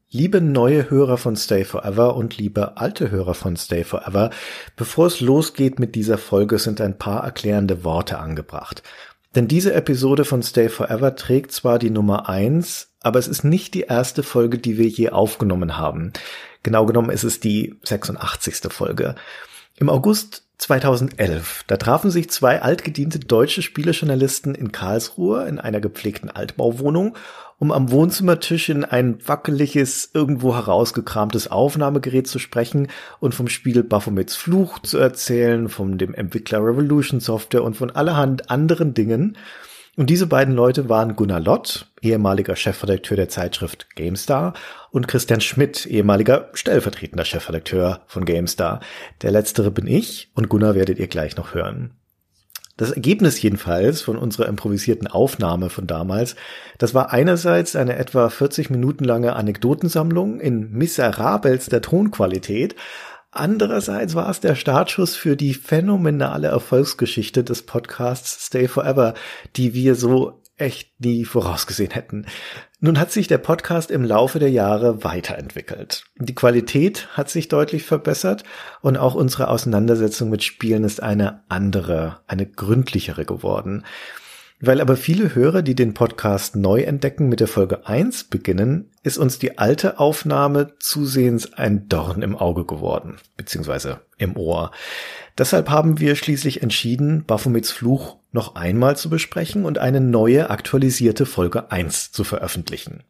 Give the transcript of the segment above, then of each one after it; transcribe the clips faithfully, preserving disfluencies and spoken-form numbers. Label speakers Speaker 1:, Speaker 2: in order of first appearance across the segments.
Speaker 1: Liebe neue Hörer von Stay Forever und liebe alte Hörer von Stay Forever, bevor es losgeht mit dieser Folge, sind ein paar erklärende Worte angebracht. Denn diese Episode von Stay Forever trägt zwar die Nummer eins, aber es ist nicht die erste Folge, die wir je aufgenommen haben. Genau genommen ist es die sechsundachtzigste Folge. Im August zweitausendelf, da trafen sich zwei altgediente deutsche Spielejournalisten in Karlsruhe in einer gepflegten Altbauwohnung, um am Wohnzimmertisch in ein wackeliges, irgendwo herausgekramtes Aufnahmegerät zu sprechen und vom Spiel Baphomets Fluch zu erzählen, von dem Entwickler Revolution Software und von allerhand anderen Dingen. Und diese beiden Leute waren Gunnar Lott, ehemaliger Chefredakteur der Zeitschrift GameStar, und Christian Schmidt, ehemaliger stellvertretender Chefredakteur von GameStar. Der letztere bin ich und Gunnar werdet ihr gleich noch hören. Das Ergebnis jedenfalls von unserer improvisierten Aufnahme von damals, das war einerseits eine etwa vierzig Minuten lange Anekdotensammlung in miserabelster Tonqualität, andererseits war es der Startschuss für die phänomenale Erfolgsgeschichte des Podcasts Stay Forever, die wir so echt nie vorausgesehen hätten. Nun hat sich der Podcast im Laufe der Jahre weiterentwickelt. Die Qualität hat sich deutlich verbessert und auch unsere Auseinandersetzung mit Spielen ist eine andere, eine gründlichere geworden. Weil aber viele Hörer, die den Podcast neu entdecken, mit der Folge eins beginnen, ist uns die alte Aufnahme zusehends ein Dorn im Auge geworden, beziehungsweise im Ohr. Deshalb haben wir schließlich entschieden, Baphomets Fluch noch einmal zu besprechen und eine neue, aktualisierte Folge eins zu veröffentlichen.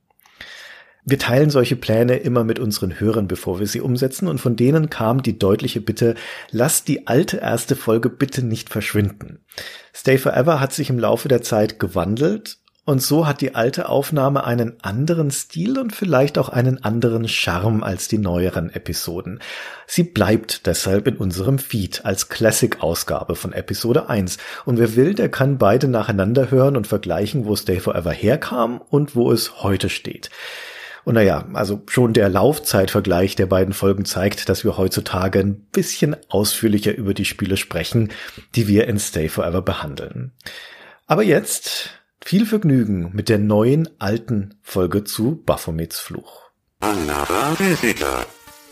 Speaker 1: Wir teilen solche Pläne immer mit unseren Hörern, bevor wir sie umsetzen, und von denen kam die deutliche Bitte, lasst die alte erste Folge bitte nicht verschwinden. Stay Forever hat sich im Laufe der Zeit gewandelt und so hat die alte Aufnahme einen anderen Stil und vielleicht auch einen anderen Charme als die neueren Episoden. Sie bleibt deshalb in unserem Feed als Classic-Ausgabe von Episode eins und wer will, der kann beide nacheinander hören und vergleichen, wo Stay Forever herkam und wo es heute steht. Und naja, also schon der Laufzeitvergleich der beiden Folgen zeigt, dass wir heutzutage ein bisschen ausführlicher über die Spiele sprechen, die wir in Stay Forever behandeln. Aber jetzt viel Vergnügen mit der neuen, alten Folge zu Baphomets Fluch.
Speaker 2: Another visitor.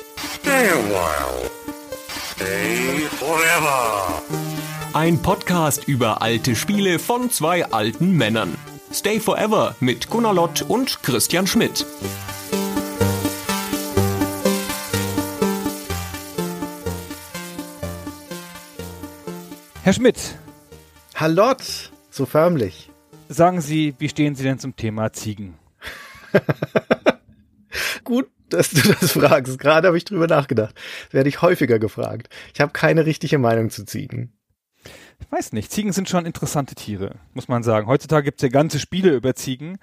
Speaker 2: Stay a while. Stay forever.
Speaker 3: Ein Podcast über alte Spiele von zwei alten Männern. Stay Forever mit Gunnar Lott und Christian Schmidt.
Speaker 4: Herr Schmidt.
Speaker 1: Herr Lott, so förmlich.
Speaker 4: Sagen Sie, wie stehen Sie denn zum Thema Ziegen?
Speaker 1: Gut, dass du das fragst. Gerade habe ich drüber nachgedacht. Das werde ich häufiger gefragt. Ich habe keine richtige Meinung zu Ziegen.
Speaker 4: Ich weiß nicht, Ziegen sind schon interessante Tiere, muss man sagen. Heutzutage gibt es ja ganze Spiele über Ziegen.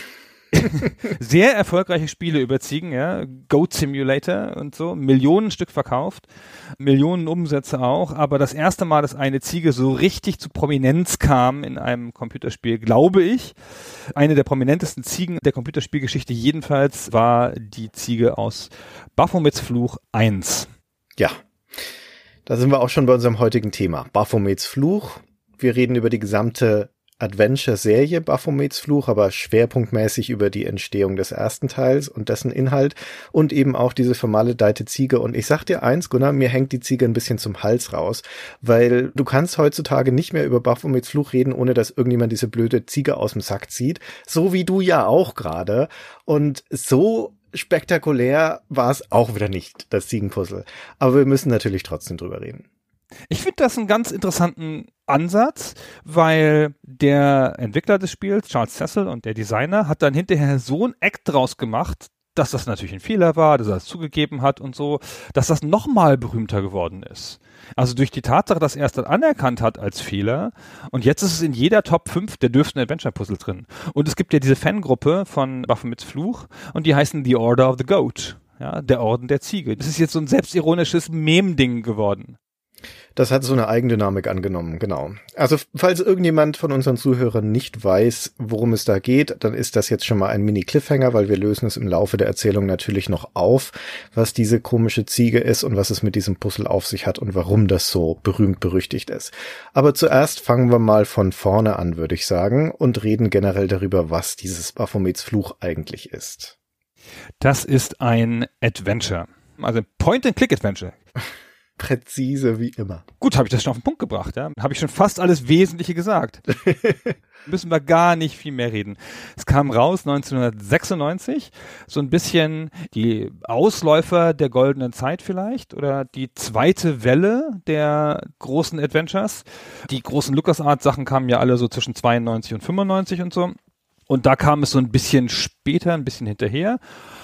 Speaker 4: Sehr erfolgreiche Spiele über Ziegen, ja. Goat Simulator und so. Millionen Stück verkauft. Millionen Umsätze auch. Aber das erste Mal, dass eine Ziege so richtig zu Prominenz kam in einem Computerspiel, glaube ich, eine der prominentesten Ziegen der Computerspielgeschichte jedenfalls war die Ziege aus Baphomets Fluch eins.
Speaker 1: Ja. Da sind wir auch schon bei unserem heutigen Thema. Baphomets Fluch. Wir reden über die gesamte Adventure-Serie Baphomets Fluch, aber schwerpunktmäßig über die Entstehung des ersten Teils und dessen Inhalt und eben auch diese vermaledeite Ziege. Und ich sag dir eins, Gunnar, mir hängt die Ziege ein bisschen zum Hals raus, weil du kannst heutzutage nicht mehr über Baphomets Fluch reden, ohne dass irgendjemand diese blöde Ziege aus dem Sack zieht. So wie du ja auch gerade. Und so spektakulär war es auch wieder nicht, das Ziegenpuzzle. Aber wir müssen natürlich trotzdem drüber reden.
Speaker 4: Ich finde das einen ganz interessanten Ansatz, weil der Entwickler des Spiels, Charles Cecil, und der Designer hat dann hinterher so ein Act draus gemacht, dass das natürlich ein Fehler war, dass er es zugegeben hat und so, dass das nochmal berühmter geworden ist. Also durch die Tatsache, dass er es dann anerkannt hat als Fehler und jetzt ist es in jeder Top fünf der dürfsten Adventure-Puzzle drin. Und es gibt ja diese Fangruppe von Baphomets Fluch und die heißen The Order of the Goat, ja, der Orden der Ziege. Das ist jetzt so ein selbstironisches Mem-Ding geworden.
Speaker 1: Das hat so eine Eigendynamik angenommen, genau. Also falls irgendjemand von unseren Zuhörern nicht weiß, worum es da geht, dann ist das jetzt schon mal ein Mini-Cliffhanger, weil wir lösen es im Laufe der Erzählung natürlich noch auf, was diese komische Ziege ist und was es mit diesem Puzzle auf sich hat und warum das so berühmt-berüchtigt ist. Aber zuerst fangen wir mal von vorne an, würde ich sagen, und reden generell darüber, was dieses Baphomets Fluch eigentlich ist.
Speaker 4: Das ist ein Adventure. Also ein Point-and-Click-Adventure.
Speaker 1: Präzise wie immer.
Speaker 4: Gut, habe ich das schon auf den Punkt gebracht, ja. Habe ich schon fast alles Wesentliche gesagt. Müssen wir gar nicht viel mehr reden. Es kam raus neunzehnhundertsechsundneunzig, so ein bisschen die Ausläufer der goldenen Zeit vielleicht oder die zweite Welle der großen Adventures. Die großen LucasArts-Sachen kamen ja alle so zwischen zweiundneunzig und fünfundneunzig und so. Und da kam es so ein bisschen später, ein bisschen hinterher.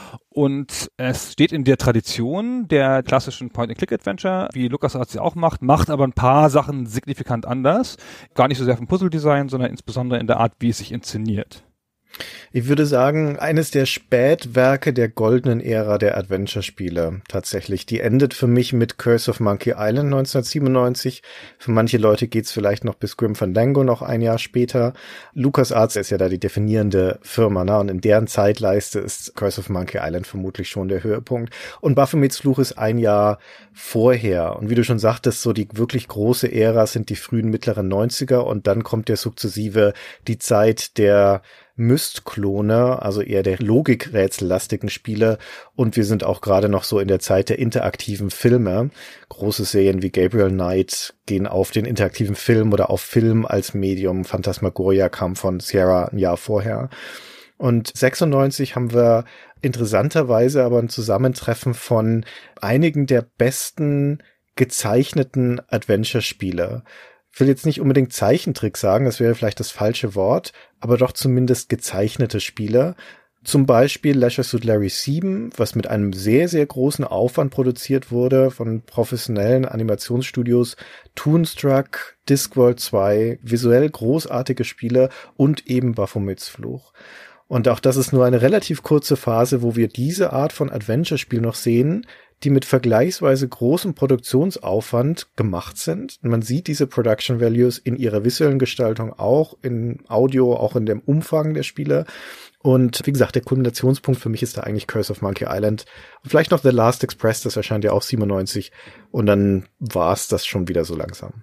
Speaker 4: Und es steht in der Tradition der klassischen Point-and-Click-Adventure, wie LucasArts sie auch macht, macht aber ein paar Sachen signifikant anders. Gar nicht so sehr vom Puzzle-Design, sondern insbesondere in der Art, wie es sich inszeniert.
Speaker 1: Ich würde sagen, eines der Spätwerke der goldenen Ära der Adventure-Spiele tatsächlich. Die endet für mich mit Curse of Monkey Island neunzehnhundertsiebenundneunzig. Für manche Leute geht's vielleicht noch bis Grim Fandango noch ein Jahr später. LucasArts ist ja da die definierende Firma, ne? Und in deren Zeitleiste ist Curse of Monkey Island vermutlich schon der Höhepunkt. Und Baphomets Fluch ist ein Jahr vorher. Und wie du schon sagtest, so die wirklich große Ära sind die frühen mittleren neunziger und dann kommt der sukzessive die Zeit der Myst-Klone, also eher der logikrätsellastigen Spiele, und wir sind auch gerade noch so in der Zeit der interaktiven Filme. Große Serien wie Gabriel Knight gehen auf den interaktiven Film oder auf Film als Medium. Phantasmagoria kam von Sierra ein Jahr vorher. Und sechsundneunzig haben wir interessanterweise aber ein Zusammentreffen von einigen der besten gezeichneten Adventure-Spiele. Ich will jetzt nicht unbedingt Zeichentrick sagen, das wäre vielleicht das falsche Wort, aber doch zumindest gezeichnete Spiele. Zum Beispiel Leisure Suit Larry sieben, was mit einem sehr, sehr großen Aufwand produziert wurde von professionellen Animationsstudios. Toonstruck, Discworld zwei, visuell großartige Spiele und eben Baphomets Fluch. Und auch das ist nur eine relativ kurze Phase, wo wir diese Art von Adventure-Spiel noch sehen, die mit vergleichsweise großem Produktionsaufwand gemacht sind. Man sieht diese Production Values in ihrer visuellen Gestaltung auch, in Audio, auch in dem Umfang der Spiele. Und wie gesagt, der Kulminationspunkt für mich ist da eigentlich Curse of Monkey Island. Und vielleicht noch The Last Express, das erscheint ja auch siebenundneunzig. Und dann war es das schon wieder so langsam.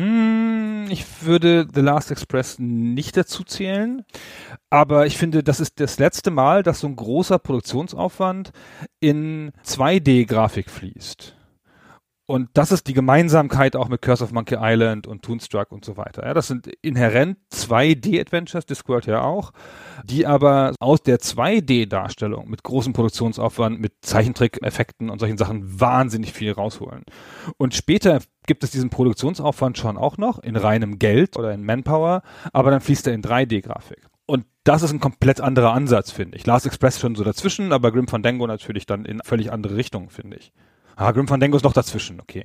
Speaker 4: Hm, ich würde The Last Express nicht dazu zählen, aber ich finde, das ist das letzte Mal, dass so ein großer Produktionsaufwand in zwei D-Grafik fließt. Und das ist die Gemeinsamkeit auch mit Curse of Monkey Island und Toonstruck und so weiter. Ja, das sind inhärent zwei D-Adventures, Discworld ja auch, die aber aus der zwei D-Darstellung mit großem Produktionsaufwand, mit Zeichentrick-Effekten und solchen Sachen wahnsinnig viel rausholen. Und später gibt es diesen Produktionsaufwand schon auch noch in reinem Geld oder in Manpower, aber dann fließt er in drei D-Grafik. Und das ist ein komplett anderer Ansatz, finde ich. Last Express schon so dazwischen, aber Grim Fandango natürlich dann in völlig andere Richtungen, finde ich. Ah, Grim Fandango ist noch dazwischen, okay.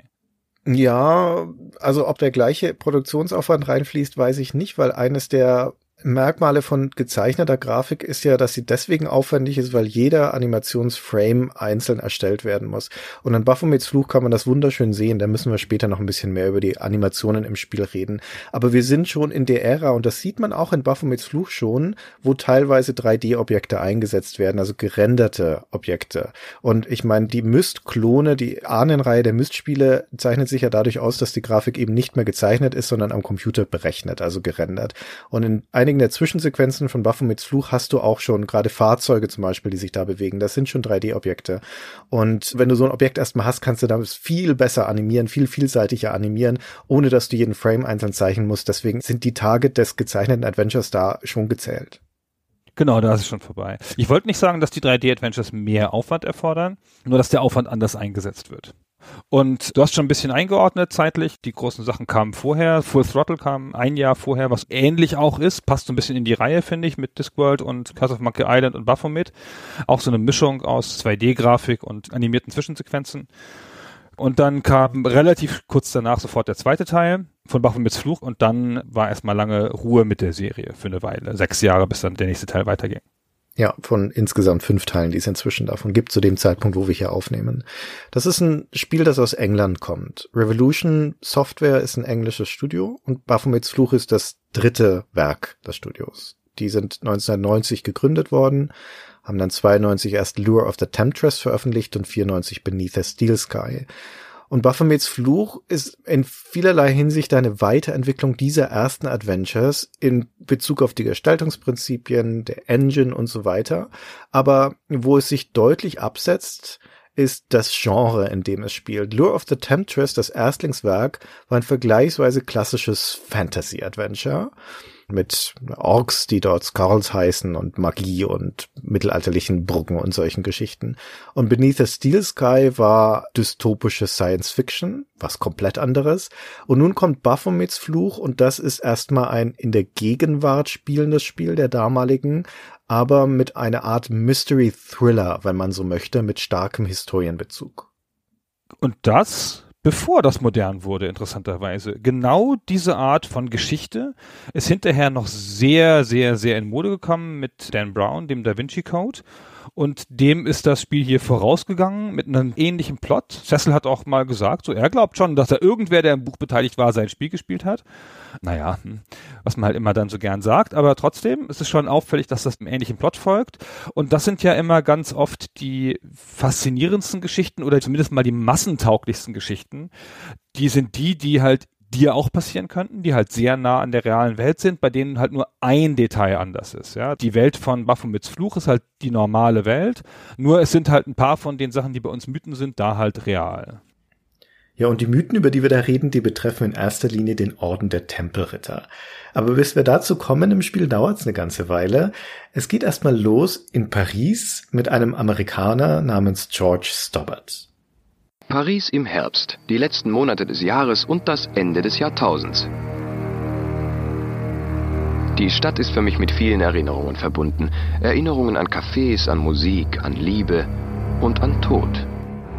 Speaker 1: Ja, also ob der gleiche Produktionsaufwand reinfließt, weiß ich nicht, weil eines der Merkmale von gezeichneter Grafik ist ja, dass sie deswegen aufwendig ist, weil jeder Animationsframe einzeln erstellt werden muss. Und an Baphomets Fluch kann man das wunderschön sehen. Da müssen wir später noch ein bisschen mehr über die Animationen im Spiel reden. Aber wir sind schon in der Ära, und das sieht man auch in Baphomets Fluch schon, wo teilweise drei D-Objekte eingesetzt werden, also gerenderte Objekte. Und ich meine, die Myst-Klone, die Ahnenreihe der Myst-Spiele zeichnet sich ja dadurch aus, dass die Grafik eben nicht mehr gezeichnet ist, sondern am Computer berechnet, also gerendert. Und in einigen der Zwischensequenzen von Baphomets Fluch hast du auch schon gerade Fahrzeuge zum Beispiel, die sich da bewegen. Das sind schon drei D-Objekte. Und wenn du so ein Objekt erstmal hast, kannst du damit viel besser animieren, viel vielseitiger animieren, ohne dass du jeden Frame einzeln zeichnen musst. Deswegen sind die Tage des gezeichneten Adventures da schon gezählt.
Speaker 4: Genau, da ist es schon vorbei. Ich wollte nicht sagen, dass die drei D-Adventures mehr Aufwand erfordern, nur dass der Aufwand anders eingesetzt wird. Und du hast schon ein bisschen eingeordnet zeitlich. Die großen Sachen kamen vorher. Full Throttle kam ein Jahr vorher, was ähnlich auch ist. Passt so ein bisschen in die Reihe, finde ich, mit Discworld und Curse of Monkey Island und Baphomet. Auch so eine Mischung aus zwei D-Grafik und animierten Zwischensequenzen. Und dann kam relativ kurz danach sofort der zweite Teil von Baphomets Fluch und dann war erstmal lange Ruhe mit der Serie für eine Weile. Sechs Jahre, bis dann der nächste Teil weiterging.
Speaker 1: Ja, von insgesamt fünf Teilen, die es inzwischen davon gibt, zu dem Zeitpunkt, wo wir hier aufnehmen. Das ist ein Spiel, das aus England kommt. Revolution Software ist ein englisches Studio und Baphomets Fluch ist das dritte Werk des Studios. Die sind neunzehnhundertneunzig gegründet worden, haben dann zweiundneunzig erst Lure of the Temptress veröffentlicht und vierundneunzig Beneath the Steel Sky. Und Baphomets Fluch ist in vielerlei Hinsicht eine Weiterentwicklung dieser ersten Adventures in Bezug auf die Gestaltungsprinzipien, der Engine und so weiter. Aber wo es sich deutlich absetzt, ist das Genre, in dem es spielt. Lure of the Temptress, das Erstlingswerk, war ein vergleichsweise klassisches Fantasy-Adventure mit Orks, die dort Skulls heißen und Magie und mittelalterlichen Brücken und solchen Geschichten. Und Beneath the Steel Sky war dystopische Science Fiction, was komplett anderes. Und nun kommt Baphomets Fluch und das ist erstmal ein in der Gegenwart spielendes Spiel der damaligen, aber mit einer Art Mystery Thriller, wenn man so möchte, mit starkem Historienbezug.
Speaker 4: Und das bevor das modern wurde, interessanterweise. Genau diese Art von Geschichte ist hinterher noch sehr, sehr, sehr in Mode gekommen mit Dan Brown, dem Da Vinci Code. Und dem ist das Spiel hier vorausgegangen mit einem ähnlichen Plot. Cecil hat auch mal gesagt, so er glaubt schon, dass da irgendwer, der im Buch beteiligt war, sein Spiel gespielt hat. Naja, was man halt immer dann so gern sagt, aber trotzdem ist es schon auffällig, dass das einem ähnlichen Plot folgt. Und das sind ja immer ganz oft die faszinierendsten Geschichten oder zumindest mal die massentauglichsten Geschichten. Die sind die, die halt dir auch passieren könnten, die halt sehr nah an der realen Welt sind, bei denen halt nur ein Detail anders ist. Ja, die Welt von Baphomets Fluch ist halt die normale Welt, nur es sind halt ein paar von den Sachen, die bei uns Mythen sind, da halt real.
Speaker 1: Ja, und die Mythen, über die wir da reden, die betreffen in erster Linie den Orden der Tempelritter. Aber bis wir dazu kommen im Spiel, dauert es eine ganze Weile. Es geht erstmal los in Paris mit einem Amerikaner namens George Stobbart.
Speaker 5: Paris im Herbst, die letzten Monate des Jahres und das Ende des Jahrtausends. Die Stadt ist für mich mit vielen Erinnerungen verbunden. Erinnerungen an Cafés, an Musik, an Liebe und an Tod.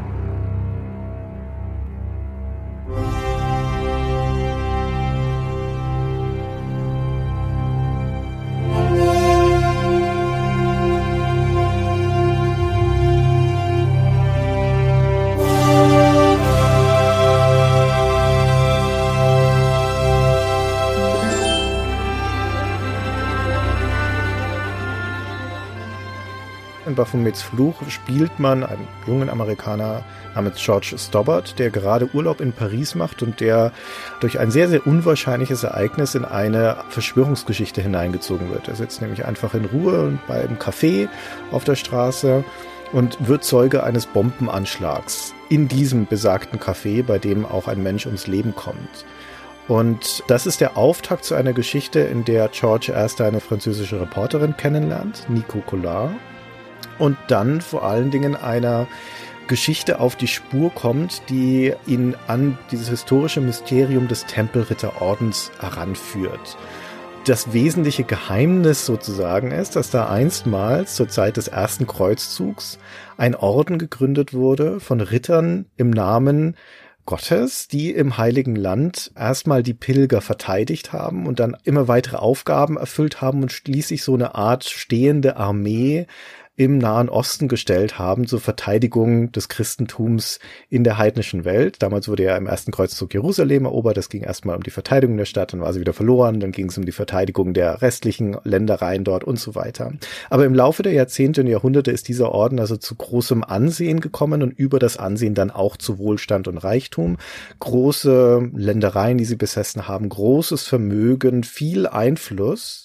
Speaker 1: In Baphomets Fluch spielt man einen jungen Amerikaner namens George Stobbart, der gerade Urlaub in Paris macht und der durch ein sehr, sehr unwahrscheinliches Ereignis in eine Verschwörungsgeschichte hineingezogen wird. Er sitzt nämlich einfach in Ruhe bei einem Café auf der Straße und wird Zeuge eines Bombenanschlags in diesem besagten Café, bei dem auch ein Mensch ums Leben kommt. Und das ist der Auftakt zu einer Geschichte, in der George erst eine französische Reporterin kennenlernt, Nico Collard, und dann vor allen Dingen einer Geschichte auf die Spur kommt, die ihn an dieses historische Mysterium des Tempelritterordens heranführt. Das wesentliche Geheimnis sozusagen ist, dass da einstmals zur Zeit des ersten Kreuzzugs ein Orden gegründet wurde von Rittern im Namen Gottes, die im Heiligen Land erstmal die Pilger verteidigt haben und dann immer weitere Aufgaben erfüllt haben und schließlich so eine Art stehende Armee im Nahen Osten gestellt haben zur Verteidigung des Christentums in der heidnischen Welt. Damals wurde ja im ersten Kreuzzug Jerusalem erobert, das ging erstmal um die Verteidigung der Stadt, dann war sie wieder verloren, dann ging es um die Verteidigung der restlichen Ländereien dort und so weiter. Aber im Laufe der Jahrzehnte und Jahrhunderte ist dieser Orden also zu großem Ansehen gekommen und über das Ansehen dann auch zu Wohlstand und Reichtum. Große Ländereien, die sie besessen haben, großes Vermögen, viel Einfluss.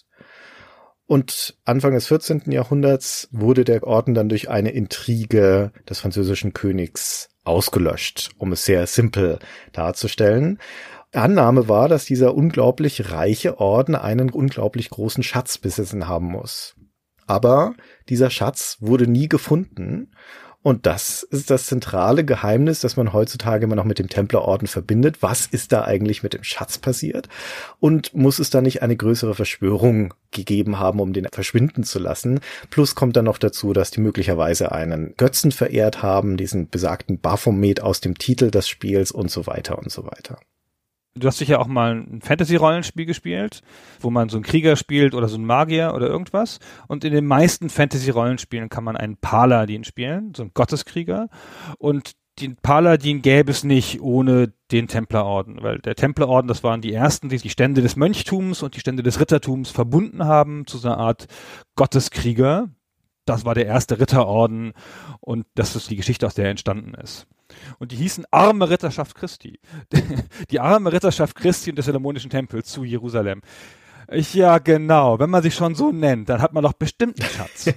Speaker 1: Und Anfang des vierzehnten Jahrhunderts wurde der Orden dann durch eine Intrige des französischen Königs ausgelöscht, um es sehr simpel darzustellen. Annahme war, dass dieser unglaublich reiche Orden einen unglaublich großen Schatz besessen haben muss. Aber dieser Schatz wurde nie gefunden. Und das ist das zentrale Geheimnis, das man heutzutage immer noch mit dem Templerorden verbindet. Was ist da eigentlich mit dem Schatz passiert? Und muss es da nicht eine größere Verschwörung gegeben haben, um den verschwinden zu lassen? Plus kommt dann noch dazu, dass die möglicherweise einen Götzen verehrt haben, diesen besagten Baphomet aus dem Titel des Spiels und so weiter und so weiter.
Speaker 4: Du hast sicher auch mal ein Fantasy-Rollenspiel gespielt, wo man so einen Krieger spielt oder so einen Magier oder irgendwas. Und in den meisten Fantasy-Rollenspielen kann man einen Paladin spielen, so einen Gotteskrieger. Und den Paladin gäbe es nicht ohne den Templerorden, weil der Templerorden, das waren die ersten, die die Stände des Mönchtums und die Stände des Rittertums verbunden haben zu so einer Art Gotteskrieger. das war der erste Ritterorden und das ist die Geschichte, aus der er entstanden ist. Und die hießen Arme Ritterschaft Christi. Die Arme Ritterschaft Christi und des Salomonischen Tempels zu Jerusalem. Ich, ja, genau. Wenn man sich schon so nennt, dann hat man doch bestimmt einen Schatz.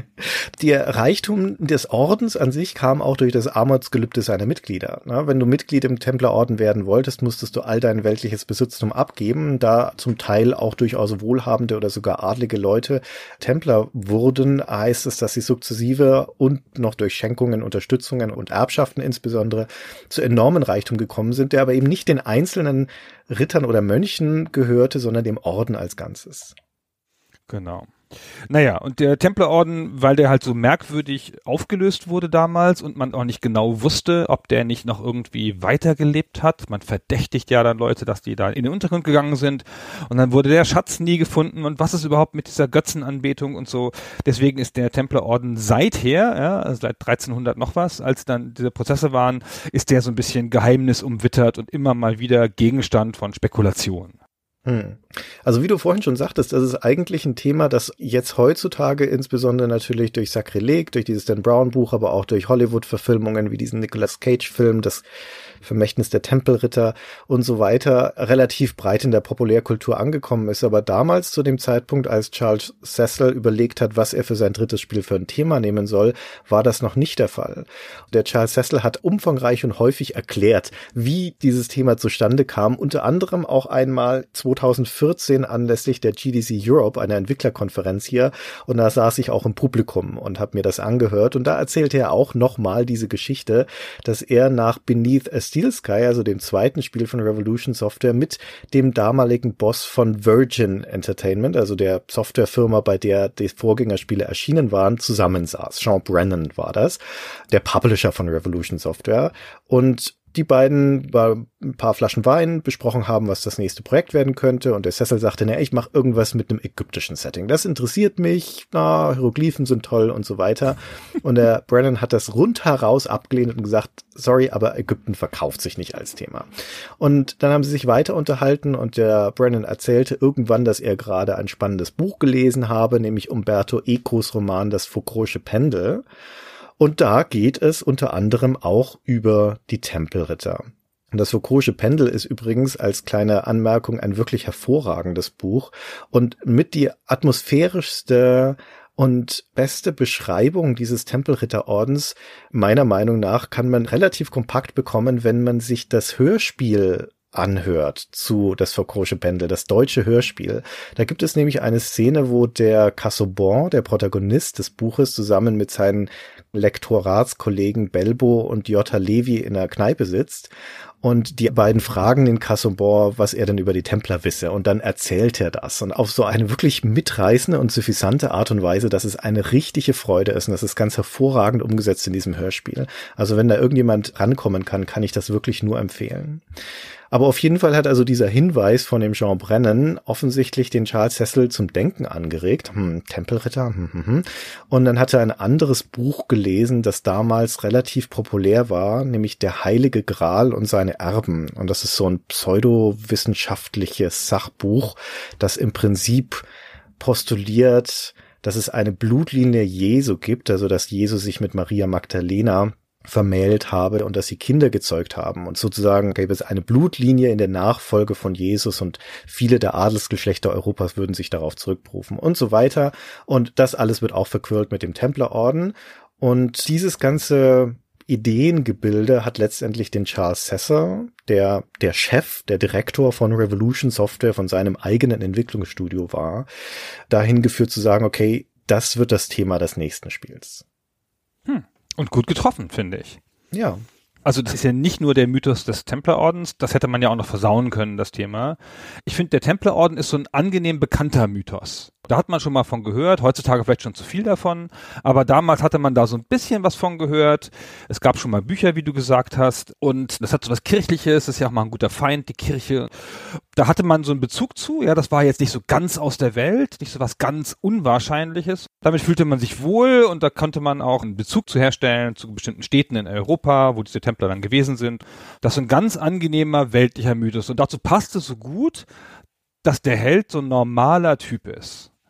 Speaker 1: Der Reichtum des Ordens an sich kam auch durch das Armutsgelübde seiner Mitglieder. Na, wenn du Mitglied im Templerorden werden wolltest, musstest du all dein weltliches Besitztum abgeben, da zum Teil auch durchaus wohlhabende oder sogar adlige Leute Templer wurden, heißt es, dass sie sukzessive und noch durch Schenkungen, Unterstützungen und Erbschaften insbesondere zu enormen Reichtum gekommen sind, der aber eben nicht den einzelnen Rittern oder Mönchen gehörte, sondern dem Orden als Ganzes.
Speaker 4: Genau. Naja, und der Templerorden, weil der halt so merkwürdig aufgelöst wurde damals und man auch nicht genau wusste, ob der nicht noch irgendwie weitergelebt hat. Man verdächtigt ja dann Leute, dass die da in den Untergrund gegangen sind und dann wurde der Schatz nie gefunden und was ist überhaupt mit dieser Götzenanbetung und so. Deswegen ist der Templerorden seither, ja, also seit dreizehnhundert noch was, als dann diese Prozesse waren, ist der so ein bisschen geheimnisumwittert und immer mal wieder Gegenstand von Spekulationen.
Speaker 1: Hm. Also wie du vorhin schon sagtest, das ist eigentlich ein Thema, das jetzt heutzutage insbesondere natürlich durch Sakrileg, durch dieses Dan Brown Buch, aber auch durch Hollywood-Verfilmungen wie diesen Nicolas Cage-Film, das Vermächtnis der Tempelritter und so weiter, relativ breit in der Populärkultur angekommen ist. Aber damals, zu dem Zeitpunkt, als Charles Cecil überlegt hat, was er für sein drittes Spiel für ein Thema nehmen soll, war das noch nicht der Fall. Der Charles Cecil hat umfangreich und häufig erklärt, wie dieses Thema zustande kam, unter anderem auch einmal zweitausendvierzehn anlässlich der G D C Europe, einer Entwicklerkonferenz hier, und da saß ich auch im Publikum und habe mir das angehört und da erzählte er auch nochmal diese Geschichte, dass er nach Beneath a Steel Sky, also dem zweiten Spiel von Revolution Software, mit dem damaligen Boss von Virgin Entertainment, also der Softwarefirma, bei der die Vorgängerspiele erschienen waren, zusammensaß. Sean Brennan war das, der Publisher von Revolution Software, und die beiden bei ein paar Flaschen Wein besprochen haben, was das nächste Projekt werden könnte, und der Cecil sagte, na, ich mache irgendwas mit einem ägyptischen Setting. Das interessiert mich, na, Hieroglyphen sind toll und so weiter. Und der Brennan hat das rundheraus abgelehnt und gesagt, sorry, aber Ägypten verkauft sich nicht als Thema. Und dann haben sie sich weiter unterhalten und der Brennan erzählte irgendwann, dass er gerade ein spannendes Buch gelesen habe, nämlich Umberto Ecos Roman Das Foucault'sche Pendel. Und da geht es unter anderem auch über die Tempelritter. Und das Foucault'sche Pendel ist übrigens als kleine Anmerkung ein wirklich hervorragendes Buch und mit die atmosphärischste und beste Beschreibung dieses Tempelritterordens, meiner Meinung nach, kann man relativ kompakt bekommen, wenn man sich das Hörspiel anhört zu das Foucault'sche Pendel, das deutsche Hörspiel. Da gibt es nämlich eine Szene, wo der Casaubon, der Protagonist des Buches, zusammen mit seinen Lektoratskollegen Belbo und Jota Levi in einer Kneipe sitzt und die beiden fragen den Casaubon, was er denn über die Templer wisse, und dann erzählt er das und auf so eine wirklich mitreißende und suffisante Art und Weise, dass es eine richtige Freude ist und das ist ganz hervorragend umgesetzt in diesem Hörspiel. Also wenn da irgendjemand rankommen kann, kann ich das wirklich nur empfehlen. Aber auf jeden Fall hat also dieser Hinweis von dem Jean Brennan offensichtlich den Charles Cecil zum Denken angeregt. Hm, Tempelritter, hm, hm, hm. Und dann hat er ein anderes Buch gelesen, das damals relativ populär war, nämlich Der Heilige Gral und seine Erben. Und das ist so ein pseudowissenschaftliches Sachbuch, das im Prinzip postuliert, dass es eine Blutlinie Jesu gibt, also dass Jesus sich mit Maria Magdalena vermählt habe und dass sie Kinder gezeugt haben und sozusagen gäbe es eine Blutlinie in der Nachfolge von Jesus und viele der Adelsgeschlechter Europas würden sich darauf zurückberufen und so weiter, und das alles wird auch verquirlt mit dem Templerorden, und dieses ganze Ideengebilde hat letztendlich den Charles Cecil, der der Chef, der Direktor von Revolution Software, von seinem eigenen Entwicklungsstudio war, dahin geführt zu sagen, okay, das wird das Thema des nächsten Spiels.
Speaker 4: Hm. Und gut getroffen, finde ich.
Speaker 1: Ja.
Speaker 4: Also das ist ja nicht nur der Mythos des Templerordens, das hätte man ja auch noch versauen können, das Thema. Ich finde, der Templerorden ist so ein angenehm bekannter Mythos. Da hat man schon mal von gehört, heutzutage vielleicht schon zu viel davon, aber damals hatte man da so ein bisschen was von gehört. Es gab schon mal Bücher, wie du gesagt hast, und das hat so was Kirchliches, das ist ja auch mal ein guter Feind, die Kirche. Da hatte man so einen Bezug zu, ja, das war jetzt nicht so ganz aus der Welt, nicht so was ganz Unwahrscheinliches. Damit fühlte man sich wohl und da konnte man auch einen Bezug zu herstellen zu bestimmten Städten in Europa, wo diese Templer dann gewesen sind. Das ist ein ganz angenehmer weltlicher Mythos und dazu passt es so gut, dass der Held so ein normaler Typ ist.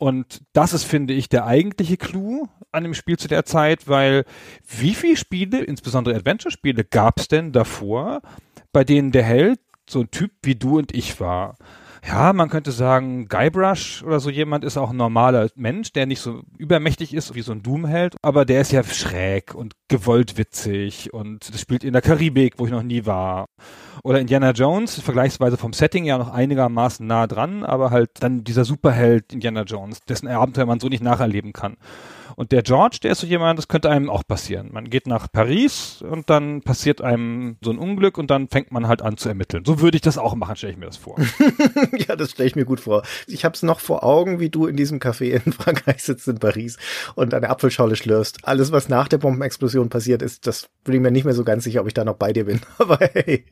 Speaker 4: Und das ist, finde ich, der eigentliche Clou an dem Spiel zu der Zeit, weil wie viele Spiele, insbesondere Adventure-Spiele, gab es denn davor, bei denen der Held so ein Typ wie du und ich war? Ja, man könnte sagen, Guybrush oder so jemand ist auch ein normaler Mensch, der nicht so übermächtig ist wie so ein Doom-Held, aber der ist ja schräg und gewollt witzig und das spielt in der Karibik, wo ich noch nie war. Oder Indiana Jones, vergleichsweise vom Setting ja noch einigermaßen nah dran, aber halt dann dieser Superheld Indiana Jones, dessen Abenteuer man so nicht nacherleben kann. Und der George, der ist so jemand, das könnte einem auch passieren. Man geht nach Paris und dann passiert einem so ein Unglück und dann fängt man halt an zu ermitteln. So würde ich das auch machen, stelle ich mir das vor.
Speaker 1: Ja, das stelle ich mir gut vor. Ich habe es noch vor Augen, wie du in diesem Café in Frankreich sitzt in Paris und eine Apfelschorle schlürfst. Alles, was nach der Bombenexplosion passiert ist, das bin ich mir nicht mehr so ganz sicher, ob ich da noch bei dir bin. Aber hey,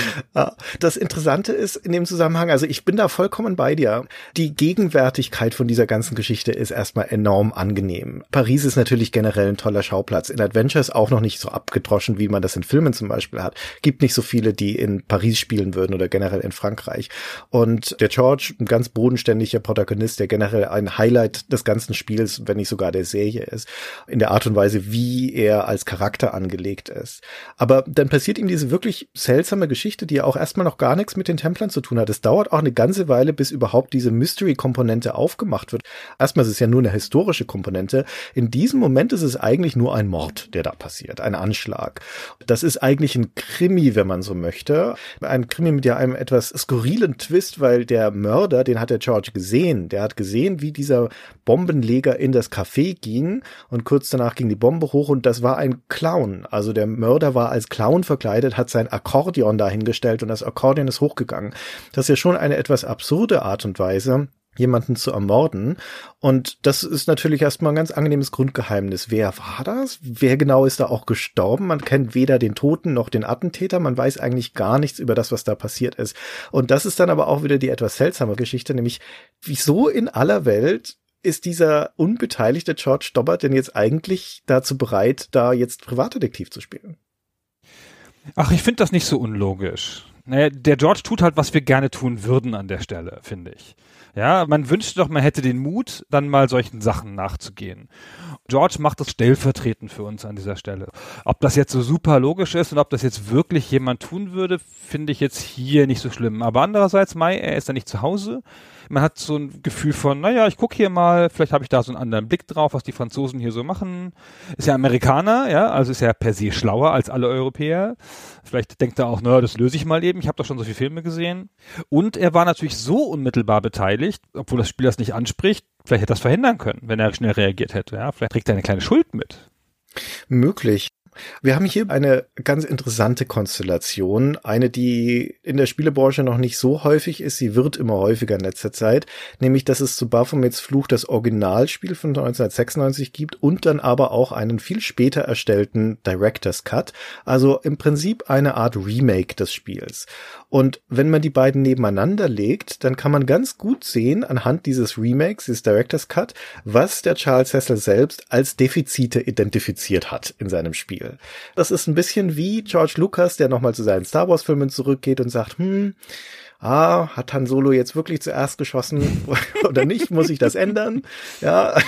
Speaker 1: das Interessante ist in dem Zusammenhang, also ich bin da vollkommen bei dir. Die Gegenwärtigkeit von dieser ganzen Geschichte ist erstmal enorm angenehm. Paris ist natürlich generell ein toller Schauplatz. In Adventures auch noch nicht so abgedroschen, wie man das in Filmen zum Beispiel hat. Gibt nicht so viele, die in Paris spielen würden oder generell in Frankreich. Und der George, ein ganz bodenständiger Protagonist, der generell ein Highlight des ganzen Spiels, wenn nicht sogar der Serie ist, in der Art und Weise, wie er als Charakter angelegt ist. Aber dann passiert ihm diese wirklich seltsame Geschichte, die ja auch erstmal noch gar nichts mit den Templern zu tun hat. Es dauert auch eine ganze Weile, bis überhaupt diese Mystery-Komponente aufgemacht wird. Erstmal ist es ja nur eine historische Komponente. In diesem Moment ist es eigentlich nur ein Mord, der da passiert, ein Anschlag. Das ist eigentlich ein Krimi, wenn man so möchte. Ein Krimi mit ja einem etwas skurrilen Twist, weil der Mörder, den hat der George gesehen. Der hat gesehen, wie dieser Bombenleger in das Café ging und kurz danach ging die Bombe hoch und das war ein Clown. Also der Mörder war als Clown verkleidet, hat sein Akkordeon dahingestellt und das Akkordeon ist hochgegangen. Das ist ja schon eine etwas absurde Art und Weise, jemanden zu ermorden. Und das ist natürlich erstmal ein ganz angenehmes Grundgeheimnis. Wer war das? Wer genau ist da auch gestorben? Man kennt weder den Toten noch den Attentäter. Man weiß eigentlich gar nichts über das, was da passiert ist. Und das ist dann aber auch wieder die etwas seltsame Geschichte, nämlich wieso in aller Welt ist dieser unbeteiligte George Stobbart denn jetzt eigentlich dazu bereit, da jetzt Privatdetektiv zu spielen?
Speaker 4: Ach, ich finde das nicht so unlogisch. Naja, der George tut halt, was wir gerne tun würden an der Stelle, finde ich. Ja, man wünscht doch, man hätte den Mut, dann mal solchen Sachen nachzugehen. George macht das stellvertretend für uns an dieser Stelle. Ob das jetzt so super logisch ist und ob das jetzt wirklich jemand tun würde, finde ich jetzt hier nicht so schlimm. Aber andererseits, Mai, er ist da nicht zu Hause. Man hat so ein Gefühl von, naja, ich gucke hier mal, vielleicht habe ich da so einen anderen Blick drauf, was die Franzosen hier so machen. Ist ja Amerikaner, ja, also ist ja per se schlauer als alle Europäer. Vielleicht denkt er auch, naja, das löse ich mal eben, ich habe doch schon so viele Filme gesehen. Und er war natürlich so unmittelbar beteiligt, obwohl das Spiel das nicht anspricht, vielleicht hätte er das verhindern können, wenn er schnell reagiert hätte. Ja, vielleicht trägt er eine kleine Schuld mit.
Speaker 1: Möglich. Wir haben hier eine ganz interessante Konstellation, eine, die in der Spielebranche noch nicht so häufig ist, sie wird immer häufiger in letzter Zeit, nämlich, dass es zu Baphomets Fluch das Originalspiel von neunzehnhundertsechsundneunzig gibt und dann aber auch einen viel später erstellten Director's Cut, also im Prinzip eine Art Remake des Spiels. Und wenn man die beiden nebeneinander legt, dann kann man ganz gut sehen, anhand dieses Remakes, des Director's Cut, was der Charles Cecil selbst als Defizite identifiziert hat in seinem Spiel. Das ist ein bisschen wie George Lucas, der nochmal zu seinen Star Wars Filmen zurückgeht und sagt, hm, ah, hat Han Solo jetzt wirklich zuerst geschossen oder nicht? Muss ich das ändern? Ja,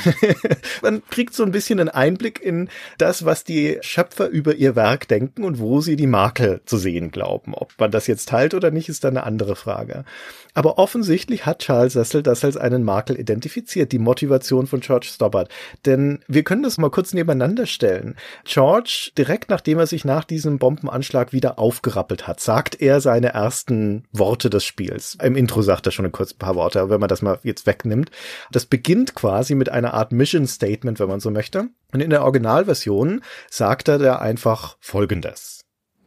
Speaker 1: man kriegt so ein bisschen einen Einblick in das, was die Schöpfer über ihr Werk denken und wo sie die Makel zu sehen glauben. Ob man das jetzt teilt oder nicht, ist dann eine andere Frage. Aber offensichtlich hat Charles Cecil das als einen Makel identifiziert, die Motivation von George Stobbart. Denn wir können das mal kurz nebeneinander stellen. George, direkt nachdem er sich nach diesem Bombenanschlag wieder aufgerappelt hat, sagt er seine ersten Worte des Spiels. Im Intro sagt er schon ein kurz paar Worte, aber wenn man das mal jetzt wegnimmt. Das beginnt quasi mit einer Art Mission Statement, wenn man so möchte. Und in der Originalversion sagt er da einfach Folgendes.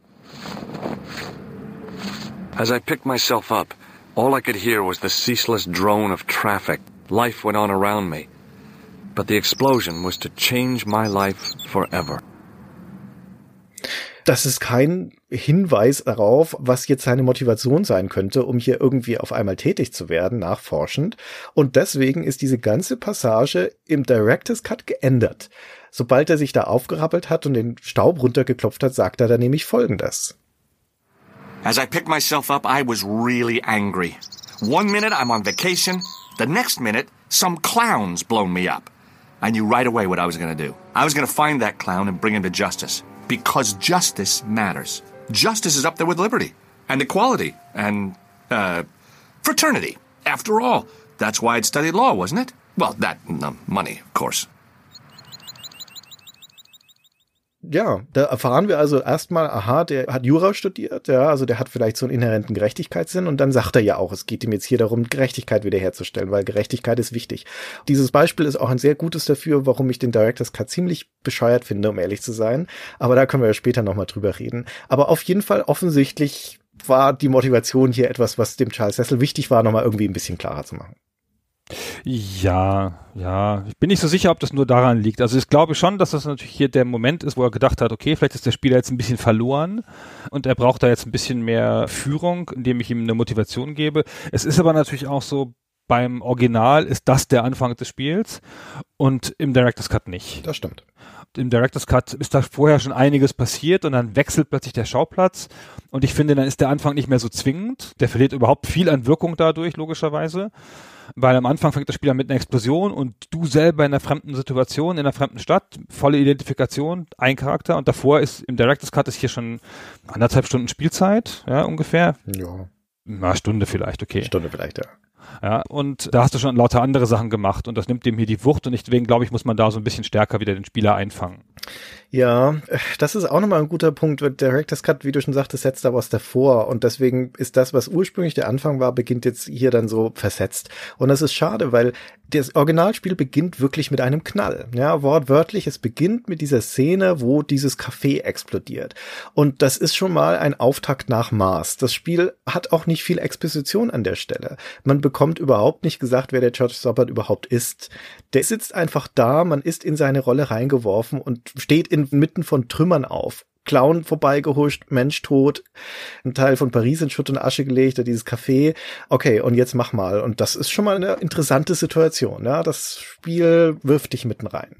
Speaker 2: As I picked myself up, all I could hear was the ceaseless drone of traffic. Life went on around me. But the explosion was to change my life forever.
Speaker 1: Das ist kein Hinweis darauf, was jetzt seine Motivation sein könnte, um hier irgendwie auf einmal tätig zu werden, nachforschend. Und deswegen ist diese ganze Passage im Director's Cut geändert. Sobald er sich da aufgerappelt hat und den Staub runtergeklopft hat, sagt er dann nämlich Folgendes.
Speaker 6: As I picked myself up, I was really angry. One minute I'm on vacation, the next minute Some clown's blown me up. I knew right away what I was going to do. I was going to find that clown and bring him to justice. Because justice matters. Justice is up there with liberty. And equality. And, uh, fraternity. After all, that's why I'd studied law, wasn't it? Well, that and um, money, of course.
Speaker 1: Ja, da erfahren wir also erstmal, aha, der hat Jura studiert, ja, also der hat vielleicht so einen inhärenten Gerechtigkeitssinn und dann sagt er ja auch, es geht ihm jetzt hier darum, Gerechtigkeit wiederherzustellen, weil Gerechtigkeit ist wichtig. Dieses Beispiel ist auch ein sehr gutes dafür, warum ich den Director's Cut ziemlich bescheuert finde, um ehrlich zu sein, aber da können wir ja später nochmal drüber reden. Aber auf jeden Fall offensichtlich war die Motivation hier etwas, was dem Charles Cecil wichtig war, nochmal irgendwie ein bisschen klarer zu machen.
Speaker 4: Ja, ja. Ich bin nicht so sicher, ob das nur daran liegt. Also ich glaube schon, dass das natürlich hier der Moment ist, wo er gedacht hat, okay, vielleicht ist der Spieler jetzt ein bisschen verloren und er braucht da jetzt ein bisschen mehr Führung, indem ich ihm eine Motivation gebe. Es ist aber natürlich auch so, beim Original ist das der Anfang des Spiels und im Director's Cut nicht.
Speaker 1: Das stimmt.
Speaker 4: Im Director's Cut ist da vorher schon einiges passiert und dann wechselt plötzlich der Schauplatz und ich finde, dann ist der Anfang nicht mehr so zwingend. Der verliert überhaupt viel an Wirkung dadurch, logischerweise. Weil am Anfang fängt das Spiel an mit einer Explosion und du selber in einer fremden Situation, in einer fremden Stadt, volle Identifikation, ein Charakter und davor ist im Director's Cut ist hier schon anderthalb Stunden Spielzeit, ja, ungefähr.
Speaker 1: Ja.
Speaker 4: Na, Stunde vielleicht, okay.
Speaker 1: Stunde vielleicht, ja.
Speaker 4: Ja, und da hast du schon lauter andere Sachen gemacht und das nimmt dem hier die Wucht und deswegen, glaube ich, muss man da so ein bisschen stärker wieder den Spieler einfangen.
Speaker 1: Ja, das ist auch nochmal ein guter Punkt. Der Director's Cut, wie du schon sagtest, setzt da was davor und deswegen ist das, was ursprünglich der Anfang war, beginnt jetzt hier dann so versetzt. Und das ist schade, weil das Originalspiel beginnt wirklich mit einem Knall. Ja, wortwörtlich, es beginnt mit dieser Szene, wo dieses Café explodiert. Und das ist schon mal ein Auftakt nach Mars. Das Spiel hat auch nicht viel Exposition an der Stelle. Man bekommt überhaupt nicht gesagt, wer der George Stoppard überhaupt ist. Der sitzt einfach da, man ist in seine Rolle reingeworfen und steht inmitten von Trümmern auf. Clown vorbeigehuscht, Mensch tot, ein Teil von Paris in Schutt und Asche gelegt, oder dieses Café. Okay, und jetzt mach mal. Und das ist schon mal eine interessante Situation. Ja, das Spiel wirft dich mitten rein.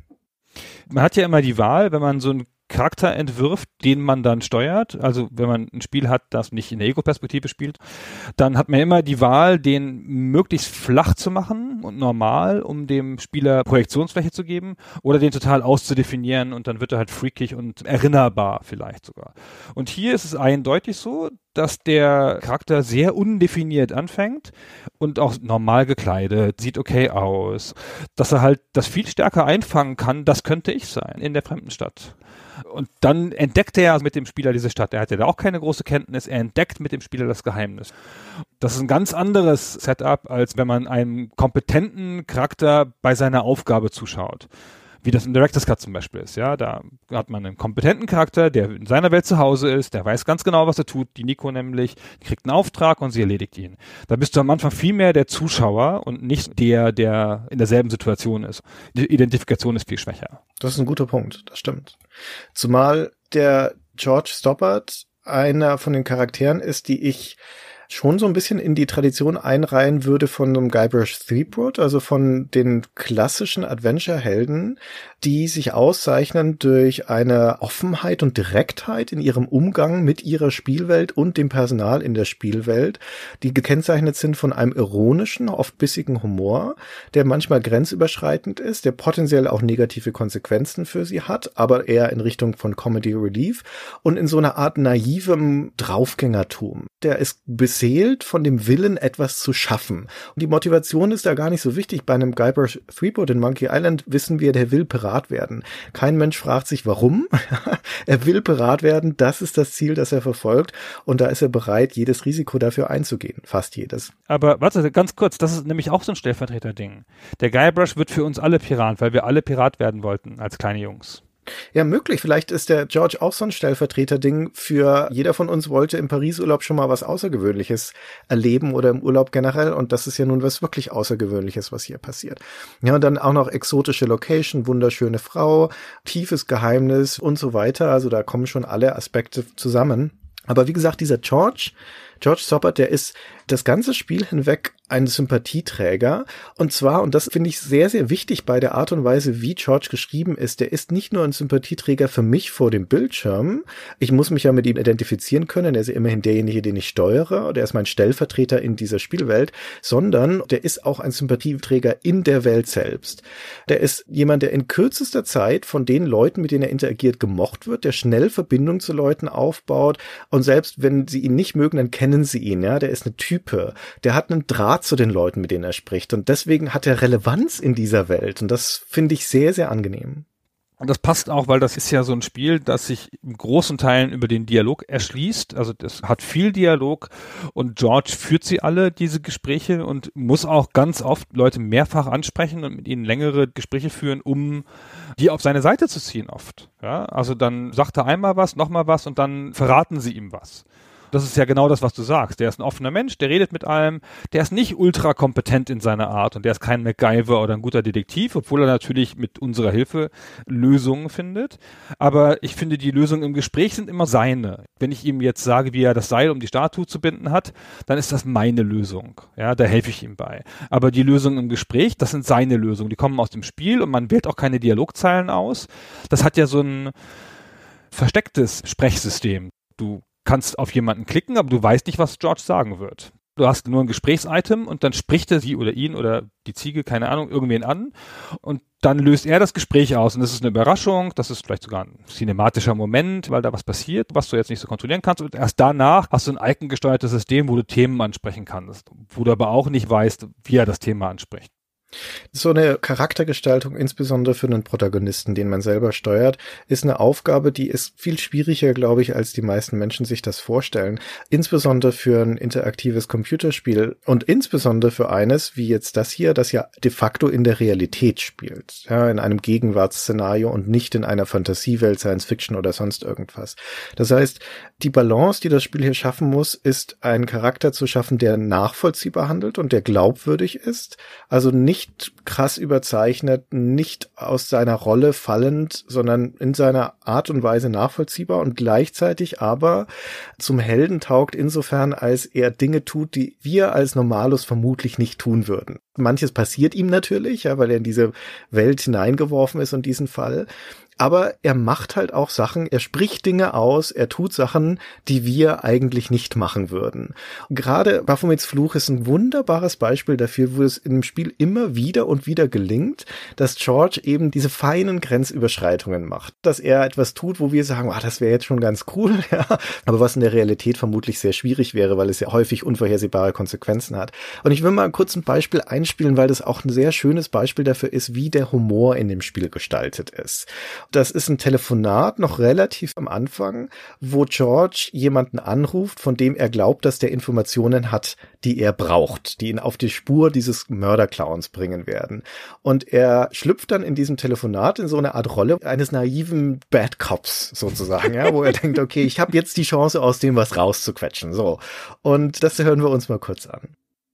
Speaker 4: Man hat ja immer die Wahl, wenn man so einen Charakter entwirft, den man dann steuert. Also wenn man ein Spiel hat, das nicht in der Ego-Perspektive spielt, dann hat man immer die Wahl, den möglichst flach zu machen und normal, um dem Spieler Projektionsfläche zu geben, oder den total auszudefinieren und dann wird er halt freakig und erinnerbar vielleicht sogar. Und hier ist es eindeutig so, dass der Charakter sehr undefiniert anfängt und auch normal gekleidet, sieht okay aus, dass er halt das viel stärker einfangen kann, das könnte ich sein in der fremden Stadt. Und dann entdeckt er mit dem Spieler diese Stadt. Er hat ja da auch keine große Kenntnis. Er entdeckt mit dem Spieler das Geheimnis. Das ist ein ganz anderes Setup, als wenn man einem kompetenten Charakter bei seiner Aufgabe zuschaut. Wie das im Director's Cut zum Beispiel ist. Ja, da hat man einen kompetenten Charakter, der in seiner Welt zu Hause ist, der weiß ganz genau, was er tut. Die Nico nämlich, die kriegt einen Auftrag und sie erledigt ihn. Da bist du am Anfang viel mehr der Zuschauer und nicht der, der in derselben Situation ist. Die Identifikation ist viel schwächer.
Speaker 1: Das ist ein guter Punkt, das stimmt. Zumal der George Stoppard einer von den Charakteren ist, die ich schon so ein bisschen in die Tradition einreihen würde von einem Guybrush Threepwood, also von den klassischen Adventure-Helden, die sich auszeichnen durch eine Offenheit und Direktheit in ihrem Umgang mit ihrer Spielwelt und dem Personal in der Spielwelt, die gekennzeichnet sind von einem ironischen, oft bissigen Humor, der manchmal grenzüberschreitend ist, der potenziell auch negative Konsequenzen für sie hat, aber eher in Richtung von Comedy Relief und in so einer Art naivem Draufgängertum. Der ist beseelt von dem Willen, etwas zu schaffen. Und die Motivation ist da gar nicht so wichtig. Bei einem Guybrush Threepwood in Monkey Island wissen wir, der will Pirat werden. Kein Mensch fragt sich, warum. Er will Pirat werden. Das ist das Ziel, das er verfolgt. Und da ist er bereit, jedes Risiko dafür einzugehen. Fast jedes.
Speaker 4: Aber warte, ganz kurz. Das ist nämlich auch so ein Stellvertreter-Ding. Der Guybrush wird für uns alle Pirat, weil wir alle Pirat werden wollten als kleine Jungs.
Speaker 1: Ja, möglich. Vielleicht ist der George auch so ein Stellvertreter-Ding für jeder von uns wollte im Paris-Urlaub schon mal was Außergewöhnliches erleben oder im Urlaub generell. Und das ist ja nun was wirklich Außergewöhnliches, was hier passiert. Ja, und dann auch noch exotische Location, wunderschöne Frau, tiefes Geheimnis und so weiter. Also da kommen schon alle Aspekte zusammen. Aber wie gesagt, dieser George, George Stobbart, der ist das ganze Spiel hinweg ein Sympathieträger. Und zwar, und das finde ich sehr, sehr wichtig bei der Art und Weise, wie George geschrieben ist, der ist nicht nur ein Sympathieträger für mich vor dem Bildschirm. Ich muss mich ja mit ihm identifizieren können. Er ist ja immerhin derjenige, den ich steuere. Der ist mein Stellvertreter in dieser Spielwelt. Sondern der ist auch ein Sympathieträger in der Welt selbst. Der ist jemand, der in kürzester Zeit von den Leuten, mit denen er interagiert, gemocht wird, der schnell Verbindung zu Leuten aufbaut. Und selbst wenn sie ihn nicht mögen, dann kennen sie ihn. Ja, der ist eine Type. Der hat einen Draht zu den Leuten, mit denen er spricht. Und deswegen hat er Relevanz in dieser Welt. Und das finde ich sehr, sehr angenehm.
Speaker 4: Und das passt auch, weil das ist ja so ein Spiel, das sich in großen Teilen über den Dialog erschließt. Also das hat viel Dialog und George führt sie alle, diese Gespräche, und muss auch ganz oft Leute mehrfach ansprechen und mit ihnen längere Gespräche führen, um die auf seine Seite zu ziehen oft. Ja, also dann sagt er einmal was, nochmal was und dann verraten sie ihm was. Das ist ja genau das, was du sagst. Der ist ein offener Mensch, der redet mit allem, der ist nicht ultra kompetent in seiner Art und der ist kein MacGyver oder ein guter Detektiv, obwohl er natürlich mit unserer Hilfe Lösungen findet. Aber ich finde, die Lösungen im Gespräch sind immer seine. Wenn ich ihm jetzt sage, wie er das Seil um die Statue zu binden hat, dann ist das meine Lösung. Ja, da helfe ich ihm bei. Aber die Lösungen im Gespräch, das sind seine Lösungen. Die kommen aus dem Spiel und man wählt auch keine Dialogzeilen aus. Das hat ja so ein verstecktes Sprechsystem. Du kannst auf jemanden klicken, aber du weißt nicht, was George sagen wird. Du hast nur ein Gesprächsitem und dann spricht er sie oder ihn oder die Ziege, keine Ahnung, irgendwen an und dann löst er das Gespräch aus und das ist eine Überraschung, das ist vielleicht sogar ein cinematischer Moment, weil da was passiert, was du jetzt nicht so kontrollieren kannst und erst danach hast du ein icon-gesteuertes System, wo du Themen ansprechen kannst, wo du aber auch nicht weißt, wie er das Thema anspricht.
Speaker 1: So eine Charaktergestaltung, insbesondere für einen Protagonisten, den man selber steuert, ist eine Aufgabe, die ist viel schwieriger, glaube ich, als die meisten Menschen sich das vorstellen. Insbesondere für ein interaktives Computerspiel und insbesondere für eines, wie jetzt das hier, das ja de facto in der Realität spielt. Ja, in einem Gegenwartsszenario und nicht in einer Fantasiewelt, Science Fiction oder sonst irgendwas. Das heißt, die Balance, die das Spiel hier schaffen muss, ist, einen Charakter zu schaffen, der nachvollziehbar handelt und der glaubwürdig ist. Also nicht Nicht krass überzeichnet, nicht aus seiner Rolle fallend, sondern in seiner Art und Weise nachvollziehbar und gleichzeitig aber zum Helden taugt insofern, als er Dinge tut, die wir als Normalos vermutlich nicht tun würden. Manches passiert ihm natürlich, ja, weil er in diese Welt hineingeworfen ist und diesen Fall. Aber er macht halt auch Sachen, er spricht Dinge aus, er tut Sachen, die wir eigentlich nicht machen würden. Und gerade Baphomets Fluch ist ein wunderbares Beispiel dafür, wo es im Spiel immer wieder und wieder gelingt, dass George eben diese feinen Grenzüberschreitungen macht. Dass er etwas tut, wo wir sagen, ah, das wäre jetzt schon ganz cool, ja, aber was in der Realität vermutlich sehr schwierig wäre, weil es ja häufig unvorhersehbare Konsequenzen hat. Und ich will mal kurz ein Beispiel einspielen, weil das auch ein sehr schönes Beispiel dafür ist, wie der Humor in dem Spiel gestaltet ist. Das ist ein Telefonat noch relativ am Anfang, wo George jemanden anruft, von dem er glaubt, dass der Informationen hat, die er braucht, die ihn auf die Spur dieses Mörderclowns bringen werden. Und er schlüpft dann in diesem Telefonat in so eine Art Rolle eines naiven Bad Cops sozusagen, ja, wo er denkt, okay, ich habe jetzt die Chance, aus dem was rauszuquetschen. So. Und das hören wir uns mal kurz an.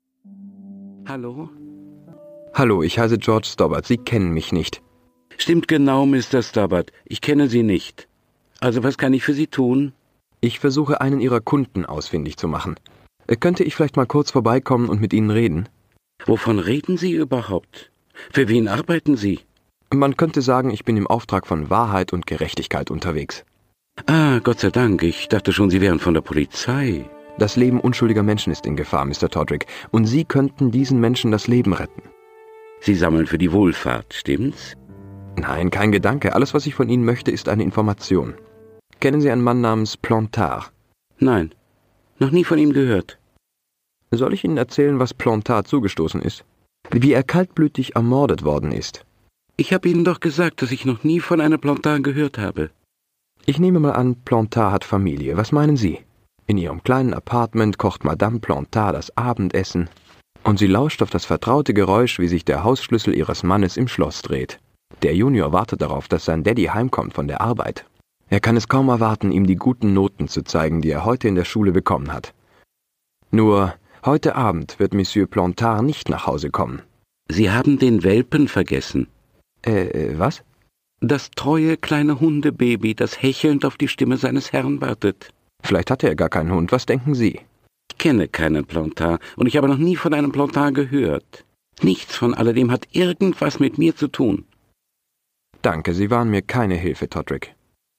Speaker 7: Hallo?
Speaker 5: Hallo, ich heiße George Stobbart. Sie kennen mich nicht.
Speaker 7: Stimmt genau, Mister Stobbart. Ich kenne Sie nicht. Also was kann ich für Sie tun?
Speaker 5: Ich versuche, einen Ihrer Kunden ausfindig zu machen. Könnte ich vielleicht mal kurz vorbeikommen und mit Ihnen reden?
Speaker 7: Wovon reden Sie überhaupt? Für wen arbeiten Sie?
Speaker 5: Man könnte sagen, ich bin im Auftrag von Wahrheit und Gerechtigkeit unterwegs.
Speaker 7: Ah, Gott sei Dank. Ich dachte schon, Sie wären von der Polizei.
Speaker 5: Das Leben unschuldiger Menschen ist in Gefahr, Mister Todrick. Und Sie könnten diesen Menschen das Leben retten.
Speaker 7: Sie sammeln für die Wohlfahrt, stimmt's?
Speaker 5: Nein, kein Gedanke. Alles, was ich von Ihnen möchte, ist eine Information. Kennen Sie einen Mann namens Plantard?
Speaker 7: Nein, noch nie von ihm gehört.
Speaker 5: Soll ich Ihnen erzählen, was Plantard zugestoßen ist? Wie er kaltblütig ermordet worden ist?
Speaker 7: Ich habe Ihnen doch gesagt, dass ich noch nie von einer Plantard gehört habe.
Speaker 5: Ich nehme mal an, Plantard hat Familie. Was meinen Sie? In ihrem kleinen Apartment kocht Madame Plantard das Abendessen und sie lauscht auf das vertraute Geräusch, wie sich der Hausschlüssel ihres Mannes im Schloss dreht. Der Junior wartet darauf, dass sein Daddy heimkommt von der Arbeit. Er kann es kaum erwarten, ihm die guten Noten zu zeigen, die er heute in der Schule bekommen hat. Nur, heute Abend wird Monsieur Plantard nicht nach Hause kommen.
Speaker 7: Sie haben den Welpen vergessen.
Speaker 5: Äh, was?
Speaker 7: Das treue kleine Hundebaby, das hechelnd auf die Stimme seines Herrn wartet.
Speaker 5: Vielleicht hatte er gar keinen Hund, was denken Sie?
Speaker 7: Ich kenne keinen Plantard und ich habe noch nie von einem Plantard gehört. Nichts von alledem hat irgendwas mit mir zu tun.
Speaker 5: Danke, Sie waren mir keine Hilfe, Todrick.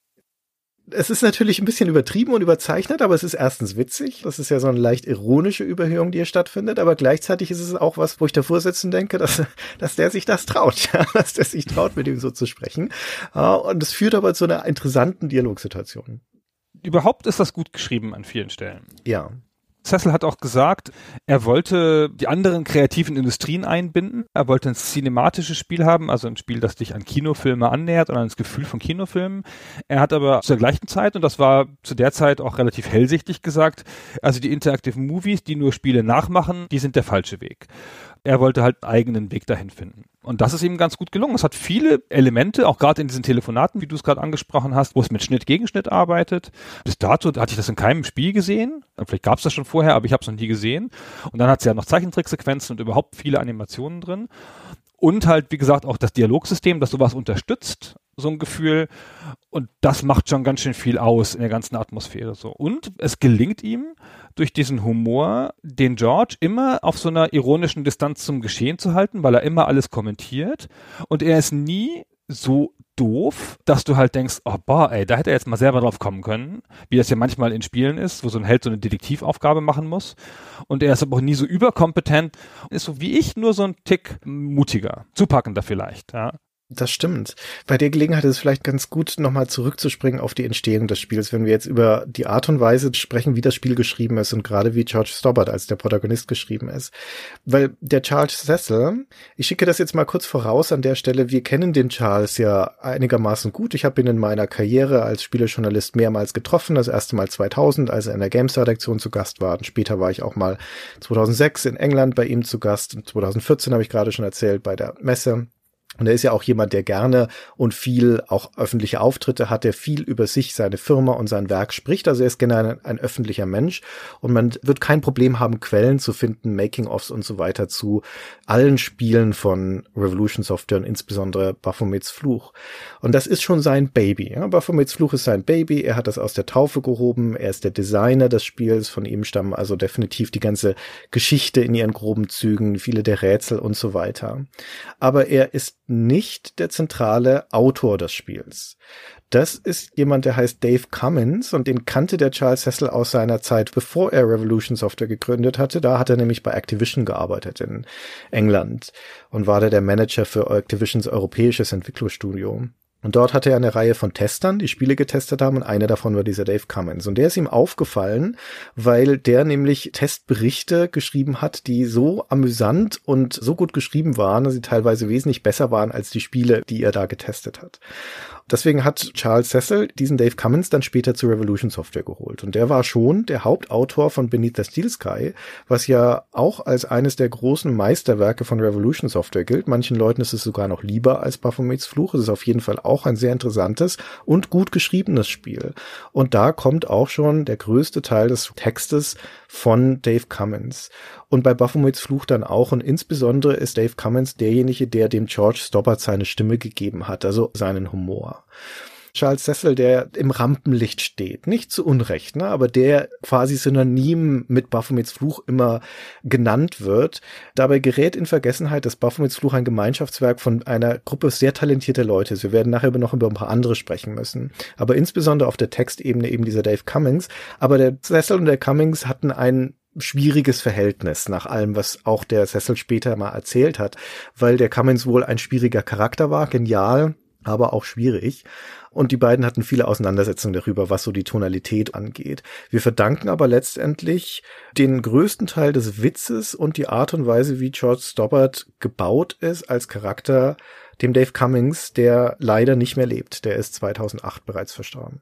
Speaker 1: Es ist natürlich ein bisschen übertrieben und überzeichnet, aber es ist erstens witzig. Das ist ja so eine leicht ironische Überhöhung, die hier stattfindet. Aber gleichzeitig ist es auch was, wo ich davor sitze und denke, dass, dass der sich das traut, ja, dass der sich traut, mit ihm so zu sprechen. Und es führt aber zu einer interessanten Dialogsituation.
Speaker 4: Überhaupt ist das gut geschrieben an vielen Stellen.
Speaker 1: Ja.
Speaker 4: Cecil hat auch gesagt, er wollte die anderen kreativen Industrien einbinden. Er wollte ein cinematisches Spiel haben, also ein Spiel, das dich an Kinofilme annähert und an das Gefühl von Kinofilmen. Er hat aber zur gleichen Zeit, und das war zu der Zeit auch relativ hellsichtig gesagt, also die Interactive Movies, die nur Spiele nachmachen, die sind der falsche Weg. Er wollte halt einen eigenen Weg dahin finden. Und das ist ihm ganz gut gelungen. Es hat viele Elemente, auch gerade in diesen Telefonaten, wie du es gerade angesprochen hast, wo es mit Schnitt gegen Schnitt arbeitet. Bis dato hatte ich das in keinem Spiel gesehen. Vielleicht gab es das schon vorher, aber ich habe es noch nie gesehen. Und dann hat es ja noch Zeichentricksequenzen und überhaupt viele Animationen drin. Und halt, wie gesagt, auch das Dialogsystem, das sowas unterstützt, so ein Gefühl. Und das macht schon ganz schön viel aus in der ganzen Atmosphäre so. Und es gelingt ihm, durch diesen Humor den George immer auf so einer ironischen Distanz zum Geschehen zu halten, weil er immer alles kommentiert. Und er ist nie so doof, dass du halt denkst, oh boah, ey, da hätte er jetzt mal selber drauf kommen können, wie das ja manchmal in Spielen ist, wo so ein Held so eine Detektivaufgabe machen muss. Und er ist aber auch nie so überkompetent, ist so wie ich, nur so ein Tick mutiger, zupackender vielleicht, ja.
Speaker 1: Das stimmt. Bei der Gelegenheit ist es vielleicht ganz gut, nochmal zurückzuspringen auf die Entstehung des Spiels, wenn wir jetzt über die Art und Weise sprechen, wie das Spiel geschrieben ist und gerade wie George Stobbart als der Protagonist geschrieben ist. Weil der Charles Cecil, ich schicke das jetzt mal kurz voraus an der Stelle, wir kennen den Charles ja einigermaßen gut. Ich habe ihn in meiner Karriere als Spielejournalist mehrmals getroffen. Das erste Mal zweitausend, als er in der Games-Redaktion zu Gast war. Und später war ich auch mal zweitausendsechs in England bei ihm zu Gast. Und zweitausendvierzehn habe ich gerade schon erzählt bei der Messe. Und er ist ja auch jemand, der gerne und viel auch öffentliche Auftritte hat, der viel über sich, seine Firma und sein Werk spricht. Also er ist generell ein, ein öffentlicher Mensch und man wird kein Problem haben, Quellen zu finden, Making-ofs und so weiter zu allen Spielen von Revolution Software und insbesondere Baphomets Fluch. Und das ist schon sein Baby. Ja? Baphomets Fluch ist sein Baby. Er hat das aus der Taufe gehoben. Er ist der Designer des Spiels. Von ihm stammen also definitiv die ganze Geschichte in ihren groben Zügen, viele der Rätsel und so weiter. Aber er ist nicht der zentrale Autor des Spiels. Das ist jemand, der heißt Dave Cummins und den kannte der Charles Cecil aus seiner Zeit, bevor er Revolution Software gegründet hatte. Da hat er nämlich bei Activision gearbeitet in England und war da der Manager für Activisions europäisches Entwicklerstudio. Und dort hatte er eine Reihe von Testern, die Spiele getestet haben und einer davon war dieser Dave Cummins. Und der ist ihm aufgefallen, weil der nämlich Testberichte geschrieben hat, die so amüsant und so gut geschrieben waren, dass sie teilweise wesentlich besser waren als die Spiele, die er da getestet hat. Deswegen hat Charles Cecil diesen Dave Cummins dann später zu Revolution Software geholt. Und der war schon der Hauptautor von Beneath the Steel Sky, was ja auch als eines der großen Meisterwerke von Revolution Software gilt. Manchen Leuten ist es sogar noch lieber als Baphomets Fluch. Es ist auf jeden Fall auch ein sehr interessantes und gut geschriebenes Spiel. Und da kommt auch schon der größte Teil des Textes von Dave Cummins. Und bei Baphomets Fluch dann auch. Und insbesondere ist Dave Cummins derjenige, der dem George Stobbart seine Stimme gegeben hat, also seinen Humor. Charles Cecil, der im Rampenlicht steht, nicht zu Unrecht, ne, aber der quasi synonym mit Baphomets Fluch immer genannt wird. Dabei gerät in Vergessenheit, dass Baphomets Fluch ein Gemeinschaftswerk von einer Gruppe sehr talentierter Leute ist. Wir werden nachher noch über ein paar andere sprechen müssen. Aber insbesondere auf der Textebene eben dieser Dave Cummins. Aber der Cecil und der Cummins hatten ein schwieriges Verhältnis nach allem, was auch der Cecil später mal erzählt hat, weil der Cummins wohl ein schwieriger Charakter war, genial, aber auch schwierig. Und die beiden hatten viele Auseinandersetzungen darüber, was so die Tonalität angeht. Wir verdanken aber letztendlich den größten Teil des Witzes und die Art und Weise, wie George Stobbart gebaut ist als Charakter, dem Dave Cummins, der leider nicht mehr lebt. Der ist zweitausendacht bereits verstorben.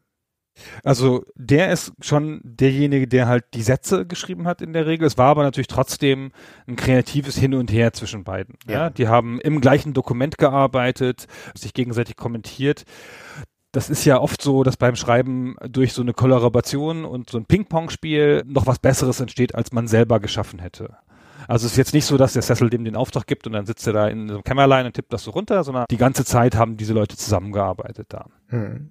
Speaker 4: Also der ist schon derjenige, der halt die Sätze geschrieben hat in der Regel. Es war aber natürlich trotzdem ein kreatives Hin und Her zwischen beiden. Ja. Ja? Die haben im gleichen Dokument gearbeitet, sich gegenseitig kommentiert. Das ist ja oft so, dass beim Schreiben durch so eine Kollaboration und so ein Ping-Pong-Spiel noch was Besseres entsteht, als man selber geschaffen hätte. Also es ist jetzt nicht so, dass der Cecil dem den Auftrag gibt und dann sitzt er da in so einem Kämmerlein und tippt das so runter, sondern die ganze Zeit haben diese Leute zusammengearbeitet da.
Speaker 1: Hm.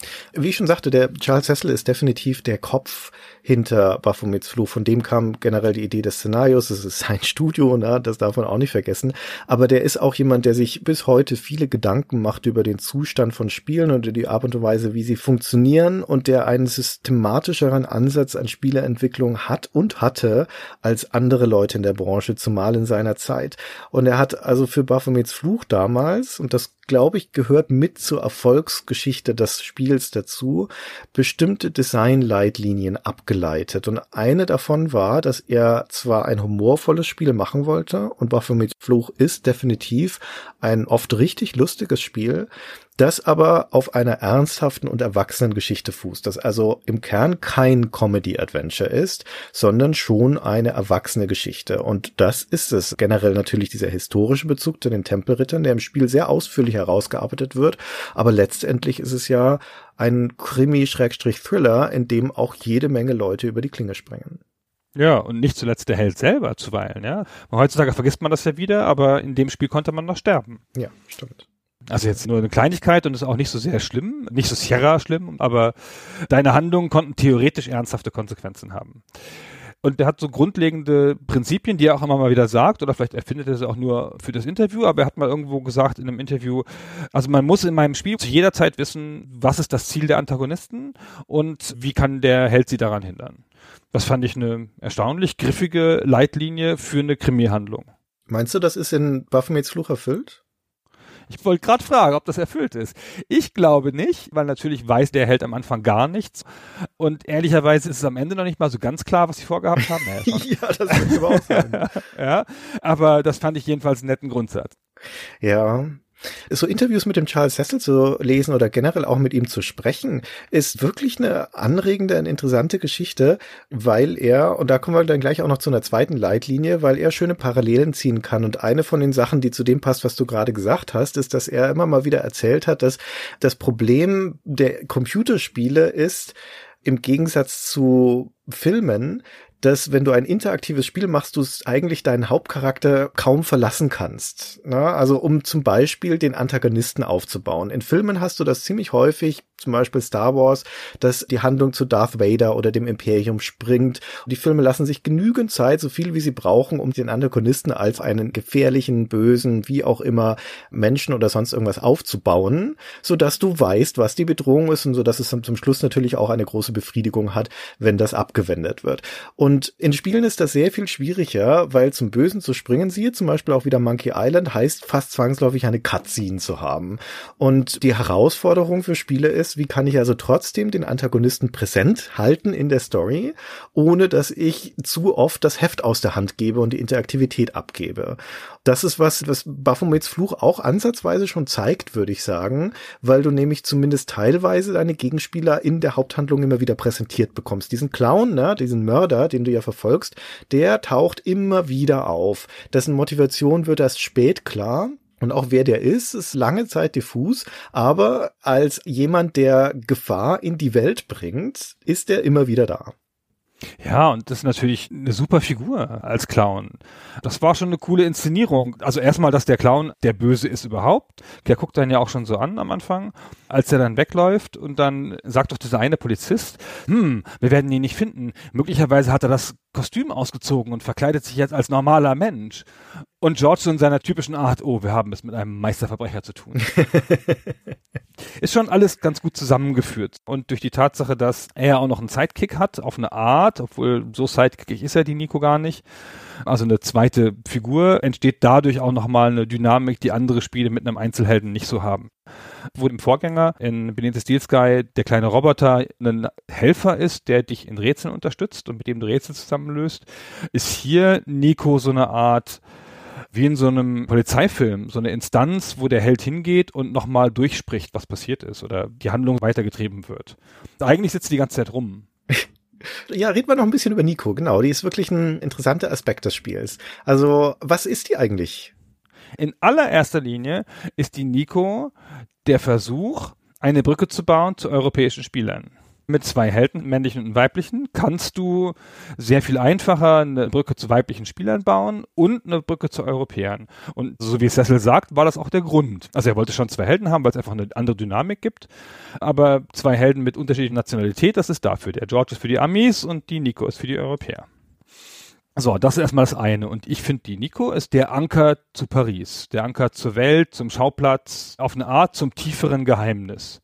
Speaker 1: Wie ich schon sagte, der Charles Cecil ist definitiv der Kopf hinter Baphomets Fluch. Von dem kam generell die Idee des Szenarios. Es ist sein Studio, ne? Das darf man auch nicht vergessen. Aber der ist auch jemand, der sich bis heute viele Gedanken macht über den Zustand von Spielen und die Art und Weise, wie sie funktionieren, und der einen systematischeren Ansatz an Spieleentwicklung hat und hatte als andere Leute in der Branche, zumal in seiner Zeit. Und er hat also für Baphomets Fluch damals, und das glaube ich, gehört mit zur Erfolgsgeschichte des Spiels dazu, bestimmte Designleitlinien abgeleitet. Und eine davon war, dass er zwar ein humorvolles Spiel machen wollte, und Baphomets Fluch ist definitiv ein oft richtig lustiges Spiel, das aber auf einer ernsthaften und erwachsenen Geschichte fußt, das also im Kern kein Comedy-Adventure ist, sondern schon eine erwachsene Geschichte. Und das ist es. Generell natürlich dieser historische Bezug zu den Tempelrittern, der im Spiel sehr ausführlich herausgearbeitet wird, aber letztendlich ist es ja ein Krimi-Thriller, in dem auch jede Menge Leute über die Klinge springen.
Speaker 4: Ja, und nicht zuletzt der Held selber zuweilen, ja. Heutzutage vergisst man das ja wieder, aber in dem Spiel konnte man noch sterben.
Speaker 1: Ja, stimmt.
Speaker 4: Also jetzt nur eine Kleinigkeit und ist auch nicht so sehr schlimm, nicht so Sierra schlimm, aber deine Handlungen konnten theoretisch ernsthafte Konsequenzen haben. Und der hat so grundlegende Prinzipien, die er auch immer mal wieder sagt, oder vielleicht erfindet er sie auch nur für das Interview, aber er hat mal irgendwo gesagt in einem Interview, also man muss in meinem Spiel zu jeder Zeit wissen, was ist das Ziel der Antagonisten und wie kann der Held sie daran hindern. Das fand ich eine erstaunlich griffige Leitlinie für eine Krimi-Handlung.
Speaker 1: Meinst du, das ist in Baphomets Fluch erfüllt?
Speaker 4: Ich wollte gerade fragen, ob das erfüllt ist. Ich glaube nicht, weil natürlich weiß der Held am Anfang gar nichts. Und ehrlicherweise ist es am Ende noch nicht mal so ganz klar, was sie vorgehabt haben. Naja,
Speaker 1: ja, das würde ich aber auch sagen.
Speaker 4: Ja, aber das fand ich jedenfalls einen netten Grundsatz.
Speaker 1: Ja. So Interviews mit dem Charles Cecil zu lesen oder generell auch mit ihm zu sprechen, ist wirklich eine anregende und interessante Geschichte, weil er, und da kommen wir dann gleich auch noch zu einer zweiten Leitlinie, weil er schöne Parallelen ziehen kann. Und eine von den Sachen, die zu dem passt, was du gerade gesagt hast, ist, dass er immer mal wieder erzählt hat, dass das Problem der Computerspiele ist, im Gegensatz zu Filmen, dass wenn du ein interaktives Spiel machst, du es eigentlich deinen Hauptcharakter kaum verlassen kannst. Na, also um zum Beispiel den Antagonisten aufzubauen. In Filmen hast du das ziemlich häufig, zum Beispiel Star Wars, dass die Handlung zu Darth Vader oder dem Imperium springt. Und die Filme lassen sich genügend Zeit, so viel wie sie brauchen, um den Antagonisten als einen gefährlichen, bösen, wie auch immer, Menschen oder sonst irgendwas aufzubauen, sodass du weißt, was die Bedrohung ist und sodass es dann zum Schluss natürlich auch eine große Befriedigung hat, wenn das abgewendet wird. Und in Spielen ist das sehr viel schwieriger, weil zum Bösen zu springen, siehe zum Beispiel auch wieder Monkey Island, heißt fast zwangsläufig eine Cutscene zu haben. Und die Herausforderung für Spiele ist, wie kann ich also trotzdem den Antagonisten präsent halten in der Story, ohne dass ich zu oft das Heft aus der Hand gebe und die Interaktivität abgebe. Das ist was, was Baphomets Fluch auch ansatzweise schon zeigt, würde ich sagen, weil du nämlich zumindest teilweise deine Gegenspieler in der Haupthandlung immer wieder präsentiert bekommst. Diesen Clown, ne, diesen Mörder, den du ja verfolgst, der taucht immer wieder auf. Dessen Motivation wird erst spät klar. Und auch wer der ist, ist lange Zeit diffus, aber als jemand, der Gefahr in die Welt bringt, ist er immer wieder da.
Speaker 4: Ja, und das ist natürlich eine super Figur als Clown. Das war schon eine coole Inszenierung. Also erstmal, dass der Clown der Böse ist überhaupt. Der guckt dann ja auch schon so an am Anfang, als er dann wegläuft und dann sagt doch dieser eine Polizist, hm, wir werden ihn nicht finden. Möglicherweise hat er das Kostüm ausgezogen und verkleidet sich jetzt als normaler Mensch. Und George so in seiner typischen Art, oh, wir haben es mit einem Meisterverbrecher zu tun. Ist schon alles ganz gut zusammengeführt. Und durch die Tatsache, dass er auch noch einen Sidekick hat, auf eine Art, obwohl so sidekickig ist er die Nico gar nicht, also eine zweite Figur, entsteht dadurch auch nochmal eine Dynamik, die andere Spiele mit einem Einzelhelden nicht so haben. Wo im Vorgänger in Beneath the Steel Sky der kleine Roboter ein Helfer ist, der dich in Rätseln unterstützt und mit dem du Rätsel zusammenlöst, ist hier Nico so eine Art, wie in so einem Polizeifilm, so eine Instanz, wo der Held hingeht und nochmal durchspricht, was passiert ist oder die Handlung weitergetrieben wird. Eigentlich sitzt die ganze Zeit rum.
Speaker 1: Ja, reden wir noch ein bisschen über Nico, genau. Die ist wirklich ein interessanter Aspekt des Spiels. Also, was ist die eigentlich?
Speaker 4: In allererster Linie ist die Nico der Versuch, eine Brücke zu bauen zu europäischen Spielern. Mit zwei Helden, männlichen und weiblichen, kannst du sehr viel einfacher eine Brücke zu weiblichen Spielern bauen und eine Brücke zu Europäern. Und so wie Cecil sagt, war das auch der Grund. Also er wollte schon zwei Helden haben, weil es einfach eine andere Dynamik gibt. Aber zwei Helden mit unterschiedlicher Nationalität, das ist dafür. Der George ist für die Amis und die Nico ist für die Europäer. So, das ist erstmal das eine. Und ich finde, die Nico ist der Anker zu Paris. Der Anker zur Welt, zum Schauplatz, auf eine Art zum tieferen Geheimnis.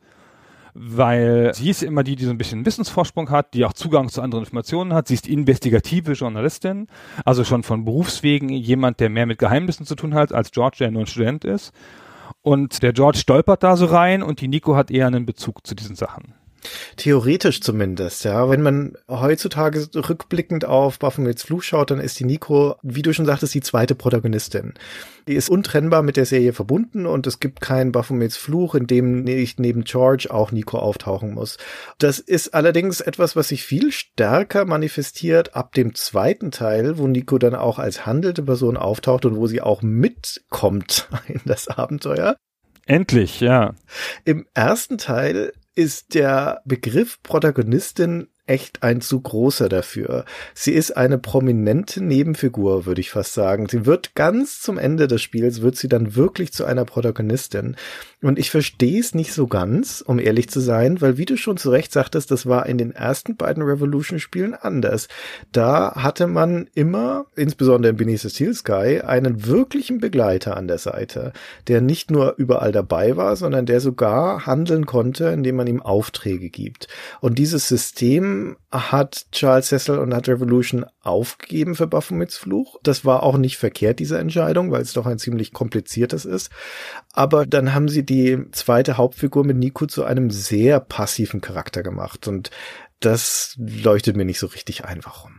Speaker 4: Weil sie ist immer die, die so ein bisschen Wissensvorsprung hat, die auch Zugang zu anderen Informationen hat. Sie ist investigative Journalistin, also schon von Berufswegen jemand, der mehr mit Geheimnissen zu tun hat, als George, der nur ein Student ist. Und der George stolpert da so rein und die Nico hat eher einen Bezug zu diesen Sachen.
Speaker 1: Theoretisch zumindest, ja. Wenn man heutzutage rückblickend auf Baphomets Fluch schaut, dann ist die Nico, wie du schon sagtest, die zweite Protagonistin. Die ist untrennbar mit der Serie verbunden und es gibt keinen Baphomets Fluch, in dem nicht neben George auch Nico auftauchen muss. Das ist allerdings etwas, was sich viel stärker manifestiert ab dem zweiten Teil, wo Nico dann auch als handelnde Person auftaucht und wo sie auch mitkommt in das Abenteuer.
Speaker 4: Endlich, ja.
Speaker 1: Im ersten Teil ist der Begriff Protagonistin echt ein zu großer dafür. Sie ist eine prominente Nebenfigur, würde ich fast sagen. Sie wird ganz zum Ende des Spiels, wird sie dann wirklich zu einer Protagonistin. Und ich verstehe es nicht so ganz, um ehrlich zu sein, weil wie du schon zu Recht sagtest, das war in den ersten beiden Revolution-Spielen anders. Da hatte man immer, insbesondere in Beneath the Steel Sky, einen wirklichen Begleiter an der Seite, der nicht nur überall dabei war, sondern der sogar handeln konnte, indem man ihm Aufträge gibt. Und dieses System hat Charles Cecil und hat Revolution aufgegeben für Baphomets Fluch. Das war auch nicht verkehrt, diese Entscheidung, weil es doch ein ziemlich kompliziertes ist. Aber dann haben sie die zweite Hauptfigur mit Nico zu einem sehr passiven Charakter gemacht. Und das leuchtet mir nicht so richtig ein, warum.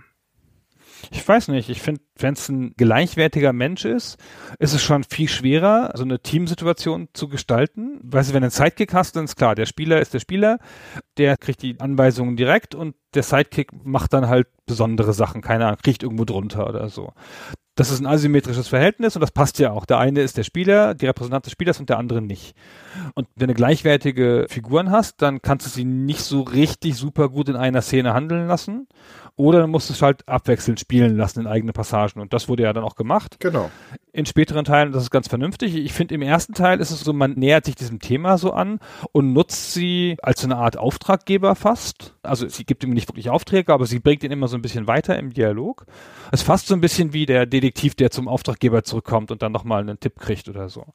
Speaker 4: Ich weiß nicht, ich finde, wenn es ein gleichwertiger Mensch ist, ist es schon viel schwerer, so eine Teamsituation zu gestalten. Weißt du, wenn du einen Sidekick hast, dann ist klar, der Spieler ist der Spieler, der kriegt die Anweisungen direkt und der Sidekick macht dann halt besondere Sachen, keine Ahnung, kriegt irgendwo drunter oder so. Das ist ein asymmetrisches Verhältnis und das passt ja auch. Der eine ist der Spieler, die Repräsentant des Spielers und der andere nicht. Und wenn du gleichwertige Figuren hast, dann kannst du sie nicht so richtig super gut in einer Szene handeln lassen. Oder dann musst du es halt abwechselnd spielen lassen in eigene Passagen. Und das wurde ja dann auch gemacht.
Speaker 1: Genau.
Speaker 4: In späteren Teilen, das ist ganz vernünftig. Ich finde, im ersten Teil ist es so, man nähert sich diesem Thema so an und nutzt sie als so eine Art Auftraggeber fast. Also sie gibt ihm nicht wirklich Aufträge, aber sie bringt ihn immer so ein bisschen weiter im Dialog. Es ist fast so ein bisschen wie der Detektiv, der zum Auftraggeber zurückkommt und dann nochmal einen Tipp kriegt oder so.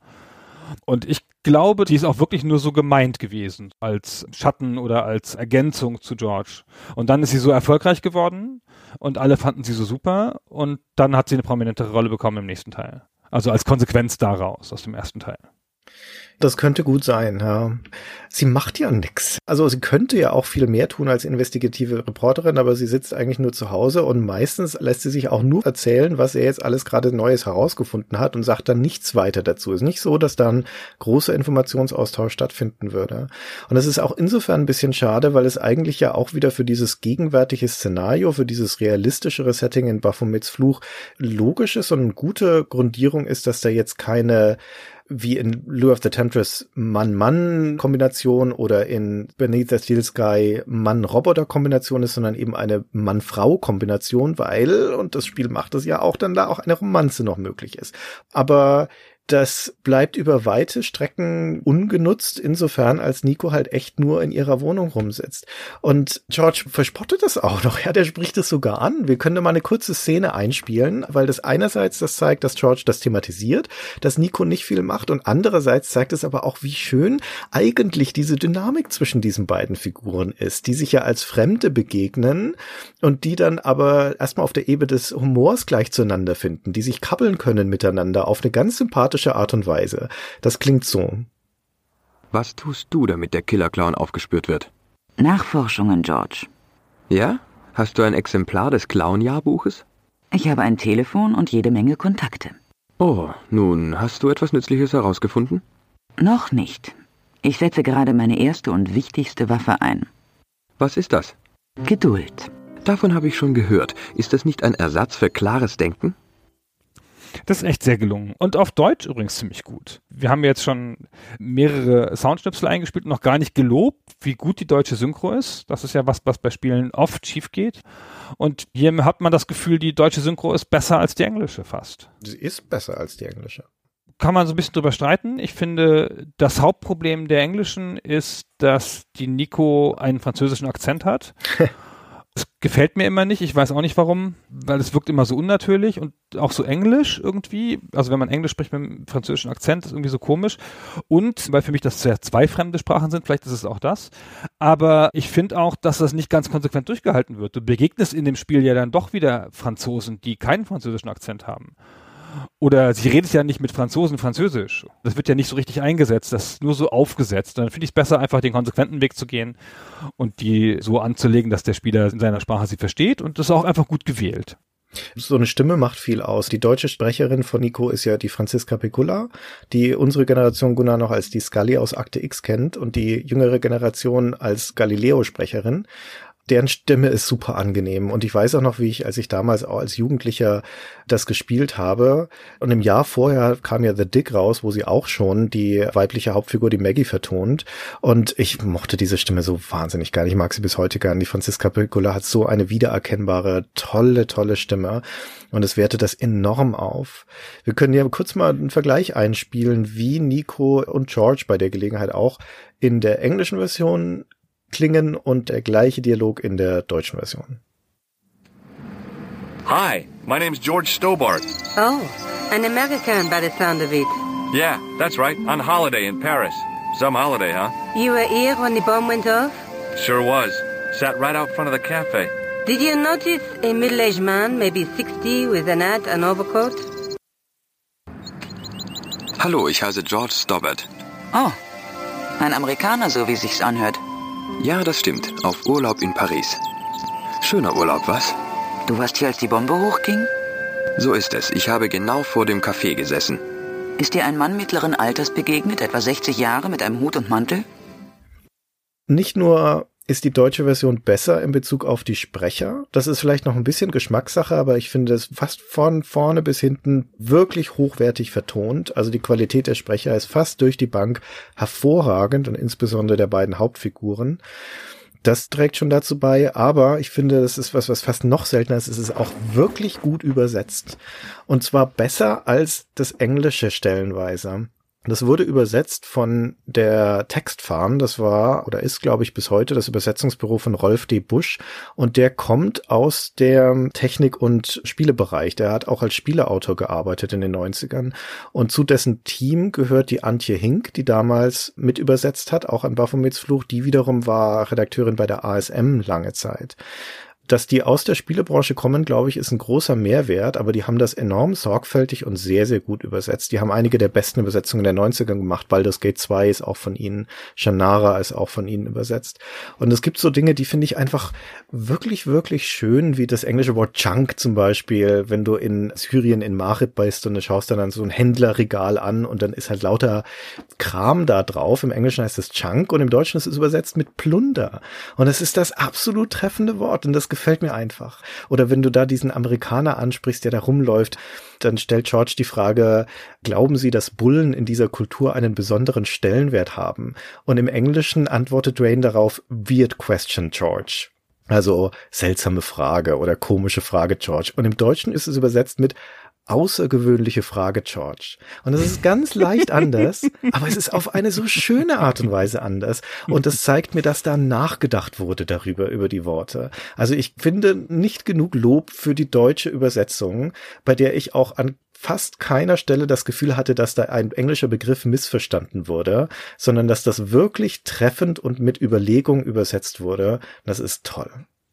Speaker 4: Und ich glaube, die ist auch wirklich nur so gemeint gewesen, als Schatten oder als Ergänzung zu George. Und dann ist sie so erfolgreich geworden und alle fanden sie so super und dann hat sie eine prominentere Rolle bekommen im nächsten Teil. Also als Konsequenz daraus, aus dem ersten Teil.
Speaker 1: Das könnte gut sein, ja. Sie macht ja nix. Also sie könnte ja auch viel mehr tun als investigative Reporterin, aber sie sitzt eigentlich nur zu Hause und meistens lässt sie sich auch nur erzählen, was er jetzt alles gerade Neues herausgefunden hat und sagt dann nichts weiter dazu. Es ist nicht so, dass dann großer Informationsaustausch stattfinden würde. Und das ist auch insofern ein bisschen schade, weil es eigentlich ja auch wieder für dieses gegenwärtige Szenario, für dieses realistischere Setting in Baphomets Fluch logisch ist und eine gute Grundierung ist, dass da jetzt keine wie in Lure of the Temptress Mann-Mann-Kombination oder in Beneath the Steel Sky Mann-Roboter-Kombination ist, sondern eben eine Mann-Frau-Kombination, weil, und das Spiel macht es ja auch, dann da auch eine Romanze noch möglich ist. Aber das bleibt über weite Strecken ungenutzt, insofern als Nico halt echt nur in ihrer Wohnung rumsitzt. Und George verspottet das auch noch. Ja, der spricht es sogar an. Wir können da mal eine kurze Szene einspielen, weil das einerseits das zeigt, dass George das thematisiert, dass Nico nicht viel macht und andererseits zeigt es aber auch, wie schön eigentlich diese Dynamik zwischen diesen beiden Figuren ist, die sich ja als Fremde begegnen und die dann aber erstmal auf der Ebene des Humors gleich zueinander finden, die sich kabbeln können miteinander auf eine ganz sympathische Art und Weise. Das klingt so.
Speaker 5: Was tust du, damit der Killer-Clown aufgespürt wird?
Speaker 8: Nachforschungen, George.
Speaker 5: Ja? Hast du ein Exemplar des Clown-Jahrbuches?
Speaker 8: Ich habe ein Telefon und jede Menge Kontakte.
Speaker 5: Oh, nun, hast du etwas Nützliches herausgefunden?
Speaker 8: Noch nicht. Ich setze gerade meine erste und wichtigste Waffe ein.
Speaker 5: Was ist das?
Speaker 8: Geduld.
Speaker 5: Davon habe ich schon gehört. Ist das nicht ein Ersatz für klares Denken?
Speaker 4: Das ist echt sehr gelungen. Und auf Deutsch übrigens ziemlich gut. Wir haben jetzt schon mehrere Soundschnipsel eingespielt und noch gar nicht gelobt, wie gut die deutsche Synchro ist. Das ist ja was, was bei Spielen oft schief geht. Und hier hat man das Gefühl, die deutsche Synchro ist besser als die englische fast.
Speaker 1: Sie ist besser als die englische.
Speaker 4: Kann man so ein bisschen drüber streiten. Ich finde, das Hauptproblem der englischen ist, dass die Nico einen französischen Akzent hat. Das gefällt mir immer nicht. Ich weiß auch nicht warum, weil es wirkt immer so unnatürlich und auch so englisch irgendwie. Also wenn man Englisch spricht mit einem französischen Akzent, ist irgendwie so komisch. Und weil für mich das ja zwei fremde Sprachen sind, vielleicht ist es auch das. Aber ich finde auch, dass das nicht ganz konsequent durchgehalten wird. Du begegnest in dem Spiel ja dann doch wieder Franzosen, die keinen französischen Akzent haben. Oder sie redet ja nicht mit Franzosen Französisch. Das wird ja nicht so richtig eingesetzt, das ist nur so aufgesetzt. Dann finde ich es besser, einfach den konsequenten Weg zu gehen und die so anzulegen, dass der Spieler in seiner Sprache sie versteht, und das ist auch einfach gut gewählt.
Speaker 1: So eine Stimme macht viel aus. Die deutsche Sprecherin von Nico ist ja die Franziska Picula, die unsere Generation Gunnar noch als die Scully aus Akte X kennt und die jüngere Generation als Galileo-Sprecherin. Deren Stimme ist super angenehm, und ich weiß auch noch, wie ich, als ich damals auch als Jugendlicher das gespielt habe, und im Jahr vorher kam ja The Dick raus, wo sie auch schon die weibliche Hauptfigur, die Maggie, vertont, und ich mochte diese Stimme so wahnsinnig gern. Ich mag sie bis heute gern. Die Franziska Picula hat so eine wiedererkennbare, tolle, tolle Stimme, und es wertet das enorm auf. Wir können ja kurz mal einen Vergleich einspielen, wie Nico und George bei der Gelegenheit auch in der englischen Version klingen und der gleiche Dialog in der deutschen Version.
Speaker 2: Hi, my name's George Stobart.
Speaker 9: Oh, an American by the sound of it.
Speaker 2: Yeah, that's right, on holiday in Paris. Some holiday, huh?
Speaker 9: You were here when the bomb went off?
Speaker 2: Sure was. Sat right out front of the cafe.
Speaker 9: Did you notice a middle-aged man, maybe sixty, with an hat and overcoat?
Speaker 5: Hallo, ich heiße George Stobart.
Speaker 8: Oh, ein Amerikaner, so wie sich's anhört.
Speaker 5: Ja, das stimmt. Auf Urlaub in Paris. Schöner Urlaub, was?
Speaker 8: Du warst hier, als die Bombe hochging?
Speaker 5: So ist es. Ich habe genau vor dem Café gesessen.
Speaker 8: Ist dir ein Mann mittleren Alters begegnet, etwa sechzig Jahre, mit einem Hut und Mantel?
Speaker 1: Nicht nur ist die deutsche Version besser in Bezug auf die Sprecher. Das ist vielleicht noch ein bisschen Geschmackssache, aber ich finde es fast von vorne bis hinten wirklich hochwertig vertont. Also die Qualität der Sprecher ist fast durch die Bank hervorragend, und insbesondere der beiden Hauptfiguren. Das trägt schon dazu bei, aber ich finde, das ist was, was fast noch seltener ist. Es ist auch wirklich gut übersetzt. Und zwar besser als das Englische stellenweise. Das wurde übersetzt von der Textfarm, das war oder ist, glaube ich, bis heute das Übersetzungsbüro von Rolf D. Busch, und der kommt aus der Technik- und Spielebereich. Der hat auch als Spieleautor gearbeitet in den neunzigern, und zu dessen Team gehört die Antje Hink, die damals mit übersetzt hat, auch an Baphomets Fluch. Die wiederum war Redakteurin bei der A S M lange Zeit. Dass die aus der Spielebranche kommen, glaube ich, ist ein großer Mehrwert, aber die haben das enorm sorgfältig und sehr, sehr gut übersetzt. Die haben einige der besten Übersetzungen der neunziger gemacht. Baldur's Gate zwei ist auch von ihnen, Shannara ist auch von ihnen übersetzt. Und es gibt so Dinge, die finde ich einfach wirklich, wirklich schön, wie das englische Wort Junk zum Beispiel, wenn du in Syrien in Marib bist und du schaust dann an so ein Händlerregal an und dann ist halt lauter Kram da drauf. Im Englischen heißt es Junk und im Deutschen ist es übersetzt mit Plunder. Und es ist das absolut treffende Wort, und das gefällt mir einfach. Oder wenn du da diesen Amerikaner ansprichst, der da rumläuft, dann stellt George die Frage, glauben Sie, dass Bullen in dieser Kultur einen besonderen Stellenwert haben? Und im Englischen antwortet Dwayne darauf, weird question, George. Also seltsame Frage oder komische Frage, George. Und im Deutschen ist es übersetzt mit außergewöhnliche Frage, George. Und das ist ganz leicht anders, aber es ist auf eine so schöne Art und Weise anders. Und das zeigt mir, dass da nachgedacht wurde darüber, über die Worte. Also ich finde nicht genug Lob für die deutsche Übersetzung, bei der ich auch an fast keiner Stelle das Gefühl hatte, dass da ein englischer Begriff missverstanden wurde, sondern dass das wirklich treffend und mit Überlegung übersetzt wurde. Das ist toll.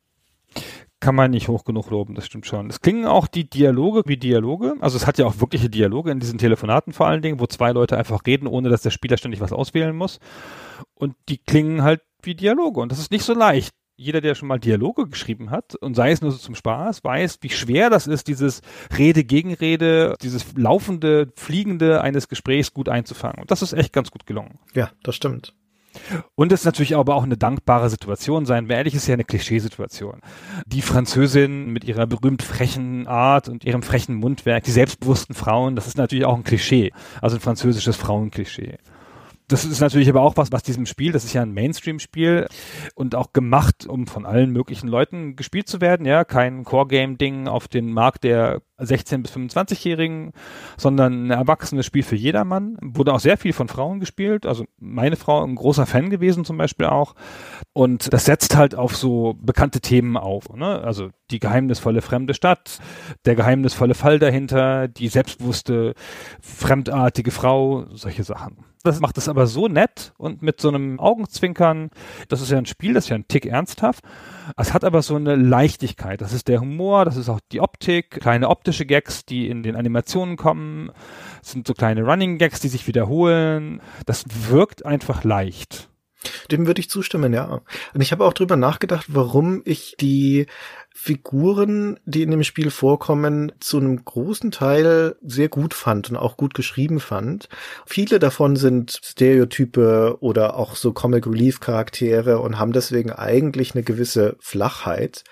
Speaker 4: Kann man nicht hoch genug loben, das stimmt schon. Es klingen auch die Dialoge wie Dialoge, also es hat ja auch wirkliche Dialoge in diesen Telefonaten vor allen Dingen, wo zwei Leute einfach reden, ohne dass der Spieler ständig was auswählen muss, und die klingen halt wie Dialoge, und das ist nicht so leicht. Jeder, der schon mal Dialoge geschrieben hat, und sei es nur so zum Spaß, weiß, wie schwer das ist, dieses Rede gegen Rede, dieses laufende, fliegende eines Gesprächs gut einzufangen, und das ist echt ganz gut gelungen.
Speaker 1: Ja, das stimmt.
Speaker 4: Und es ist natürlich aber auch eine dankbare Situation sein. Wer ehrlich ist, ja eine Klischeesituation. Die Französin mit ihrer berühmt frechen Art und ihrem frechen Mundwerk, die selbstbewussten Frauen, das ist natürlich auch ein Klischee. Also ein französisches Frauenklischee. Das ist natürlich aber auch was, was diesem Spiel, das ist ja ein Mainstream-Spiel und auch gemacht, um von allen möglichen Leuten gespielt zu werden, ja, kein Core-Game-Ding auf den Markt der sechzehn- bis fünfundzwanzig-Jährigen, sondern ein erwachsenes Spiel für jedermann. Wurde auch sehr viel von Frauen gespielt, also meine Frau ein großer Fan gewesen zum Beispiel auch. Und das setzt halt auf so bekannte Themen auf, ne? Also die geheimnisvolle fremde Stadt, der geheimnisvolle Fall dahinter, die selbstbewusste, fremdartige Frau, solche Sachen. Das macht es aber so nett und mit so einem Augenzwinkern. Das ist ja ein Spiel, das ist ja ein Tick ernsthaft. Es hat aber so eine Leichtigkeit. Das ist der Humor, das ist auch die Optik, kleine optische Gags, die in den Animationen kommen. Es sind so kleine Running Gags, die sich wiederholen. Das wirkt einfach leicht.
Speaker 1: Dem würde ich zustimmen, ja. Und ich habe auch drüber nachgedacht, warum ich die Figuren, die in dem Spiel vorkommen, zu einem großen Teil sehr gut fand und auch gut geschrieben fand. Viele davon sind Stereotype oder auch so Comic-Relief-Charaktere und haben deswegen eigentlich eine gewisse Flachheit.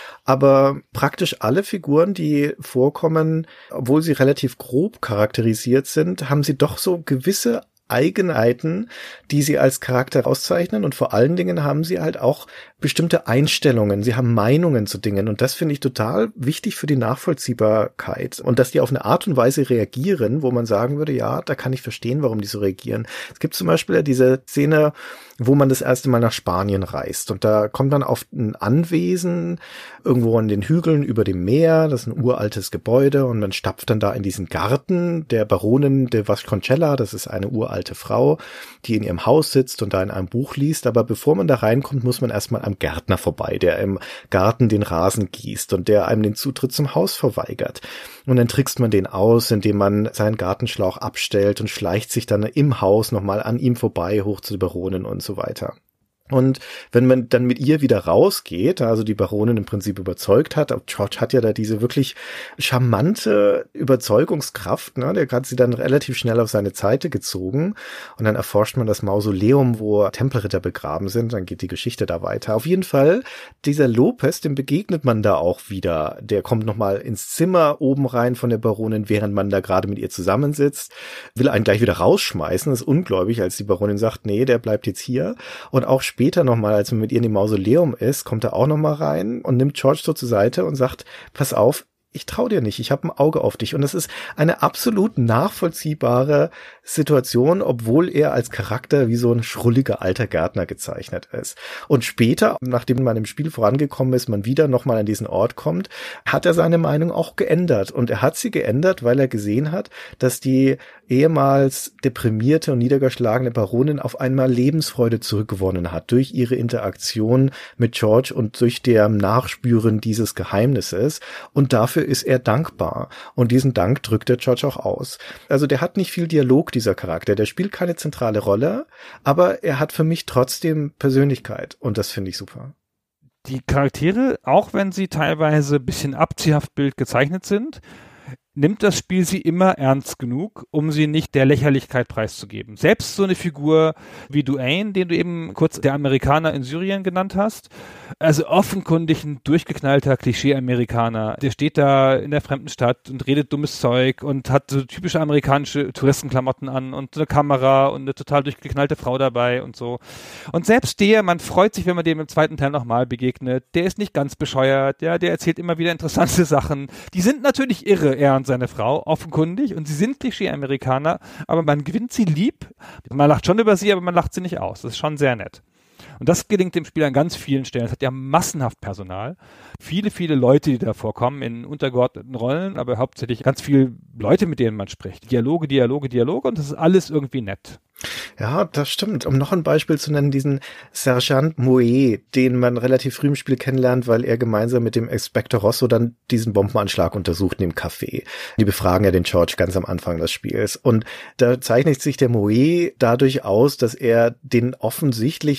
Speaker 1: Aber praktisch alle Figuren, die vorkommen, obwohl sie relativ grob charakterisiert sind, haben sie doch so gewisse Eigenheiten, die sie als Charakter auszeichnen, und vor allen Dingen haben sie halt auch bestimmte Einstellungen, sie haben Meinungen zu Dingen, und das finde ich total wichtig für die Nachvollziehbarkeit und dass die auf eine Art und Weise reagieren, wo man sagen würde, ja, da kann ich verstehen, warum die so reagieren. Es gibt zum Beispiel ja diese Szene, wo man das erste Mal nach Spanien reist, und da kommt man auf ein Anwesen irgendwo an den Hügeln über dem Meer, das ist ein uraltes Gebäude, und man stapft dann da in diesen Garten der Baronin de Vasconcella, das ist eine uralte Frau, die in ihrem Haus sitzt und da in einem Buch liest, aber bevor man da reinkommt, muss man erstmal am Gärtner vorbei, der im Garten den Rasen gießt und der einem den Zutritt zum Haus verweigert. Und dann trickst man den aus, indem man seinen Gartenschlauch abstellt und schleicht sich dann im Haus nochmal an ihm vorbei, hoch zu der Baronin und so weiter. Und wenn man dann mit ihr wieder rausgeht, also die Baronin im Prinzip überzeugt hat, George hat ja da diese wirklich charmante Überzeugungskraft, ne, der hat sie dann relativ schnell auf seine Seite gezogen, und dann erforscht man das Mausoleum, wo Tempelritter begraben sind, dann geht die Geschichte da weiter. Auf jeden Fall, dieser Lopez, dem begegnet man da auch wieder, der kommt nochmal ins Zimmer oben rein von der Baronin, während man da gerade mit ihr zusammensitzt, will einen gleich wieder rausschmeißen, das ist ungläubig, als die Baronin sagt, nee, der bleibt jetzt hier, und auch später nochmal, als man mit ihr in dem Mausoleum ist, kommt er auch nochmal rein und nimmt George so zur Seite und sagt, pass auf, ich trau dir nicht, ich habe ein Auge auf dich. Und das ist eine absolut nachvollziehbare Situation, obwohl er als Charakter wie so ein schrulliger alter Gärtner gezeichnet ist. Und später, nachdem man im Spiel vorangekommen ist, man wieder nochmal an diesen Ort kommt, hat er seine Meinung auch geändert. Und er hat sie geändert, weil er gesehen hat, dass die ehemals deprimierte und niedergeschlagene Baronin auf einmal Lebensfreude zurückgewonnen hat durch ihre Interaktion mit George und durch der Nachspüren dieses Geheimnisses. Und dafür ist er dankbar. Und diesen Dank drückt der George auch aus. Also der hat nicht viel Dialog, dieser Charakter. Der spielt keine zentrale Rolle, aber er hat für mich trotzdem Persönlichkeit. Und das finde ich super.
Speaker 4: Die Charaktere, auch wenn sie teilweise ein bisschen abziehhaft Bild gezeichnet sind, nimmt das Spiel sie immer ernst genug, um sie nicht der Lächerlichkeit preiszugeben. Selbst so eine Figur wie Duane, den du eben kurz der Amerikaner in Syrien genannt hast, also offenkundig ein durchgeknallter Klischee-Amerikaner, der steht da in der fremden Stadt und redet dummes Zeug und hat so typische amerikanische Touristenklamotten an und eine Kamera und eine total durchgeknallte Frau dabei und so. Und selbst der, man freut sich, wenn man dem im zweiten Teil nochmal begegnet, der ist nicht ganz bescheuert, ja, der erzählt immer wieder interessante Sachen. Die sind natürlich irre, er und seine Frau, offenkundig, und sie sind Klischee-Amerikaner, aber man gewinnt sie lieb. Man lacht schon über sie, aber man lacht sie nicht aus. Das ist schon sehr nett. Und das gelingt dem Spiel an ganz vielen Stellen. Es hat ja massenhaft Personal. Viele, viele Leute, die da vorkommen in untergeordneten Rollen, aber hauptsächlich ganz viele Leute, mit denen man spricht. Dialoge, Dialoge, Dialoge, und das ist alles irgendwie nett.
Speaker 1: Ja, das stimmt. Um noch ein Beispiel zu nennen, diesen Sergeant Moe, den man relativ früh im Spiel kennenlernt, weil er gemeinsam mit dem Inspektor Rosso dann diesen Bombenanschlag untersucht in dem Café. Die befragen ja den George ganz am Anfang des Spiels. Und da zeichnet sich der Moe dadurch aus, dass er den offensichtlich toten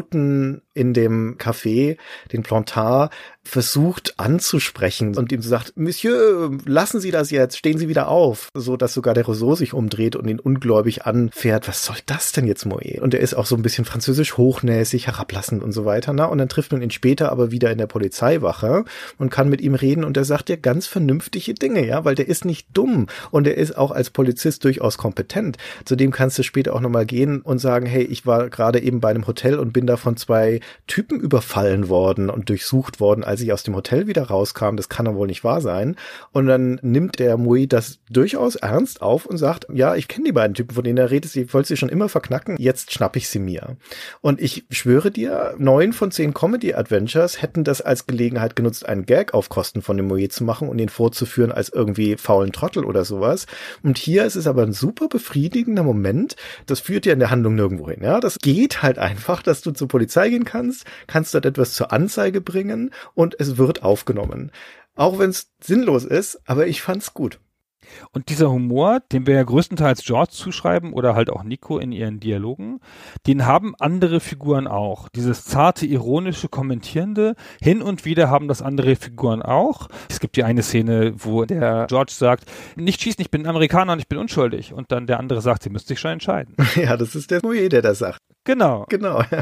Speaker 1: Idioten in dem Café, den Plantard, versucht anzusprechen und ihm sagt, Monsieur, lassen Sie das jetzt, stehen Sie wieder auf, so dass sogar der Rousseau sich umdreht und ihn ungläubig anfährt. Was soll das denn jetzt, Moe? Und er ist auch so ein bisschen französisch hochnäsig, herablassend und so weiter. Na? Und dann trifft man ihn später aber wieder in der Polizeiwache und kann mit ihm reden und er sagt ja ganz vernünftige Dinge, ja, weil der ist nicht dumm und er ist auch als Polizist durchaus kompetent. Zudem kannst du später auch nochmal gehen und sagen, hey, ich war gerade eben bei einem Hotel und bin da von zwei Typen überfallen worden und durchsucht worden, als ich aus dem Hotel wieder rauskam. Das kann doch wohl nicht wahr sein. Und dann nimmt der Mui das durchaus ernst auf und sagt, ja, ich kenne die beiden Typen, von denen er redet, ich wollte sie schon immer verknacken, jetzt schnapp ich sie mir. Und ich schwöre dir, neun von zehn Comedy-Adventures hätten das als Gelegenheit genutzt, einen Gag auf Kosten von dem Mui zu machen und ihn vorzuführen als irgendwie faulen Trottel oder sowas. Und hier ist es aber ein super befriedigender Moment. Das führt ja in der Handlung nirgendwo hin. Ja, das geht halt einfach, dass du zur Polizei gehen kannst, kannst dort etwas zur Anzeige bringen und es wird aufgenommen. Auch wenn es sinnlos ist, aber ich fand's gut.
Speaker 4: Und dieser Humor, den wir ja größtenteils George zuschreiben oder halt auch Nico in ihren Dialogen, den haben andere Figuren auch. Dieses zarte, ironische, kommentierende, hin und wieder haben das andere Figuren auch. Es gibt die eine Szene, wo der George sagt, nicht schießen, ich bin Amerikaner und ich bin unschuldig. Und dann der andere sagt, sie müssen sich schon entscheiden.
Speaker 1: Ja, das ist der Moe, der das sagt.
Speaker 4: Genau.
Speaker 1: Genau, ja.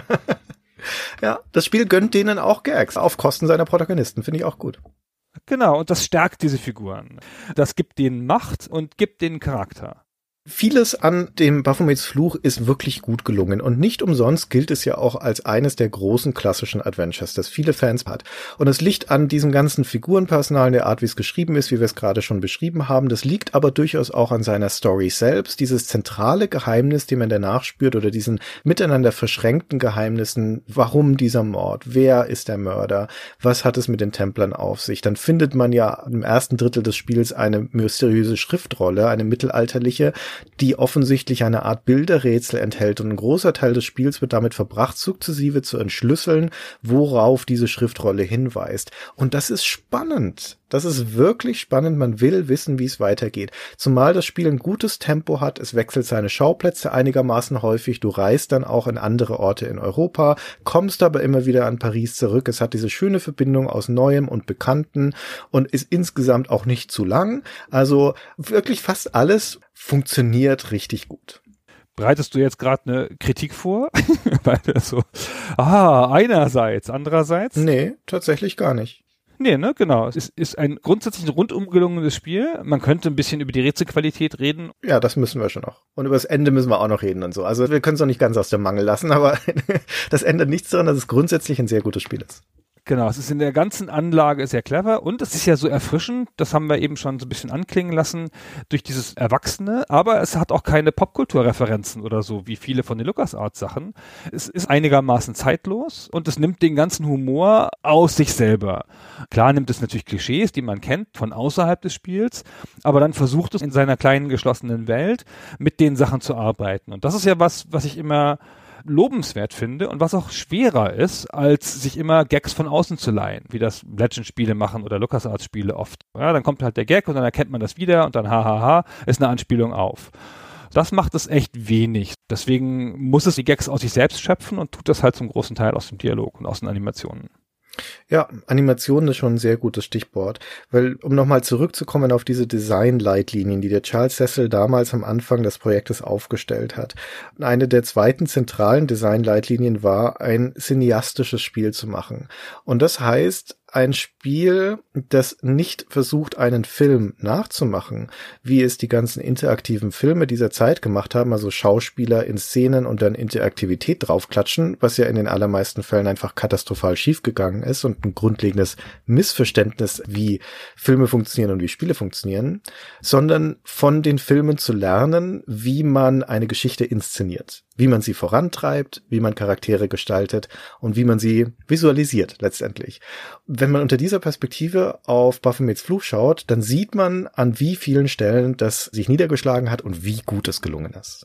Speaker 1: Ja, das Spiel gönnt denen auch Gags auf Kosten seiner Protagonisten, finde ich auch gut.
Speaker 4: Genau, und das stärkt diese Figuren. Das gibt denen Macht und gibt denen Charakter.
Speaker 1: Vieles an dem Baphomets Fluch ist wirklich gut gelungen und nicht umsonst gilt es ja auch als eines der großen klassischen Adventures, das viele Fans hat. Und es liegt an diesem ganzen Figurenpersonal, der Art, wie es geschrieben ist, wie wir es gerade schon beschrieben haben. Das liegt aber durchaus auch an seiner Story selbst, dieses zentrale Geheimnis, dem man danach spürt oder diesen miteinander verschränkten Geheimnissen. Warum dieser Mord? Wer ist der Mörder? Was hat es mit den Templern auf sich? Dann findet man ja im ersten Drittel des Spiels eine mysteriöse Schriftrolle, eine mittelalterliche, die offensichtlich eine Art Bilderrätsel enthält und ein großer Teil des Spiels wird damit verbracht, sukzessive zu entschlüsseln, worauf diese Schriftrolle hinweist. Und das ist spannend. Das ist wirklich spannend. Man will wissen, wie es weitergeht. Zumal das Spiel ein gutes Tempo hat. Es wechselt seine Schauplätze einigermaßen häufig. Du reist dann auch in andere Orte in Europa, kommst aber immer wieder an Paris zurück. Es hat diese schöne Verbindung aus Neuem und Bekannten und ist insgesamt auch nicht zu lang. Also wirklich fast alles funktioniert richtig gut.
Speaker 4: Bereitest du jetzt gerade eine Kritik vor? Weil das so, ah, einerseits, andererseits?
Speaker 1: Nee, tatsächlich gar nicht.
Speaker 4: Nee, ne, genau. Es ist, ist ein grundsätzlich ein rundum gelungenes Spiel. Man könnte ein bisschen über die Rätselqualität reden.
Speaker 1: Ja, das müssen wir schon noch. Und über das Ende müssen wir auch noch reden und so. Also wir können es noch nicht ganz aus dem Mangel lassen, aber das ändert nichts daran, dass es grundsätzlich ein sehr gutes Spiel ist.
Speaker 4: Genau, es ist in der ganzen Anlage sehr clever und es ist ja so erfrischend, das haben wir eben schon so ein bisschen anklingen lassen, durch dieses Erwachsene, aber es hat auch keine Popkulturreferenzen oder so, wie viele von den LucasArts-Sachen. Es ist einigermaßen zeitlos und es nimmt den ganzen Humor aus sich selber. Klar nimmt es natürlich Klischees, die man kennt, von außerhalb des Spiels, aber dann versucht es in seiner kleinen geschlossenen Welt mit den Sachen zu arbeiten. Und das ist ja was, was ich immer lobenswert finde und was auch schwerer ist, als sich immer Gags von außen zu leihen, wie das Legend-Spiele machen oder LucasArts-Spiele oft. Ja, dann kommt halt der Gag und dann erkennt man das wieder und dann hahaha, ist eine Anspielung auf. Das macht es echt wenig. Deswegen muss es die Gags aus sich selbst schöpfen und tut das halt zum großen Teil aus dem Dialog und aus den Animationen.
Speaker 1: Ja, Animation ist schon ein sehr gutes Stichwort, weil, um nochmal zurückzukommen auf diese Design-Leitlinien, die der Charles Cecil damals am Anfang des Projektes aufgestellt hat. Eine der zweiten zentralen Design-Leitlinien war, ein cineastisches Spiel zu machen. Und das heißt, ein Spiel, das nicht versucht, einen Film nachzumachen, wie es die ganzen interaktiven Filme dieser Zeit gemacht haben, also Schauspieler in Szenen und dann Interaktivität draufklatschen, was ja in den allermeisten Fällen einfach katastrophal schiefgegangen ist und ein grundlegendes Missverständnis, wie Filme funktionieren und wie Spiele funktionieren, sondern von den Filmen zu lernen, wie man eine Geschichte inszeniert, wie man sie vorantreibt, wie man Charaktere gestaltet und wie man sie visualisiert letztendlich. Wenn man unter dieser Perspektive auf Baphomets Fluch schaut, dann sieht man, an wie vielen Stellen das sich niedergeschlagen hat und wie gut es gelungen ist.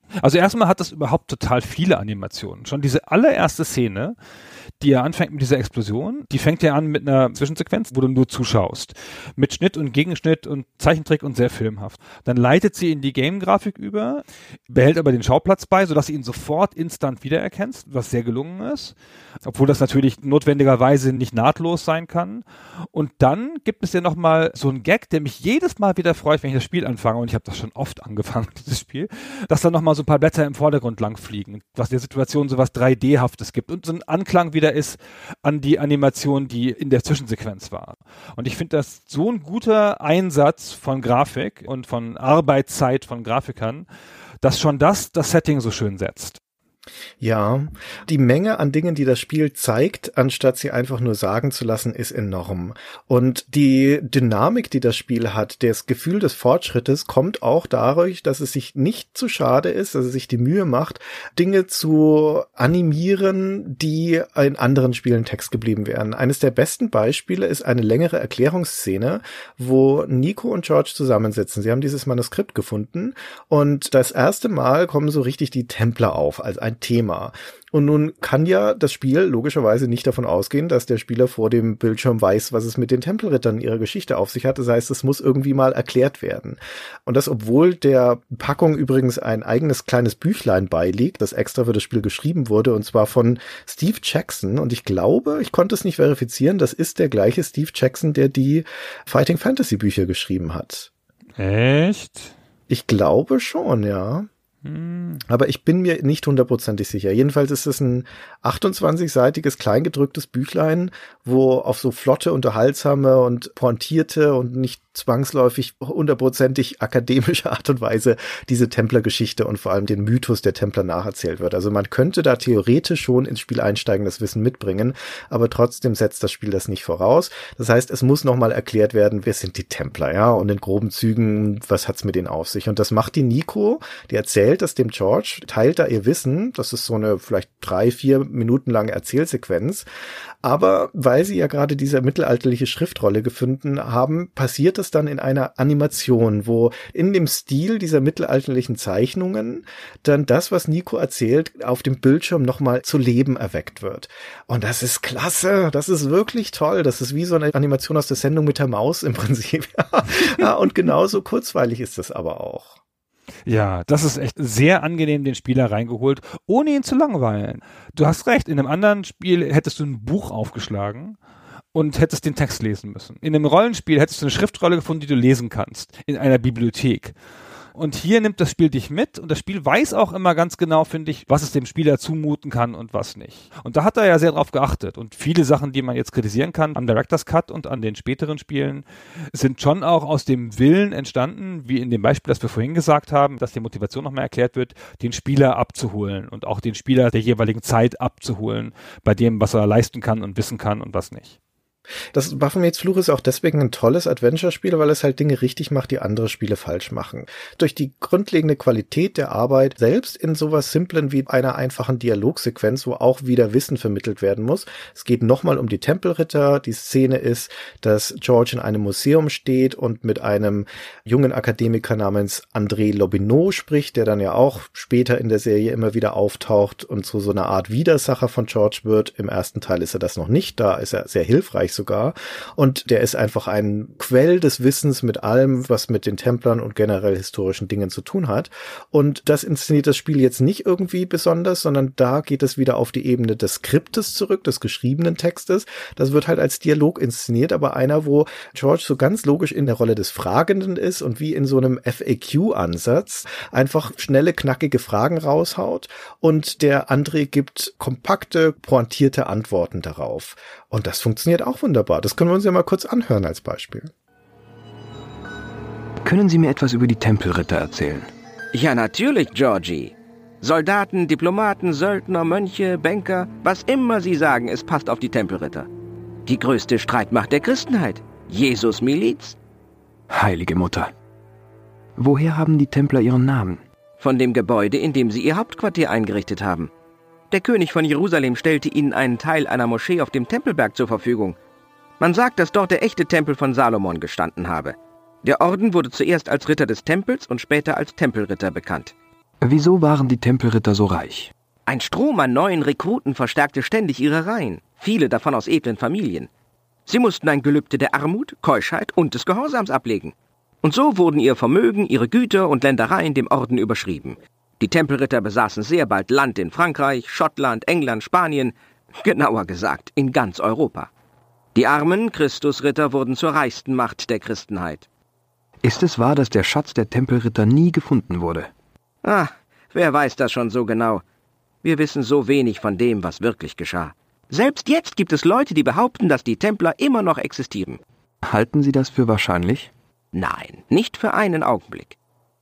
Speaker 4: Also erstmal hat das überhaupt total viele Animationen. Schon diese allererste Szene, die ja anfängt mit dieser Explosion, die fängt ja an mit einer Zwischensequenz, wo du nur zuschaust. Mit Schnitt und Gegenschnitt und Zeichentrick und sehr filmhaft. Dann leitet sie in die Game-Grafik über, behält aber den Schauplatz bei, sodass du ihn sofort instant wiedererkennst, was sehr gelungen ist. Obwohl das natürlich notwendigerweise nicht nahtlos sein kann. Und dann gibt es ja nochmal so einen Gag, der mich jedes Mal wieder freut, wenn ich das Spiel anfange, und ich habe das schon oft angefangen, dieses Spiel, dass da nochmal so ein paar Blätter im Vordergrund langfliegen, was der Situation so was drei D-haftes gibt und so ein Anklang wieder ist an die Animation, die in der Zwischensequenz war. Und ich finde das so ein guter Einsatz von Grafik und von Arbeitszeit von Grafikern, dass schon das das Setting so schön setzt.
Speaker 1: Ja, die Menge an Dingen, die das Spiel zeigt, anstatt sie einfach nur sagen zu lassen, ist enorm. Und die Dynamik, die das Spiel hat, das Gefühl des Fortschrittes, kommt auch dadurch, dass es sich nicht zu schade ist, dass es sich die Mühe macht, Dinge zu animieren, die in anderen Spielen Text geblieben wären. Eines der besten Beispiele ist eine längere Erklärungsszene, wo Nico und George zusammensitzen. Sie haben dieses Manuskript gefunden und das erste Mal kommen so richtig die Templer auf, als ein Thema. Und nun kann ja das Spiel logischerweise nicht davon ausgehen, dass der Spieler vor dem Bildschirm weiß, was es mit den Tempelrittern ihrer Geschichte auf sich hat. Das heißt, es muss irgendwie mal erklärt werden. Und das, obwohl der Packung übrigens ein eigenes kleines Büchlein beiliegt, das extra für das Spiel geschrieben wurde, und zwar von Steve Jackson. Und ich glaube, ich konnte es nicht verifizieren, das ist der gleiche Steve Jackson, der die Fighting Fantasy Bücher geschrieben hat.
Speaker 4: Echt?
Speaker 1: Ich glaube schon, ja. Aber ich bin mir nicht hundertprozentig sicher. Jedenfalls ist es ein achtundzwanzig-seitiges, kleingedrücktes Büchlein, wo auf so flotte, unterhaltsame und pointierte und nicht zwangsläufig hundertprozentig akademische Art und Weise diese Templergeschichte und vor allem den Mythos der Templer nacherzählt wird. Also man könnte da theoretisch schon ins Spiel einsteigen, das Wissen mitbringen, aber trotzdem setzt das Spiel das nicht voraus. Das heißt, es muss nochmal erklärt werden, wer sind die Templer, ja, und in groben Zügen, was hat's mit denen auf sich? Und das macht die Nico, die erzählt das dem George, teilt da ihr Wissen, das ist so eine vielleicht drei, vier Minuten lange Erzählsequenz, aber weil sie ja gerade diese mittelalterliche Schriftrolle gefunden haben, passiert das dann in einer Animation, wo in dem Stil dieser mittelalterlichen Zeichnungen dann das, was Nico erzählt, auf dem Bildschirm nochmal zu Leben erweckt wird. Und das ist klasse, das ist wirklich toll, das ist wie so eine Animation aus der Sendung mit der Maus im Prinzip. Ja, und genauso kurzweilig ist das aber auch.
Speaker 4: Ja, das ist echt sehr angenehm, den Spieler reingeholt, ohne ihn zu langweilen. Du hast recht, in einem anderen Spiel hättest du ein Buch aufgeschlagen und hättest den Text lesen müssen. In einem Rollenspiel hättest du eine Schriftrolle gefunden, die du lesen kannst, in einer Bibliothek. Und hier nimmt das Spiel dich mit und das Spiel weiß auch immer ganz genau, finde ich, was es dem Spieler zumuten kann und was nicht. Und da hat er ja sehr drauf geachtet. Und viele Sachen, die man jetzt kritisieren kann am Director's Cut und an den späteren Spielen, sind schon auch aus dem Willen entstanden, wie in dem Beispiel, das wir vorhin gesagt haben, dass die Motivation nochmal erklärt wird, den Spieler abzuholen und auch den Spieler der jeweiligen Zeit abzuholen, bei dem, was er leisten kann und wissen kann und was nicht.
Speaker 1: Das Baphomets Fluch ist auch deswegen ein tolles Adventure-Spiel, weil es halt Dinge richtig macht, die andere Spiele falsch machen. Durch die grundlegende Qualität der Arbeit, selbst in sowas Simplen wie einer einfachen Dialogsequenz, wo auch wieder Wissen vermittelt werden muss. Es geht nochmal um die Tempelritter. Die Szene ist, dass George in einem Museum steht und mit einem jungen Akademiker namens André Lobineau spricht, der dann ja auch später in der Serie immer wieder auftaucht und so, so eine Art Widersacher von George wird. Im ersten Teil ist er das noch nicht, da ist er sehr hilfreich sogar. Und der ist einfach ein Quell des Wissens mit allem, was mit den Templern und generell historischen Dingen zu tun hat. Und das inszeniert das Spiel jetzt nicht irgendwie besonders, sondern da geht es wieder auf die Ebene des Skriptes zurück, des geschriebenen Textes. Das wird halt als Dialog inszeniert, aber einer, wo George so ganz logisch in der Rolle des Fragenden ist und wie in so einem F A Q-Ansatz einfach schnelle, knackige Fragen raushaut und der André gibt kompakte, pointierte Antworten darauf. Und das funktioniert auch wunderbar. Das können wir uns ja mal kurz anhören als Beispiel.
Speaker 5: Können Sie mir etwas über die Tempelritter erzählen?
Speaker 10: Ja, natürlich, Georgie. Soldaten, Diplomaten, Söldner, Mönche, Banker, was immer Sie sagen, es passt auf die Tempelritter. Die größte Streitmacht der Christenheit. Jesus Miliz.
Speaker 5: Heilige Mutter. Woher haben die Templer ihren Namen?
Speaker 10: Von dem Gebäude, in dem sie ihr Hauptquartier eingerichtet haben. Der König von Jerusalem stellte ihnen einen Teil einer Moschee auf dem Tempelberg zur Verfügung. Man sagt, dass dort der echte Tempel von Salomon gestanden habe. Der Orden wurde zuerst als Ritter des Tempels und später als Tempelritter bekannt.
Speaker 5: Wieso waren die Tempelritter so reich?
Speaker 10: Ein Strom an neuen Rekruten verstärkte ständig ihre Reihen, viele davon aus edlen Familien. Sie mussten ein Gelübde der Armut, Keuschheit und des Gehorsams ablegen. Und so wurden ihr Vermögen, ihre Güter und Ländereien dem Orden überschrieben. Die Tempelritter besaßen sehr bald Land in Frankreich, Schottland, England, Spanien, genauer gesagt in ganz Europa. Die armen Christusritter wurden zur reichsten Macht der Christenheit.
Speaker 5: Ist es wahr, dass der Schatz der Tempelritter nie gefunden wurde?
Speaker 10: Ah, wer weiß das schon so genau? Wir wissen so wenig von dem, was wirklich geschah. Selbst jetzt gibt es Leute, die behaupten, dass die Templer immer noch existieren.
Speaker 5: Halten Sie das für wahrscheinlich?
Speaker 10: Nein, nicht für einen Augenblick.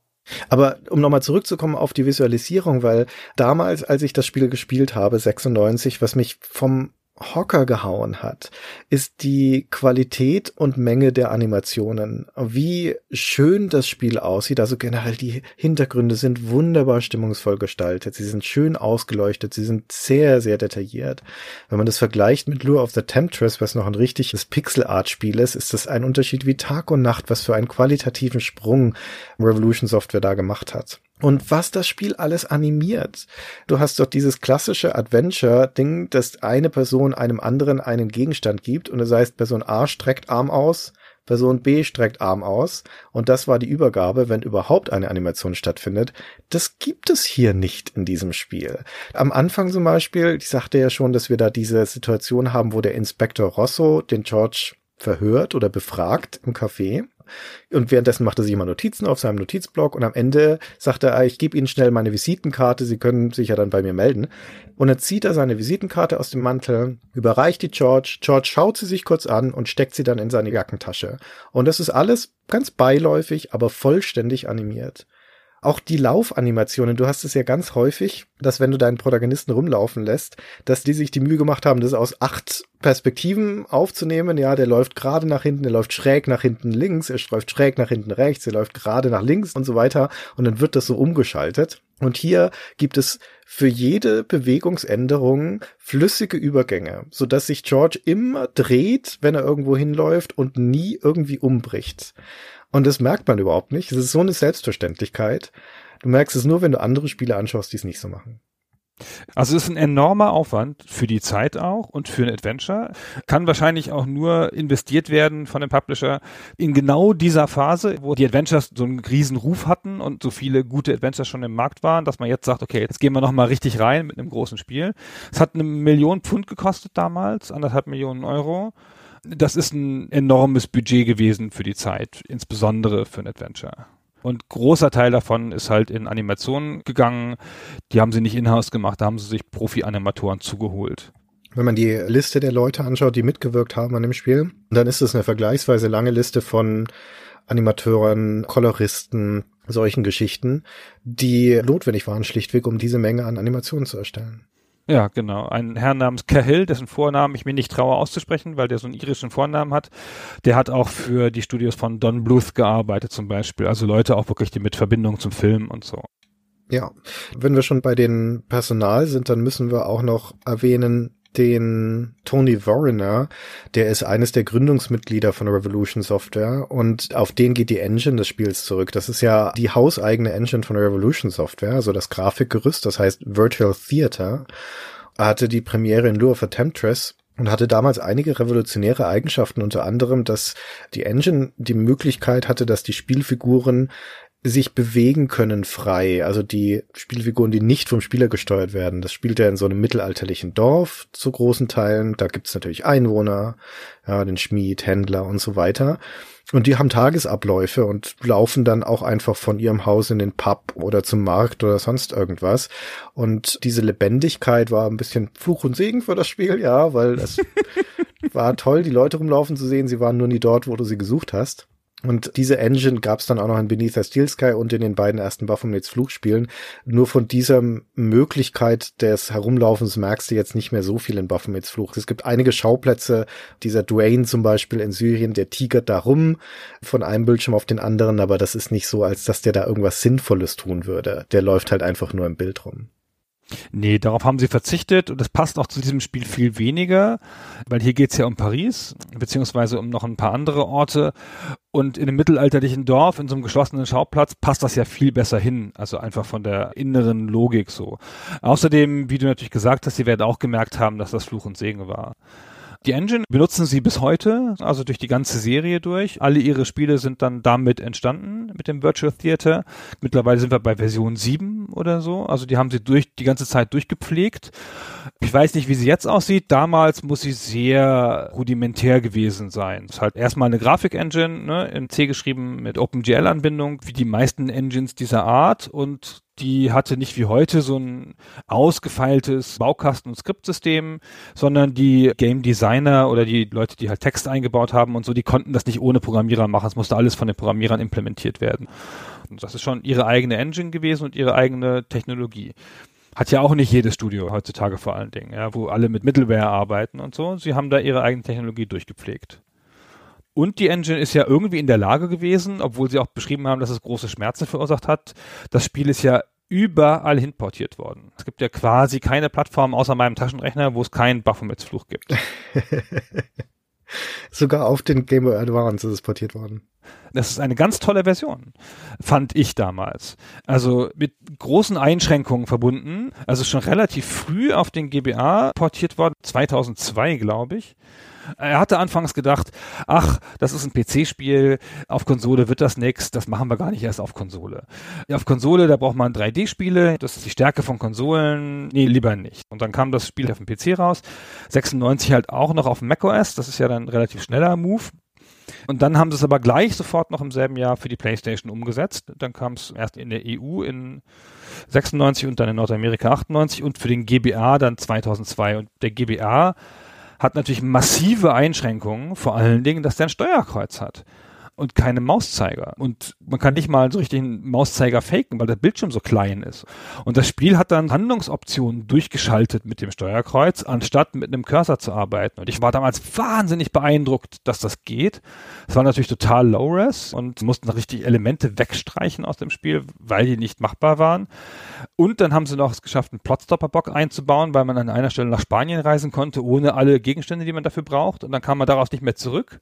Speaker 1: Aber um nochmal zurückzukommen auf die Visualisierung, weil damals, als ich das Spiel gespielt habe, sechsundneunzig, was mich vom Hocker gehauen hat, ist die Qualität und Menge der Animationen. Wie schön das Spiel aussieht, also generell die Hintergründe sind wunderbar stimmungsvoll gestaltet, sie sind schön ausgeleuchtet, sie sind sehr, sehr detailliert. Wenn man das vergleicht mit Lure of the Temptress, was noch ein richtiges Pixel-Art-Spiel ist, ist das ein Unterschied wie Tag und Nacht, was für einen qualitativen Sprung Revolution Software da gemacht hat. Und was das Spiel alles animiert. Du hast doch dieses klassische Adventure-Ding, dass eine Person einem anderen einen Gegenstand gibt und das heißt, Person A streckt Arm aus, Person B streckt Arm aus und das war die Übergabe, wenn überhaupt eine Animation stattfindet. Das gibt es hier nicht in diesem Spiel. Am Anfang zum Beispiel, ich sagte ja schon, dass wir da diese Situation haben, wo der Inspektor Rosso den George verhört oder befragt im Café. Und währenddessen macht er sich immer Notizen auf seinem Notizblock und am Ende sagt er, ich gebe Ihnen schnell meine Visitenkarte, Sie können sich ja dann bei mir melden. Und dann zieht er seine Visitenkarte aus dem Mantel, überreicht die George, George schaut sie sich kurz an und steckt sie dann in seine Jackentasche. Und das ist alles ganz beiläufig, aber vollständig animiert. Auch die Laufanimationen, du hast es ja ganz häufig, dass wenn du deinen Protagonisten rumlaufen lässt, dass die sich die Mühe gemacht haben, das aus acht Perspektiven aufzunehmen. Ja, der läuft gerade nach hinten, der läuft schräg nach hinten links, er läuft schräg nach hinten rechts, er läuft gerade nach links und so weiter. Und dann wird das so umgeschaltet. Und hier gibt es für jede Bewegungsänderung flüssige Übergänge, sodass sich George immer dreht, wenn er irgendwo hinläuft und nie irgendwie umbricht. Und das merkt man überhaupt nicht. Es ist so eine Selbstverständlichkeit. Du merkst es nur, wenn du andere Spiele anschaust, die es nicht so machen.
Speaker 4: Also es ist ein enormer Aufwand für die Zeit auch und für ein Adventure. Kann wahrscheinlich auch nur investiert werden von dem Publisher in genau dieser Phase, wo die Adventures so einen riesen Ruf hatten und so viele gute Adventures schon im Markt waren, dass man jetzt sagt, okay, jetzt gehen wir nochmal richtig rein mit einem großen Spiel. Es hat eine Million Pfund gekostet damals, anderthalb Millionen Euro. Das ist ein enormes Budget gewesen für die Zeit, insbesondere für ein Adventure. Und großer Teil davon ist halt in Animationen gegangen. Die haben sie nicht in-house gemacht, da haben sie sich Profi-Animatoren zugeholt.
Speaker 1: Wenn man die Liste der Leute anschaut, die mitgewirkt haben an dem Spiel, dann ist es eine vergleichsweise lange Liste von Animateuren, Koloristen, solchen Geschichten, die notwendig waren, schlichtweg, um diese Menge an Animationen zu erstellen.
Speaker 4: Ja, genau. Ein Herr namens Cahill, dessen Vornamen ich mir nicht traue auszusprechen, weil der so einen irischen Vornamen hat. Der hat auch für die Studios von Don Bluth gearbeitet zum Beispiel. Also Leute auch wirklich die mit Verbindung zum Film und so.
Speaker 1: Ja, wenn wir schon bei den Personal sind, dann müssen wir auch noch erwähnen den Tony Warriner, der ist eines der Gründungsmitglieder von Revolution Software und auf den geht die Engine des Spiels zurück. Das ist ja die hauseigene Engine von Revolution Software, also das Grafikgerüst, das heißt Virtual Theater. Er hatte die Premiere in Lure of the Temptress und hatte damals einige revolutionäre Eigenschaften, unter anderem, dass die Engine die Möglichkeit hatte, dass die Spielfiguren sich bewegen können frei, also die Spielfiguren, die nicht vom Spieler gesteuert werden. Das spielt ja in so einem mittelalterlichen Dorf zu großen Teilen. Da gibt's natürlich Einwohner, ja, den Schmied, Händler und so weiter. Und die haben Tagesabläufe und laufen dann auch einfach von ihrem Haus in den Pub oder zum Markt oder sonst irgendwas. Und diese Lebendigkeit war ein bisschen Fluch und Segen für das Spiel, ja, weil es war toll, die Leute rumlaufen zu sehen. Sie waren nur nie dort, wo du sie gesucht hast. Und diese Engine gab es dann auch noch in Beneath the Steel Sky und in den beiden ersten Baphomets Fluchspielen. Nur von dieser Möglichkeit des Herumlaufens merkst du jetzt nicht mehr so viel in Baphomets Fluch. Es gibt einige Schauplätze, dieser Duane zum Beispiel in Syrien, der tigert da rum von einem Bildschirm auf den anderen, aber das ist nicht so, als dass der da irgendwas Sinnvolles tun würde. Der läuft halt einfach nur im Bild rum.
Speaker 4: Nee, darauf haben sie verzichtet und das passt auch zu diesem Spiel viel weniger, weil hier geht's ja um Paris, beziehungsweise um noch ein paar andere Orte und in einem mittelalterlichen Dorf, in so einem geschlossenen Schauplatz, passt das ja viel besser hin, also einfach von der inneren Logik so. Außerdem, wie du natürlich gesagt hast, sie werden auch gemerkt haben, dass das Fluch und Segen war. Die Engine benutzen sie bis heute, also durch die ganze Serie durch. Alle ihre Spiele sind dann damit entstanden, mit dem Virtual Theater. Mittlerweile sind wir bei Version sieben oder so. Also die haben sie durch die ganze Zeit durchgepflegt. Ich weiß nicht, wie sie jetzt aussieht. Damals muss sie sehr rudimentär gewesen sein. Es ist halt erstmal eine Grafik-Engine, ne, in C geschrieben mit OpenGL-Anbindung, wie die meisten Engines dieser Art. Und die hatte nicht wie heute so ein ausgefeiltes Baukasten- und Skriptsystem, sondern die Game Designer oder die Leute, die halt Text eingebaut haben und so, die konnten das nicht ohne Programmierer machen. Es musste alles von den Programmierern implementiert werden. Und das ist schon ihre eigene Engine gewesen und ihre eigene Technologie. Hat ja auch nicht jedes Studio heutzutage vor allen Dingen, ja, wo alle mit Middleware arbeiten und so. Sie haben da ihre eigene Technologie durchgepflegt. Und die Engine ist ja irgendwie in der Lage gewesen, obwohl sie auch beschrieben haben, dass es große Schmerzen verursacht hat. Das Spiel ist ja überall hin portiert worden. Es gibt ja quasi keine Plattform außer meinem Taschenrechner, wo es keinen Baphomets Fluch gibt.
Speaker 1: Sogar auf den Game Boy Advance ist es portiert worden.
Speaker 4: Das ist eine ganz tolle Version, fand ich damals. Also mit großen Einschränkungen verbunden. Also schon relativ früh auf den G B A portiert worden, zweitausendzwei, glaube ich. Er hatte anfangs gedacht, ach, das ist ein P C-Spiel, auf Konsole wird das nix, das machen wir gar nicht erst auf Konsole. Ja, auf Konsole, da braucht man drei D-Spiele, das ist die Stärke von Konsolen, nee, lieber nicht. Und dann kam das Spiel auf dem P C raus, sechsundneunzig halt auch noch auf dem macOS, das ist ja dann ein relativ schneller Move. Und dann haben sie es aber gleich sofort noch im selben Jahr für die PlayStation umgesetzt. Dann kam es erst in der E U in sechsundneunzig und dann in Nordamerika achtundneunzig und für den G B A dann zweitausendzwei. Und der G B A hat natürlich massive Einschränkungen, vor allen Dingen, dass der ein Steuerkreuz hat und keine Mauszeiger. Und man kann nicht mal so richtig einen Mauszeiger faken, weil der Bildschirm so klein ist. Und das Spiel hat dann Handlungsoptionen durchgeschaltet mit dem Steuerkreuz, anstatt mit einem Cursor zu arbeiten. Und ich war damals wahnsinnig beeindruckt, dass das geht. Es war natürlich total low-res und mussten richtig Elemente wegstreichen aus dem Spiel, weil die nicht machbar waren. Und dann haben sie noch es geschafft, einen Plotstopper-Bock einzubauen, weil man an einer Stelle nach Spanien reisen konnte, ohne alle Gegenstände, die man dafür braucht. Und dann kam man daraus nicht mehr zurück.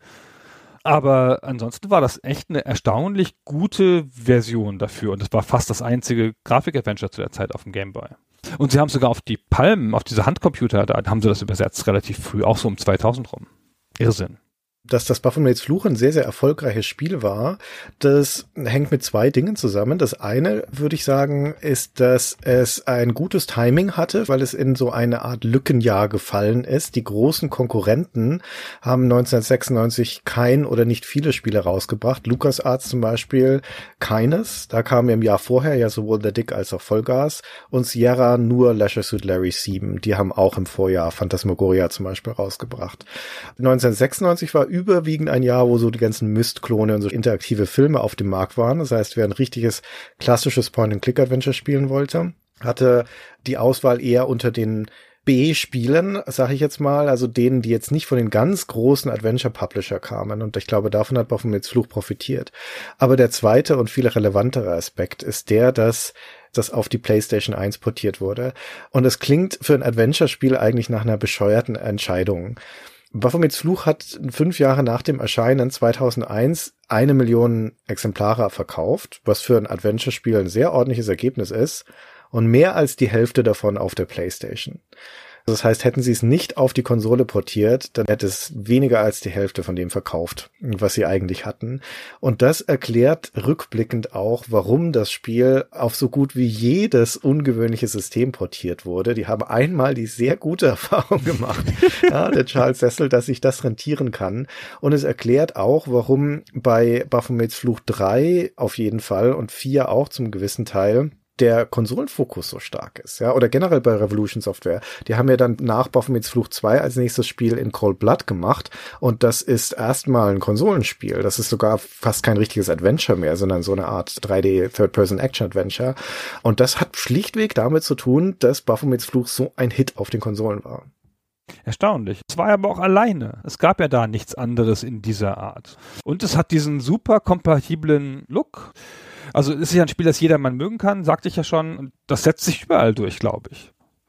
Speaker 4: Aber ansonsten war das echt eine erstaunlich gute Version dafür. Und das war fast das einzige Grafik-Adventure zu der Zeit auf dem Game Boy. Und sie haben sogar auf die Palm, auf diese Handcomputer, da haben sie das übersetzt, relativ früh, auch so um zweitausend rum. Irrsinn.
Speaker 1: Dass das Baphomets Fluch ein sehr, sehr erfolgreiches Spiel war, das hängt mit zwei Dingen zusammen. Das eine, würde ich sagen, ist, dass es ein gutes Timing hatte, weil es in so eine Art Lückenjahr gefallen ist. Die großen Konkurrenten haben neunzehnhundertsechsundneunzig kein oder nicht viele Spiele rausgebracht. LucasArts zum Beispiel keines. Da kam im Jahr vorher ja sowohl The Dick als auch Vollgas. Und Sierra nur Leisure Suit Larry sieben. Die haben auch im Vorjahr Phantasmagoria zum Beispiel rausgebracht. neunzehnhundertsechsundneunzig war überwiegend ein Jahr, wo so die ganzen Myst-Klone und so interaktive Filme auf dem Markt waren. Das heißt, wer ein richtiges klassisches Point-and-Click-Adventure spielen wollte, hatte die Auswahl eher unter den B-Spielen, sage ich jetzt mal, also denen, die jetzt nicht von den ganz großen Adventure-Publisher kamen. Und ich glaube, davon hat Baphomets Fluch profitiert. Aber der zweite und viel relevantere Aspekt ist der, dass das auf die PlayStation eins portiert wurde. Und es klingt für ein Adventure-Spiel eigentlich nach einer bescheuerten Entscheidung. Baphomets Fluch hat fünf Jahre nach dem Erscheinen zweitausendeins eine Million Exemplare verkauft, was für ein Adventure-Spiel ein sehr ordentliches Ergebnis ist und mehr als die Hälfte davon auf der PlayStation. Das heißt, hätten sie es nicht auf die Konsole portiert, dann hätte es weniger als die Hälfte von dem verkauft, was sie eigentlich hatten. Und das erklärt rückblickend auch, warum das Spiel auf so gut wie jedes ungewöhnliche System portiert wurde. Die haben einmal die sehr gute Erfahrung gemacht, ja, der Charles Cecil, dass sich das rentieren kann. Und es erklärt auch, warum bei Baphomets Fluch drei auf jeden Fall und vier auch zum gewissen Teil der Konsolenfokus so stark ist, ja, oder generell bei Revolution Software. Die haben ja dann nach Baphomets Fluch zwei als nächstes Spiel in Cold Blood gemacht und das ist erstmal ein Konsolenspiel. Das ist sogar fast kein richtiges Adventure mehr, sondern so eine Art drei D Third-Person-Action-Adventure. Und das hat schlichtweg damit zu tun, dass Baphomets Fluch so ein Hit auf den Konsolen war.
Speaker 4: Erstaunlich. Es war aber auch alleine. Es gab ja da nichts anderes in dieser Art. Und es hat diesen super kompatiblen Look. Also es ist ja ein Spiel, das jedermann mögen kann, sagte ich ja schon. Und das setzt sich überall durch, glaube ich.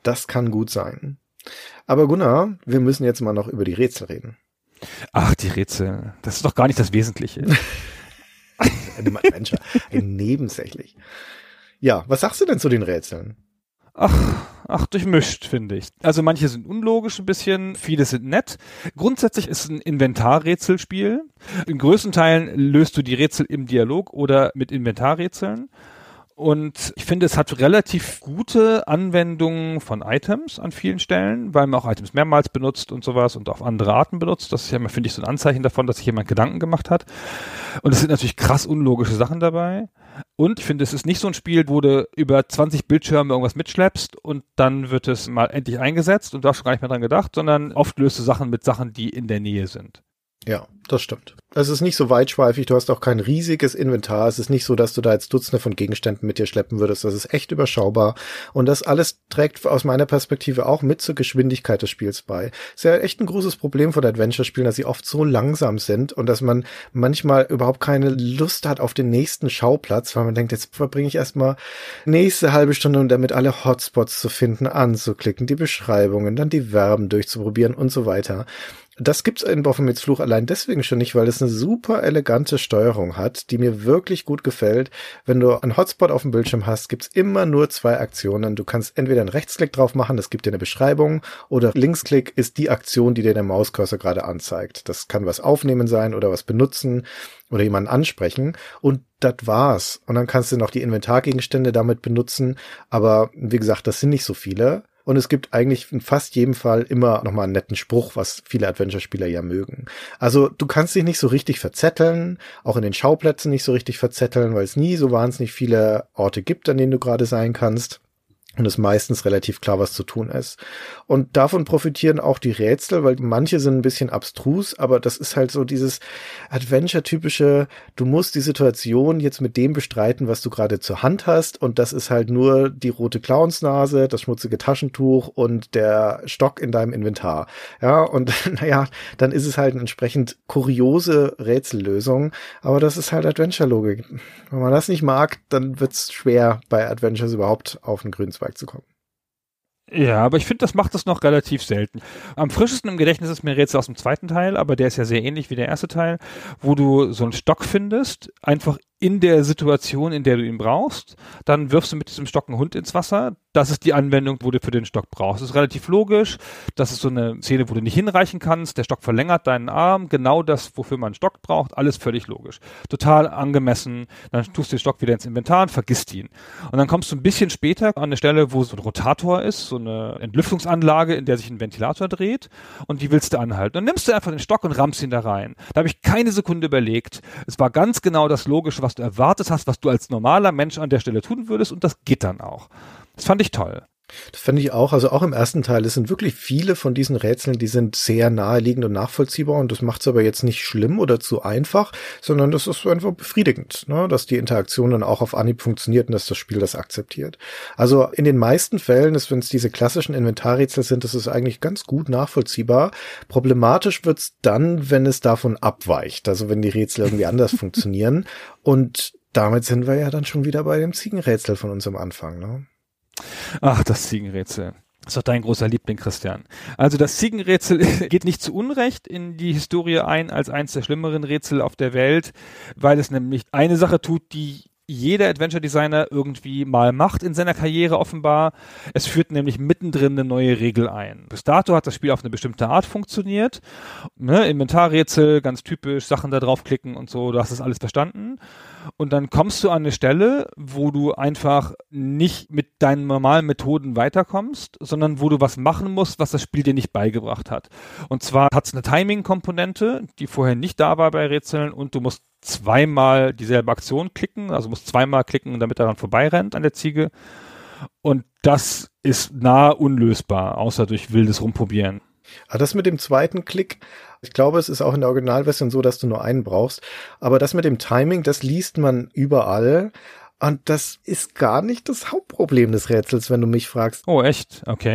Speaker 1: Das kann gut sein. Aber Gunnar, wir müssen jetzt mal noch über die Rätsel reden.
Speaker 4: Ach, die Rätsel. Das ist doch gar nicht das Wesentliche.
Speaker 1: Ein Adventure, ein nebensächlich. Ja, was sagst du denn zu den Rätseln?
Speaker 4: Ach, ach, durchmischt, finde ich. Also manche sind unlogisch ein bisschen, viele sind nett. Grundsätzlich ist es ein Inventarrätselspiel. In größten Teilen löst du die Rätsel im Dialog oder mit Inventarrätseln. Und ich finde, es hat relativ gute Anwendungen von Items an vielen Stellen, weil man auch Items mehrmals benutzt und sowas und auf andere Arten benutzt. Das ist ja, finde ich, so ein Anzeichen davon, dass sich jemand Gedanken gemacht hat. Und es sind natürlich krass unlogische Sachen dabei. Und ich finde, es ist nicht so ein Spiel, wo du über zwanzig Bildschirme irgendwas mitschleppst und dann wird es mal endlich eingesetzt und du hast schon gar nicht mehr dran gedacht, sondern oft löst du Sachen mit Sachen, die in der Nähe sind.
Speaker 1: Ja, das stimmt. Es ist nicht so weitschweifig, du hast auch kein riesiges Inventar, es ist nicht so, dass du da jetzt Dutzende von Gegenständen mit dir schleppen würdest, das ist echt überschaubar und das alles trägt aus meiner Perspektive auch mit zur Geschwindigkeit des Spiels bei. Ist ja echt ein großes Problem von Adventure-Spielen, dass sie oft so langsam sind und dass man manchmal überhaupt keine Lust hat auf den nächsten Schauplatz, weil man denkt, jetzt verbringe ich erstmal nächste halbe Stunde, um damit alle Hotspots zu finden, anzuklicken, die Beschreibungen, dann die Verben durchzuprobieren und so weiter. Das gibt's in Baphomets Fluch allein deswegen schon nicht, weil es eine super elegante Steuerung hat, die mir wirklich gut gefällt. Wenn du einen Hotspot auf dem Bildschirm hast, gibt's immer nur zwei Aktionen. Du kannst entweder einen Rechtsklick drauf machen, das gibt dir eine Beschreibung, oder Linksklick ist die Aktion, die dir der Mauscursor gerade anzeigt. Das kann was aufnehmen sein oder was benutzen oder jemanden ansprechen und das war's. Und dann kannst du noch die Inventargegenstände damit benutzen, aber wie gesagt, das sind nicht so viele. Und es gibt eigentlich in fast jedem Fall immer nochmal einen netten Spruch, was viele Adventure-Spieler ja mögen. Also du kannst dich nicht so richtig verzetteln, auch in den Schauplätzen nicht so richtig verzetteln, weil es nie so wahnsinnig viele Orte gibt, an denen du gerade sein kannst. Und es meistens relativ klar, was zu tun ist. Und davon profitieren auch die Rätsel, weil manche sind ein bisschen abstrus, aber das ist halt so dieses Adventure-typische, du musst die Situation jetzt mit dem bestreiten, was du gerade zur Hand hast. Und das ist halt nur die rote Clownsnase, das schmutzige Taschentuch und der Stock in deinem Inventar. Ja, und naja, dann ist es halt eine entsprechend kuriose Rätsellösung. Aber das ist halt Adventure-Logik. Wenn man das nicht mag, dann wird's schwer, bei Adventures überhaupt auf den grünen Zweig zu kommen.
Speaker 4: Ja, aber ich finde, das macht es noch relativ selten. Am frischesten im Gedächtnis ist mir Rätsel aus dem zweiten Teil, aber der ist ja sehr ähnlich wie der erste Teil, wo du so einen Stock findest, einfach in der Situation, in der du ihn brauchst, dann wirfst du mit diesem Stock einen Hund ins Wasser. Das ist die Anwendung, wo du für den Stock brauchst. Das ist relativ logisch. Das ist so eine Szene, wo du nicht hinreichen kannst. Der Stock verlängert deinen Arm. Genau das, wofür man einen Stock braucht. Alles völlig logisch. Total angemessen. Dann tust du den Stock wieder ins Inventar und vergisst ihn. Und dann kommst du ein bisschen später an eine Stelle, wo so ein Rotator ist, so eine Entlüftungsanlage, in der sich ein Ventilator dreht. Und die willst du anhalten. Und nimmst du einfach den Stock und rammst ihn da rein. Da habe ich keine Sekunde überlegt. Es war ganz genau das Logische, was du erwartet hast, was du als normaler Mensch an der Stelle tun würdest, und das geht dann auch. Das fand ich toll.
Speaker 1: Das fand ich auch, also auch im ersten Teil, es sind wirklich viele von diesen Rätseln, die sind sehr naheliegend und nachvollziehbar und das macht es aber jetzt nicht schlimm oder zu einfach, sondern das ist einfach befriedigend, ne? Dass die Interaktion dann auch auf Anhieb funktioniert und dass das Spiel das akzeptiert. Also in den meisten Fällen, wenn es diese klassischen Inventarrätsel sind, das ist eigentlich ganz gut nachvollziehbar. Problematisch wird's dann, wenn es davon abweicht, also wenn die Rätsel irgendwie anders funktionieren, und damit sind wir ja dann schon wieder bei dem Ziegenrätsel von uns am Anfang, ne?
Speaker 4: Ach, das Ziegenrätsel. Das ist doch dein großer Liebling, Christian. Also das Ziegenrätsel geht nicht zu Unrecht in die Historie ein als eins der schlimmeren Rätsel auf der Welt, weil es nämlich eine Sache tut, die jeder Adventure-Designer irgendwie mal macht in seiner Karriere offenbar. Es führt nämlich mittendrin eine neue Regel ein. Bis dato hat das Spiel auf eine bestimmte Art funktioniert. Ne? Inventarrätsel, ganz typisch, Sachen da draufklicken und so, du hast das alles verstanden. Und dann kommst du an eine Stelle, wo du einfach nicht mit deinen normalen Methoden weiterkommst, sondern wo du was machen musst, was das Spiel dir nicht beigebracht hat. Und zwar hat es eine Timing-Komponente, die vorher nicht da war bei Rätseln, und du musst zweimal dieselbe Aktion klicken, also musst zweimal klicken, damit er dann vorbeirennt an der Ziege. Und das ist nahe unlösbar, außer durch wildes Rumprobieren.
Speaker 1: Ah, das mit dem zweiten Klick, ich glaube, es ist auch in der Originalversion so, dass du nur einen brauchst. Aber das mit dem Timing, das liest man überall. Und das ist gar nicht das Hauptproblem des Rätsels, wenn du mich fragst.
Speaker 4: Oh, echt? Okay.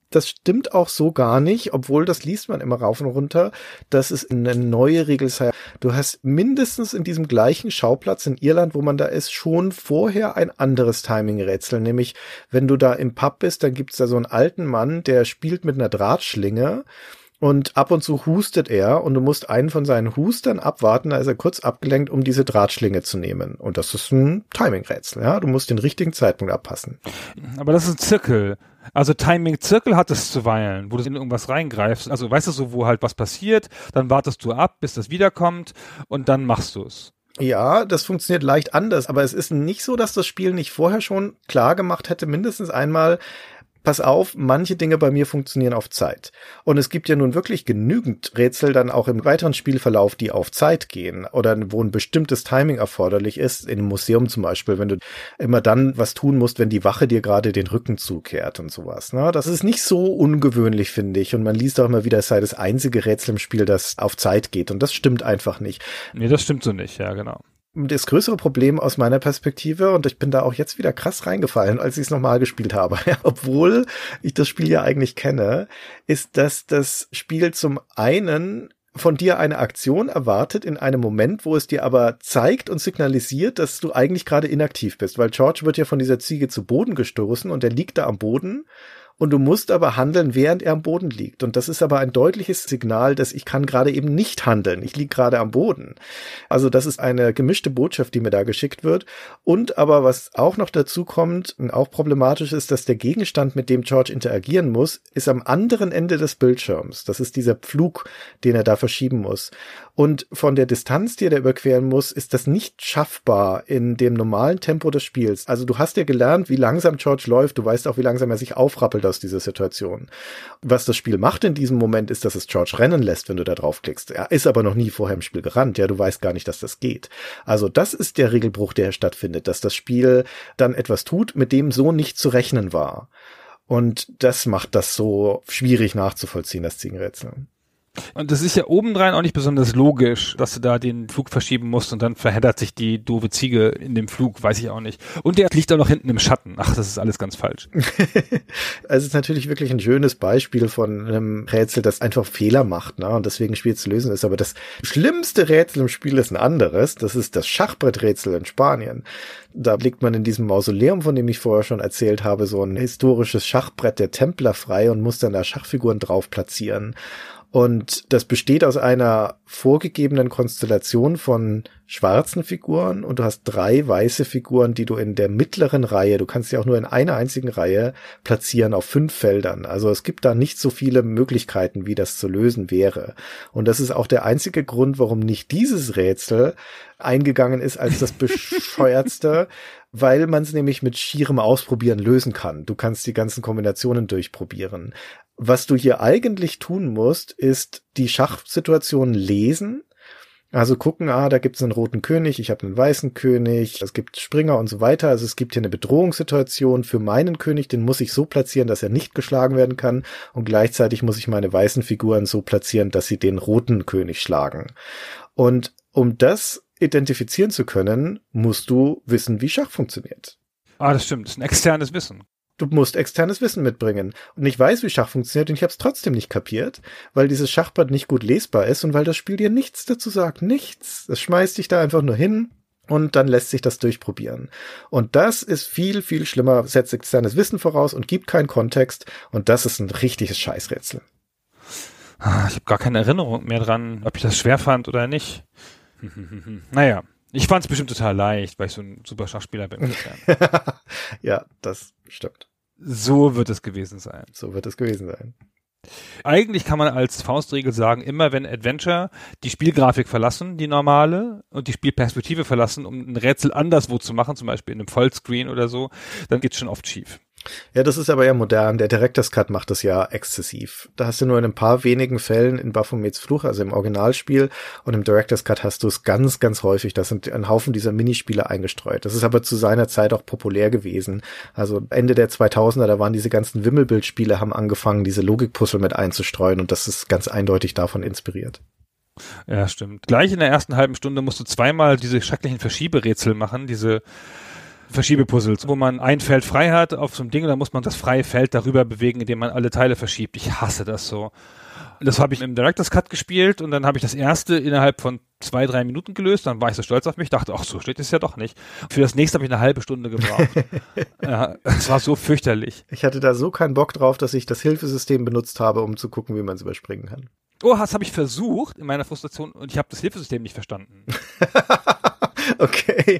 Speaker 1: Das stimmt auch so gar nicht, obwohl das liest man immer rauf und runter, dass es eine neue Regel sei. Du hast mindestens in diesem gleichen Schauplatz in Irland, wo man da ist, schon vorher ein anderes Timing-Rätsel. Nämlich, wenn du da im Pub bist, dann gibt's da so einen alten Mann, der spielt mit einer Drahtschlinge. Und ab und zu hustet er und du musst einen von seinen Hustern abwarten, da ist er kurz abgelenkt, um diese Drahtschlinge zu nehmen. Und das ist ein Timing-Rätsel, ja. Du musst den richtigen Zeitpunkt abpassen.
Speaker 4: Aber das ist ein Zirkel. Also Timing-Zirkel hat es zuweilen, wo du in irgendwas reingreifst. Also weißt du so, wo halt was passiert, dann wartest du ab, bis das wiederkommt und dann machst du es.
Speaker 1: Ja, das funktioniert leicht anders, aber es ist nicht so, dass das Spiel nicht vorher schon klar gemacht hätte, mindestens einmal, pass auf, manche Dinge bei mir funktionieren auf Zeit. Und es gibt ja nun wirklich genügend Rätsel dann auch im weiteren Spielverlauf, die auf Zeit gehen oder wo ein bestimmtes Timing erforderlich ist, in einem Museum zum Beispiel, wenn du immer dann was tun musst, wenn die Wache dir gerade den Rücken zukehrt und sowas. Ne? Das ist nicht so ungewöhnlich, finde ich. Und man liest auch immer wieder, es sei das einzige Rätsel im Spiel, das auf Zeit geht. Und das stimmt einfach nicht.
Speaker 4: Nee, das stimmt so nicht, ja, genau.
Speaker 1: Das größere Problem aus meiner Perspektive, und ich bin da auch jetzt wieder krass reingefallen, als ich es nochmal gespielt habe, obwohl ich das Spiel ja eigentlich kenne, ist, dass das Spiel zum einen von dir eine Aktion erwartet in einem Moment, wo es dir aber zeigt und signalisiert, dass du eigentlich gerade inaktiv bist, weil George wird ja von dieser Ziege zu Boden gestoßen und er liegt da am Boden. Und du musst aber handeln, während er am Boden liegt. Und das ist aber ein deutliches Signal, dass ich kann gerade eben nicht handeln. Ich liege gerade am Boden. Also das ist eine gemischte Botschaft, die mir da geschickt wird. Und aber was auch noch dazu kommt und auch problematisch ist, dass der Gegenstand, mit dem George interagieren muss, ist am anderen Ende des Bildschirms. Das ist dieser Pflug, den er da verschieben muss. Und von der Distanz, die er da überqueren muss, ist das nicht schaffbar in dem normalen Tempo des Spiels. Also du hast ja gelernt, wie langsam George läuft. Du weißt auch, wie langsam er sich aufrappelt aus dieser Situation. Was das Spiel macht in diesem Moment, ist, dass es George rennen lässt, wenn du da draufklickst. Er ist aber noch nie vorher im Spiel gerannt. Ja, du weißt gar nicht, dass das geht. Also das ist der Regelbruch, der stattfindet, dass das Spiel dann etwas tut, mit dem so nicht zu rechnen war. Und das macht das so schwierig nachzuvollziehen, das Ziegenrätsel.
Speaker 4: Und das ist ja obendrein auch nicht besonders logisch, dass du da den Flug verschieben musst und dann verheddert sich die doofe Ziege in dem Flug, weiß ich auch nicht. Und der liegt auch noch hinten im Schatten. Ach, das ist alles ganz falsch.
Speaker 1: Es ist natürlich wirklich ein schönes Beispiel von einem Rätsel, das einfach Fehler macht, ne? Und deswegen schwierig zu lösen ist. Aber das schlimmste Rätsel im Spiel ist ein anderes. Das ist das Schachbretträtsel in Spanien. Da legt man in diesem Mausoleum, von dem ich vorher schon erzählt habe, so ein historisches Schachbrett der Templer frei und muss dann da Schachfiguren drauf platzieren. Und das besteht aus einer vorgegebenen Konstellation von schwarzen Figuren und du hast drei weiße Figuren, die du in der mittleren Reihe, du kannst sie auch nur in einer einzigen Reihe platzieren auf fünf Feldern. Also es gibt da nicht so viele Möglichkeiten, wie das zu lösen wäre. Und das ist auch der einzige Grund, warum nicht dieses Rätsel eingegangen ist als das bescheuertste, weil man es nämlich mit schierem Ausprobieren lösen kann. Du kannst die ganzen Kombinationen durchprobieren. Was du hier eigentlich tun musst, ist die Schachsituation lesen. Also gucken, ah, da gibt es einen roten König, ich habe einen weißen König, es gibt Springer und so weiter. Also es gibt hier eine Bedrohungssituation für meinen König, den muss ich so platzieren, dass er nicht geschlagen werden kann. Und gleichzeitig muss ich meine weißen Figuren so platzieren, dass sie den roten König schlagen. Und um das identifizieren zu können, musst du wissen, wie Schach funktioniert.
Speaker 4: Ah, das stimmt, das ist ein externes Wissen.
Speaker 1: Du musst externes Wissen mitbringen. Und ich weiß, wie Schach funktioniert und ich habe es trotzdem nicht kapiert, weil dieses Schachbrett nicht gut lesbar ist und weil das Spiel dir nichts dazu sagt. Nichts. Es schmeißt dich da einfach nur hin und dann lässt sich das durchprobieren. Und das ist viel, viel schlimmer, setzt externes Wissen voraus und gibt keinen Kontext. Und das ist ein richtiges Scheißrätsel.
Speaker 4: Ich habe gar keine Erinnerung mehr dran, ob ich das schwer fand oder nicht. Naja. Ich fand es bestimmt total leicht, weil ich so ein super Schachspieler bin.
Speaker 1: Ja, das stimmt.
Speaker 4: So wird es gewesen sein.
Speaker 1: So wird es gewesen sein.
Speaker 4: Eigentlich kann man als Faustregel sagen, immer wenn Adventure die Spielgrafik verlassen, die normale, und die Spielperspektive verlassen, um ein Rätsel anderswo zu machen, zum Beispiel in einem Vollscreen oder so, dann geht's schon oft schief.
Speaker 1: Ja, das ist aber ja modern. Der Director's Cut macht das ja exzessiv. Da hast du nur in ein paar wenigen Fällen in Baphomets Fluch, also im Originalspiel, und im Director's Cut hast du es ganz, ganz häufig. Das sind ein Haufen dieser Minispiele eingestreut. Das ist aber zu seiner Zeit auch populär gewesen. Also Ende der zweitausender, da waren diese ganzen Wimmelbildspiele, haben angefangen, diese Logikpuzzle mit einzustreuen, und das ist ganz eindeutig davon inspiriert.
Speaker 4: Ja, stimmt. Gleich in der ersten halben Stunde musst du zweimal diese schrecklichen Verschieberätsel machen, diese Verschiebepuzzles, wo man ein Feld frei hat auf so einem Ding und dann muss man das freie Feld darüber bewegen, indem man alle Teile verschiebt. Ich hasse das so. Das habe ich im Director's Cut gespielt und dann habe ich das erste innerhalb von zwei, drei Minuten gelöst. Dann war ich so stolz auf mich, dachte, ach, so steht es ja doch nicht. Für das nächste habe ich eine halbe Stunde gebraucht. Ja, es war so fürchterlich.
Speaker 1: Ich hatte da so keinen Bock drauf, dass ich das Hilfesystem benutzt habe, um zu gucken, wie man es überspringen kann.
Speaker 4: Oh, das habe ich versucht in meiner Frustration und ich habe das Hilfesystem nicht verstanden.
Speaker 1: Okay,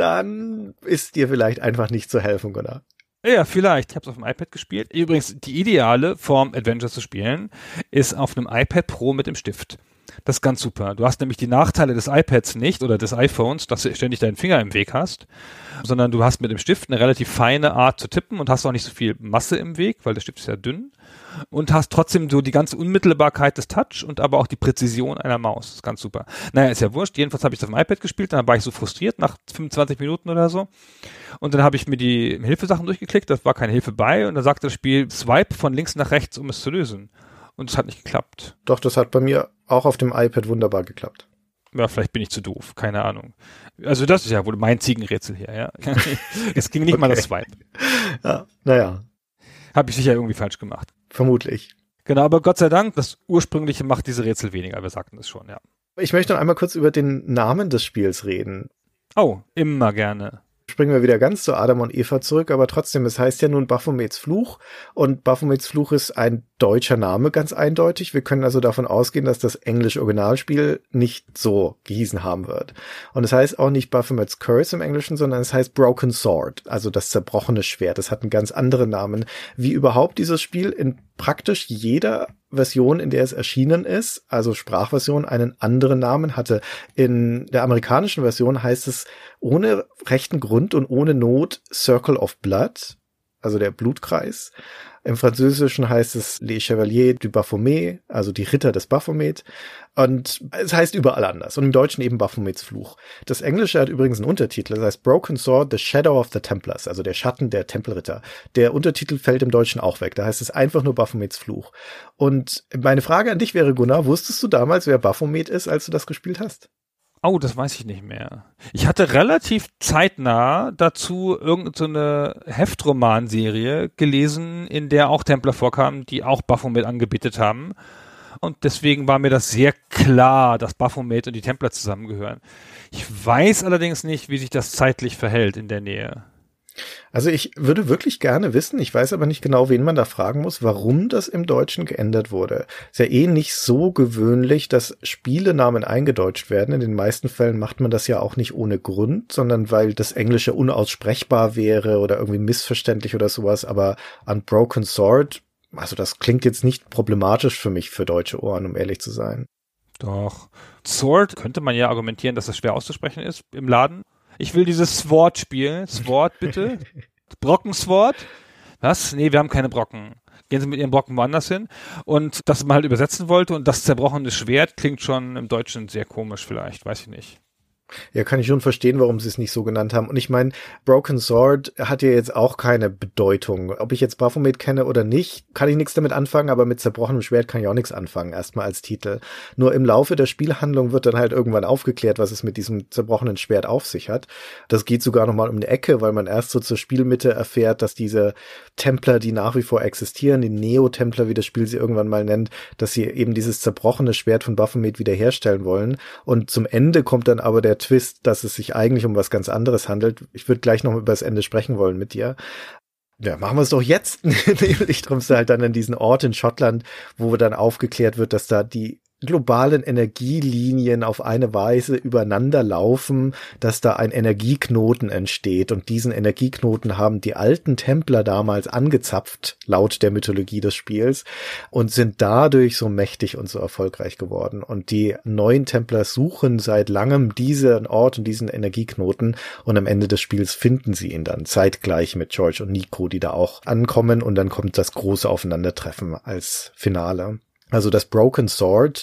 Speaker 1: dann ist dir vielleicht einfach nicht zu helfen, Gunnar.
Speaker 4: Ja, vielleicht. Ich habe es auf dem iPad gespielt. Übrigens, die ideale Form, Adventure zu spielen, ist auf einem iPad Pro mit dem Stift. Das ist ganz super. Du hast nämlich die Nachteile des iPads nicht oder des iPhones, dass du ständig deinen Finger im Weg hast, sondern du hast mit dem Stift eine relativ feine Art zu tippen und hast auch nicht so viel Masse im Weg, weil der Stift ist ja dünn und hast trotzdem so die ganze Unmittelbarkeit des Touch und aber auch die Präzision einer Maus. Das ist ganz super. Naja, ist ja wurscht. Jedenfalls habe ich das auf dem iPad gespielt, dann war ich so frustriert nach fünfundzwanzig Minuten oder so und dann habe ich mir die Hilfesachen durchgeklickt, da war keine Hilfe bei und dann sagte das Spiel, swipe von links nach rechts, um es zu lösen. Und es hat nicht geklappt.
Speaker 1: Doch, das hat bei mir auch auf dem iPad wunderbar geklappt.
Speaker 4: Ja, vielleicht bin ich zu doof, keine Ahnung. Also das ist ja wohl mein Ziegenrätsel hier, ja. Es ging nicht okay. Mal das Swipe.
Speaker 1: Ja, naja.
Speaker 4: Habe ich sicher irgendwie falsch gemacht.
Speaker 1: Vermutlich.
Speaker 4: Genau, aber Gott sei Dank, das Ursprüngliche macht diese Rätsel weniger, wir sagten das schon, ja.
Speaker 1: Ich möchte noch einmal kurz über den Namen des Spiels reden.
Speaker 4: Oh, immer gerne.
Speaker 1: Springen wir wieder ganz zu Adam und Eva zurück, aber trotzdem, es heißt ja nun Baphomets Fluch und Baphomets Fluch ist ein deutscher Name, ganz eindeutig. Wir können also davon ausgehen, dass das englische Originalspiel nicht so gehießen haben wird. Und es heißt auch nicht Baphomets Curse im Englischen, sondern es heißt Broken Sword, also das zerbrochene Schwert. Es hat einen ganz anderen Namen. Wie überhaupt dieses Spiel in praktisch jeder Version, in der es erschienen ist, also Sprachversion, einen anderen Namen hatte. In der amerikanischen Version heißt es ohne rechten Grund und ohne Not Circle of Blood, also der Blutkreis. Im Französischen heißt es Les Chevaliers du Baphomet, also die Ritter des Baphomet. Und es heißt überall anders. Und im Deutschen eben Baphomets Fluch. Das Englische hat übrigens einen Untertitel. Das heißt Broken Sword, The Shadow of the Templars, also der Schatten der Tempelritter. Der Untertitel fällt im Deutschen auch weg. Da heißt es einfach nur Baphomets Fluch. Und meine Frage an dich wäre, Gunnar, wusstest du damals, wer Baphomet ist, als du das gespielt hast?
Speaker 4: Oh, das weiß ich nicht mehr. Ich hatte relativ zeitnah dazu irgendeine so Heftromanserie gelesen, in der auch Templer vorkamen, die auch Baphomet angebetet haben. Und deswegen war mir das sehr klar, dass Baphomet und die Templer zusammengehören. Ich weiß allerdings nicht, wie sich das zeitlich verhält in der Nähe.
Speaker 1: Also ich würde wirklich gerne wissen, ich weiß aber nicht genau, wen man da fragen muss, warum das im Deutschen geändert wurde. Ist ja eh nicht so gewöhnlich, dass Spielenamen eingedeutscht werden. In den meisten Fällen macht man das ja auch nicht ohne Grund, sondern weil das Englische unaussprechbar wäre oder irgendwie missverständlich oder sowas. Aber an Broken Sword, also das klingt jetzt nicht problematisch für mich, für deutsche Ohren, um ehrlich zu sein.
Speaker 4: Doch. Sword könnte man ja argumentieren, dass das schwer auszusprechen ist im Laden. Ich will dieses Sword spielen. Sword, bitte. Brocken-Sword. Was? Nee, wir haben keine Brocken. Gehen Sie mit Ihren Brocken woanders hin. Und dass man halt übersetzen wollte und das zerbrochene Schwert klingt schon im Deutschen sehr komisch vielleicht. Weiß ich nicht.
Speaker 1: Ja, kann ich schon verstehen, warum sie es nicht so genannt haben. Und ich meine, Broken Sword hat ja jetzt auch keine Bedeutung. Ob ich jetzt Baphomet kenne oder nicht, kann ich nichts damit anfangen, aber mit zerbrochenem Schwert kann ich auch nichts anfangen, erstmal als Titel. Nur im Laufe der Spielhandlung wird dann halt irgendwann aufgeklärt, was es mit diesem zerbrochenen Schwert auf sich hat. Das geht sogar nochmal um eine Ecke, weil man erst so zur Spielmitte erfährt, dass diese Templer, die nach wie vor existieren, die Neo-Templer, wie das Spiel sie irgendwann mal nennt, dass sie eben dieses zerbrochene Schwert von Baphomet wiederherstellen wollen. Und zum Ende kommt dann aber der Twist, dass es sich eigentlich um was ganz anderes handelt. Ich würde gleich noch über das Ende sprechen wollen mit dir. Ja, machen wir es doch jetzt. Nämlich kommst du halt dann an diesen Ort in Schottland, wo dann aufgeklärt wird, dass da die globalen Energielinien auf eine Weise übereinander laufen, dass da ein Energieknoten entsteht. Und diesen Energieknoten haben die alten Templer damals angezapft, laut der Mythologie des Spiels, und sind dadurch so mächtig und so erfolgreich geworden. Und die neuen Templer suchen seit langem diesen Ort und diesen Energieknoten, und am Ende des Spiels finden sie ihn dann zeitgleich mit George und Nico, die da auch ankommen, und dann kommt das große Aufeinandertreffen als Finale. Also das Broken Sword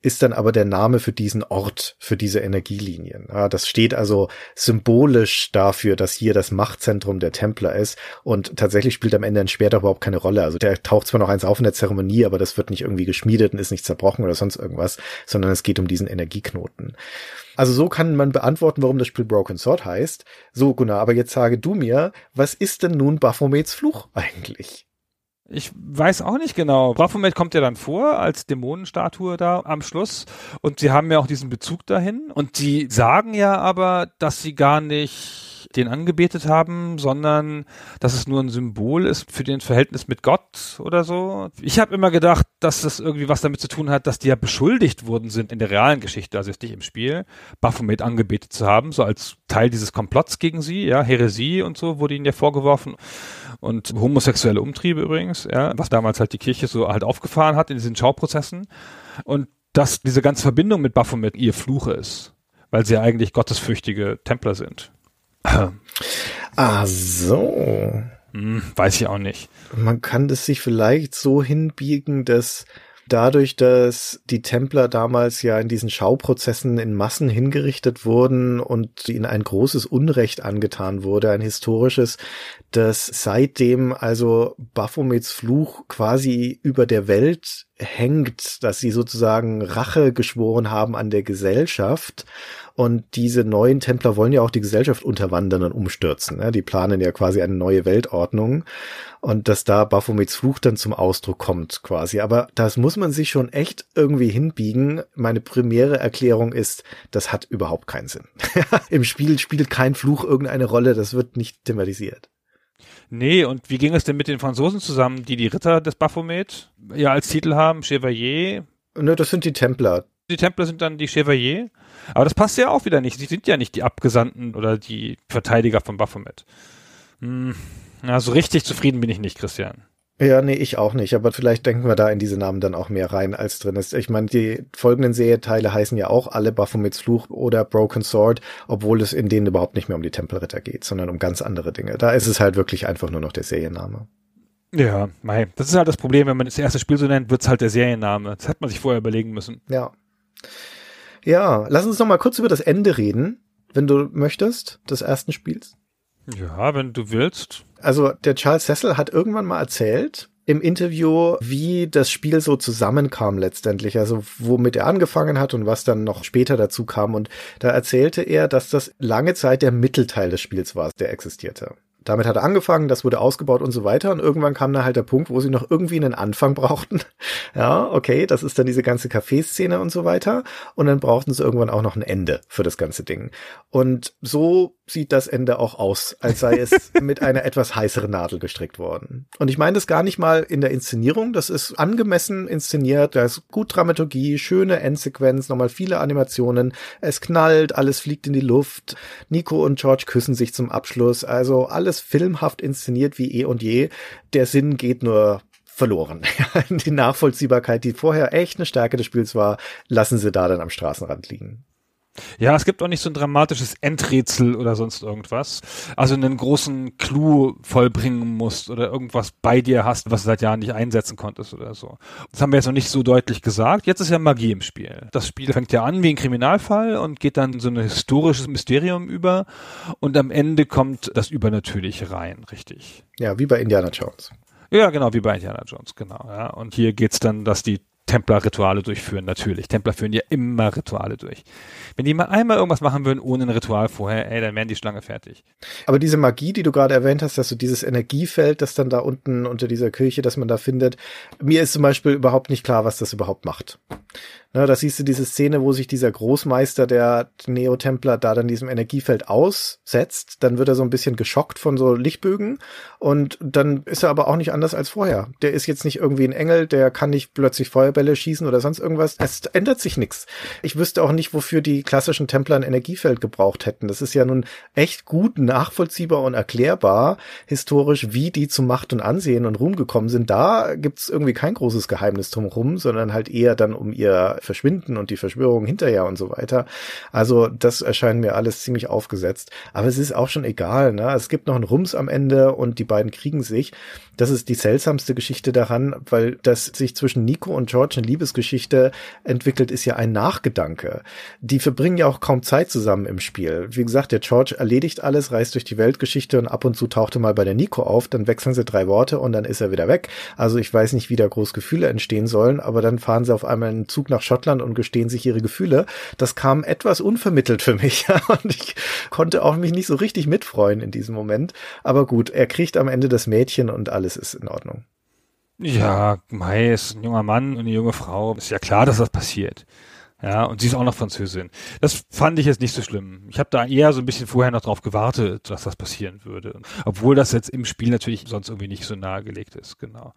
Speaker 1: ist dann aber der Name für diesen Ort, für diese Energielinien. Ja, das steht also symbolisch dafür, dass hier das Machtzentrum der Templer ist und tatsächlich spielt am Ende ein Schwert überhaupt keine Rolle. Also der taucht zwar noch eins auf in der Zeremonie, aber das wird nicht irgendwie geschmiedet und ist nicht zerbrochen oder sonst irgendwas, sondern es geht um diesen Energieknoten. Also so kann man beantworten, warum das Spiel Broken Sword heißt. So, Gunnar, aber jetzt sage du mir, was ist denn nun Baphomets Fluch eigentlich?
Speaker 4: Ich weiß auch nicht genau. Baphomet kommt ja dann vor als Dämonenstatue da am Schluss und sie haben ja auch diesen Bezug dahin und sie sagen ja aber, dass sie gar nicht den angebetet haben, sondern dass es nur ein Symbol ist für den Verhältnis mit Gott oder so. Ich habe immer gedacht, dass das irgendwie was damit zu tun hat, dass die ja beschuldigt worden sind in der realen Geschichte, also jetzt nicht im Spiel, Baphomet angebetet zu haben, so als Teil dieses Komplotts gegen sie, ja, Häresie und so wurde ihnen ja vorgeworfen und homosexuelle Umtriebe übrigens, ja, was damals halt die Kirche so halt aufgefahren hat in diesen Schauprozessen und dass diese ganze Verbindung mit Baphomet ihr Fluch ist, weil sie ja eigentlich gottesfürchtige Templer sind.
Speaker 1: Ah, so.
Speaker 4: Hm, weiß ich auch nicht.
Speaker 1: Man kann das sich vielleicht so hinbiegen, dass dadurch, dass die Templer damals ja in diesen Schauprozessen in Massen hingerichtet wurden und ihnen ein großes Unrecht angetan wurde, ein historisches, dass seitdem also Baphomets Fluch quasi über der Welt hängt, dass sie sozusagen Rache geschworen haben an der Gesellschaft. Und diese neuen Templer wollen ja auch die Gesellschaft unterwandern und umstürzen. Ne? Die planen ja quasi eine neue Weltordnung. Und dass da Baphomets Fluch dann zum Ausdruck kommt quasi. Aber das muss man sich schon echt irgendwie hinbiegen. Meine primäre Erklärung ist, das hat überhaupt keinen Sinn. Im Spiel spielt kein Fluch irgendeine Rolle. Das wird nicht thematisiert.
Speaker 4: Nee, und wie ging es denn mit den Franzosen zusammen, die die Ritter des Baphomet ja als Titel haben, Chevalier?
Speaker 1: Ne, das sind die Templer.
Speaker 4: Die Templer sind dann die Chevalier. Aber das passt ja auch wieder nicht. Sie sind ja nicht die Abgesandten oder die Verteidiger von Baphomet. Hm, na, so richtig zufrieden bin ich nicht, Christian.
Speaker 1: Ja, nee, ich auch nicht. Aber vielleicht denken wir da in diese Namen dann auch mehr rein, als drin ist. Ich meine, die folgenden Serienteile heißen ja auch alle Baphomets Fluch oder Broken Sword, obwohl es in denen überhaupt nicht mehr um die Tempelritter geht, sondern um ganz andere Dinge. Da ist es halt wirklich einfach nur noch der Serienname.
Speaker 4: Ja, mei. Das ist halt das Problem, wenn man das erste Spiel so nennt, wird's halt der Serienname. Das hat man sich vorher überlegen müssen.
Speaker 1: Ja. Ja, lass uns noch mal kurz über das Ende reden, wenn du möchtest, des ersten Spiels.
Speaker 4: Ja, wenn du willst.
Speaker 1: Also der Charles Cecil hat irgendwann mal erzählt im Interview, wie das Spiel so zusammenkam letztendlich, also womit er angefangen hat und was dann noch später dazu kam. Und da erzählte er, dass das lange Zeit der Mittelteil des Spiels war, der existierte. Damit hat er angefangen, das wurde ausgebaut und so weiter und irgendwann kam da halt der Punkt, wo sie noch irgendwie einen Anfang brauchten. Ja, okay, das ist dann diese ganze Café-Szene und so weiter und dann brauchten sie irgendwann auch noch ein Ende für das ganze Ding. Und so sieht das Ende auch aus, als sei es mit einer etwas heißeren Nadel gestrickt worden. Und ich meine das gar nicht mal in der Inszenierung, das ist angemessen inszeniert, da ist gut Dramaturgie, schöne Endsequenz, nochmal viele Animationen, es knallt, alles fliegt in die Luft, Nico und George küssen sich zum Abschluss, also alles filmhaft inszeniert wie eh und je. Der Sinn geht nur verloren. Die Nachvollziehbarkeit, die vorher echt eine Stärke des Spiels war, lassen sie da dann am Straßenrand liegen.
Speaker 4: Ja, es gibt auch nicht so ein dramatisches Endrätsel oder sonst irgendwas. Also einen großen Clou vollbringen musst oder irgendwas bei dir hast, was du seit Jahren nicht einsetzen konntest oder so. Das haben wir jetzt noch nicht so deutlich gesagt. Jetzt ist ja Magie im Spiel. Das Spiel fängt ja an wie ein Kriminalfall und geht dann in so ein historisches Mysterium über und am Ende kommt das Übernatürliche rein, richtig.
Speaker 1: Ja, wie bei Indiana Jones.
Speaker 4: Ja, genau, wie bei Indiana Jones, genau. Ja. Und hier geht's dann, dass die Templer Rituale durchführen, natürlich. Templer führen ja immer Rituale durch. Wenn die mal einmal irgendwas machen würden ohne ein Ritual vorher, ey, dann wären die Schlange fertig. Aber
Speaker 1: diese Magie, die du gerade erwähnt hast, dass du dieses Energiefeld, das dann da unten unter dieser Kirche, das man da findet, mir ist zum Beispiel überhaupt nicht klar, was das überhaupt macht. Ne, da siehst du diese Szene, wo sich dieser Großmeister der Neotempler da dann diesem Energiefeld aussetzt, dann wird er so ein bisschen geschockt von so Lichtbögen und dann ist er aber auch nicht anders als vorher. Der ist jetzt nicht irgendwie ein Engel, der kann nicht plötzlich Feuerbälle schießen oder sonst irgendwas. Es ändert sich nichts. Ich wüsste auch nicht, wofür die klassischen Templer ein Energiefeld gebraucht hätten. Das ist ja nun echt gut nachvollziehbar und erklärbar historisch, wie die zu Macht und Ansehen und Ruhm gekommen sind. Da gibt's irgendwie kein großes Geheimnis drumherum, sondern halt eher dann um ihr verschwinden und die Verschwörung hinterher und so weiter. Also das erscheint mir alles ziemlich aufgesetzt. Aber es ist auch schon egal, ne? Es gibt noch einen Rums am Ende und die beiden kriegen sich. Das ist die seltsamste Geschichte daran, weil das sich zwischen Nico und George eine Liebesgeschichte entwickelt, ist ja ein Nachgedanke. Die verbringen ja auch kaum Zeit zusammen im Spiel. Wie gesagt, der George erledigt alles, reist durch die Weltgeschichte und ab und zu taucht er mal bei der Nico auf, dann wechseln sie drei Worte und dann ist er wieder weg. Also ich weiß nicht, wie da groß Gefühle entstehen sollen, aber dann fahren sie auf einmal einen Zug nach Schottland und gestehen sich ihre Gefühle. Das kam etwas unvermittelt für mich und ich konnte auch mich nicht so richtig mitfreuen in diesem Moment. Aber gut, er kriegt am Ende das Mädchen und alles ist in Ordnung.
Speaker 4: Ja, Mai ist ein junger Mann und eine junge Frau. Ist ja klar, dass das passiert. Ja, und sie ist auch noch Französin. Das fand ich jetzt nicht so schlimm. Ich habe da eher so ein bisschen vorher noch drauf gewartet, dass das passieren würde. Obwohl das jetzt im Spiel natürlich sonst irgendwie nicht so nahegelegt ist, genau.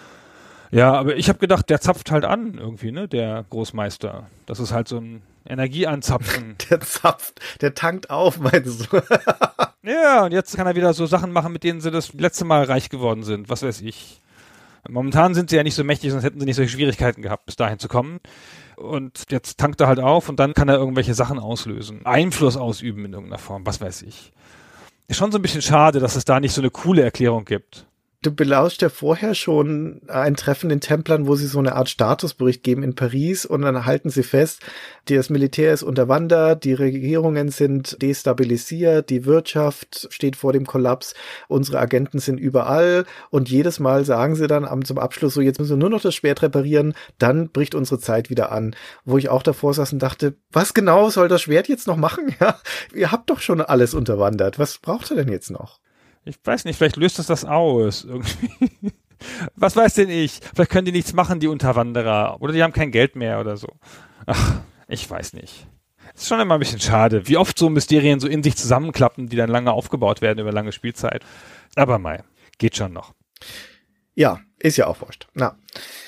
Speaker 4: Ja, aber ich habe gedacht, der zapft halt an irgendwie, ne, der Großmeister. Das ist halt so ein Energieanzapfen.
Speaker 1: Der zapft, der tankt auf, meinst du?
Speaker 4: Ja, und jetzt kann er wieder so Sachen machen, mit denen sie das letzte Mal reich geworden sind, was weiß ich. Momentan sind sie ja nicht so mächtig, sonst hätten sie nicht solche Schwierigkeiten gehabt, bis dahin zu kommen. Und jetzt tankt er halt auf und dann kann er irgendwelche Sachen auslösen. Einfluss ausüben in irgendeiner Form, was weiß ich. Ist schon so ein bisschen schade, dass es da nicht so eine coole Erklärung gibt.
Speaker 1: Du belauscht ja vorher schon ein Treffen in Templern, wo sie so eine Art Statusbericht geben in Paris und dann halten sie fest, das Militär ist unterwandert, die Regierungen sind destabilisiert, die Wirtschaft steht vor dem Kollaps, unsere Agenten sind überall und jedes Mal sagen sie dann am, zum Abschluss so, jetzt müssen wir nur noch das Schwert reparieren, dann bricht unsere Zeit wieder an. Wo ich auch davor saß und dachte, was genau soll das Schwert jetzt noch machen? Ja, ihr habt doch schon alles unterwandert, was braucht ihr denn jetzt noch?
Speaker 4: Ich weiß nicht, vielleicht löst es das aus irgendwie. Was weiß denn ich? Vielleicht können die nichts machen, die Unterwanderer. Oder die haben kein Geld mehr oder so. Ach, ich weiß nicht. Ist schon immer ein bisschen schade, wie oft so Mysterien so in sich zusammenklappen, die dann lange aufgebaut werden über lange Spielzeit. Aber mei, geht schon noch.
Speaker 1: Ja, ist ja auch wurscht. Na.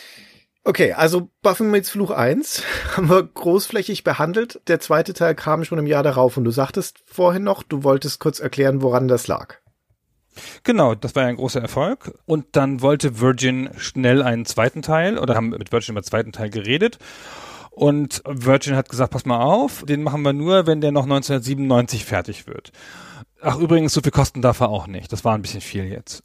Speaker 1: Okay, also Baphomets Fluch eins haben wir großflächig behandelt. Der zweite Teil kam schon im Jahr darauf und du sagtest vorhin noch, du wolltest kurz erklären, woran das lag.
Speaker 4: Genau, das war ja ein großer Erfolg. Und dann wollte Virgin schnell einen zweiten Teil oder haben mit Virgin über den zweiten Teil geredet. Und Virgin hat gesagt, pass mal auf, den machen wir nur, wenn der noch neunzehnhundertsiebenundneunzig fertig wird. Ach übrigens, so viel kosten darf er auch nicht. Das war ein bisschen viel jetzt.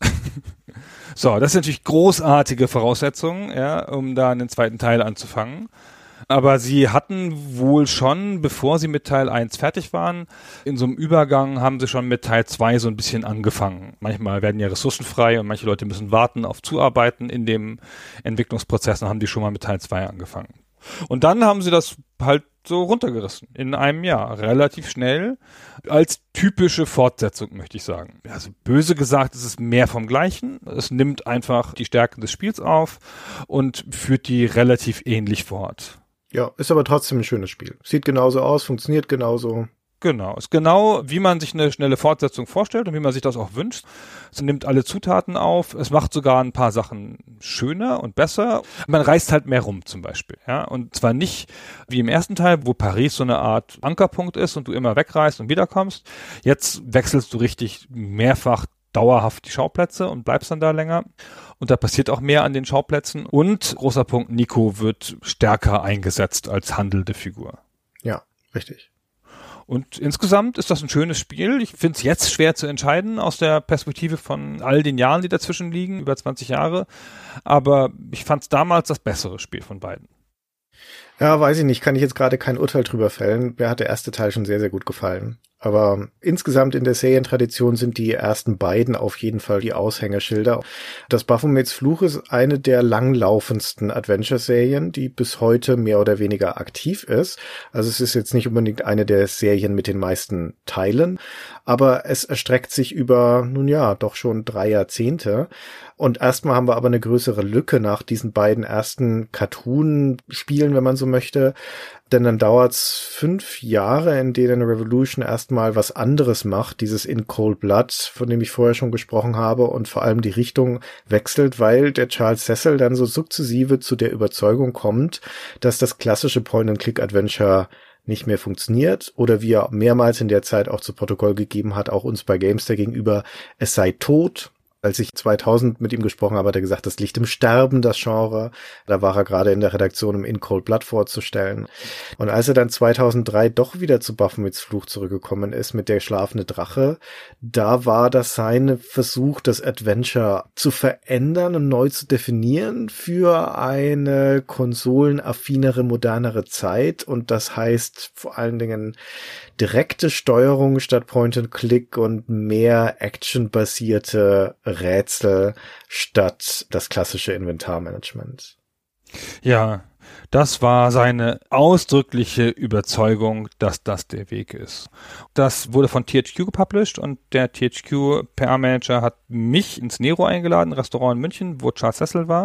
Speaker 4: So, das sind natürlich großartige Voraussetzungen, ja, um da einen zweiten Teil anzufangen. Aber sie hatten wohl schon, bevor sie mit Teil eins fertig waren, in so einem Übergang haben sie schon mit Teil zwei so ein bisschen angefangen. Manchmal werden ja Ressourcen frei und manche Leute müssen warten auf Zuarbeiten in dem Entwicklungsprozess und haben die schon mal mit Teil zwei angefangen. Und dann haben sie das halt so runtergerissen in einem Jahr, relativ schnell, als typische Fortsetzung, möchte ich sagen. Also böse gesagt, es ist mehr vom Gleichen. Es nimmt einfach die Stärken des Spiels auf und führt die relativ ähnlich fort.
Speaker 1: Ja, ist aber trotzdem ein schönes Spiel. Sieht genauso aus, funktioniert genauso.
Speaker 4: Genau, ist genau, wie man sich eine schnelle Fortsetzung vorstellt und wie man sich das auch wünscht. Es nimmt alle Zutaten auf, es macht sogar ein paar Sachen schöner und besser. Man reist halt mehr rum zum Beispiel, ja, und zwar nicht wie im ersten Teil, wo Paris so eine Art Ankerpunkt ist und du immer wegreist und wiederkommst. Jetzt wechselst du richtig mehrfach dauerhaft die Schauplätze und bleibst dann da länger. Und da passiert auch mehr an den Schauplätzen. Und, großer Punkt, Nico wird stärker eingesetzt als handelnde Figur.
Speaker 1: Ja, richtig.
Speaker 4: Und insgesamt ist das ein schönes Spiel. Ich finde es jetzt schwer zu entscheiden aus der Perspektive von all den Jahren, die dazwischen liegen, über zwanzig Jahre. Aber ich fand es damals das bessere Spiel von beiden.
Speaker 1: Ja, weiß ich nicht, kann ich jetzt gerade kein Urteil drüber fällen. Mir hat der erste Teil schon sehr, sehr gut gefallen. Aber insgesamt in der Serientradition sind die ersten beiden auf jeden Fall die Aushängeschilder. Das Baphomets Fluch ist eine der langlaufendsten Adventure-Serien, die bis heute mehr oder weniger aktiv ist. Also es ist jetzt nicht unbedingt eine der Serien mit den meisten Teilen, aber es erstreckt sich über, nun ja, doch schon drei Jahrzehnte. Und erstmal haben wir aber eine größere Lücke nach diesen beiden ersten Cartoon-Spielen, wenn man so möchte. Denn dann dauert's fünf Jahre, in denen Revolution erstmal was anderes macht, dieses In Cold Blood, von dem ich vorher schon gesprochen habe, und vor allem die Richtung wechselt, weil der Charles Cecil dann so sukzessive zu der Überzeugung kommt, dass das klassische Point-and-Click-Adventure nicht mehr funktioniert oder wie er mehrmals in der Zeit auch zu Protokoll gegeben hat, auch uns bei Gamester gegenüber, es sei tot. Als ich zweitausend mit ihm gesprochen habe, hat er gesagt, das liegt im Sterben, das Genre. Da war er gerade in der Redaktion, um In Cold Blood vorzustellen. Und als er dann zweitausenddrei doch wieder zu Baphomets Fluch zurückgekommen ist mit Der schlafende Drache, da war das sein Versuch, das Adventure zu verändern und neu zu definieren für eine konsolenaffinere, modernere Zeit. Und das heißt vor allen Dingen direkte Steuerung statt Point-and-Click und mehr actionbasierte Rätsel statt das klassische Inventarmanagement.
Speaker 4: Ja, das war seine ausdrückliche Überzeugung, dass das der Weg ist. Das wurde von T H Q gepublished und der T H Q P R-Manager hat mich ins Nero eingeladen, Restaurant in München, wo Charles Cecil war.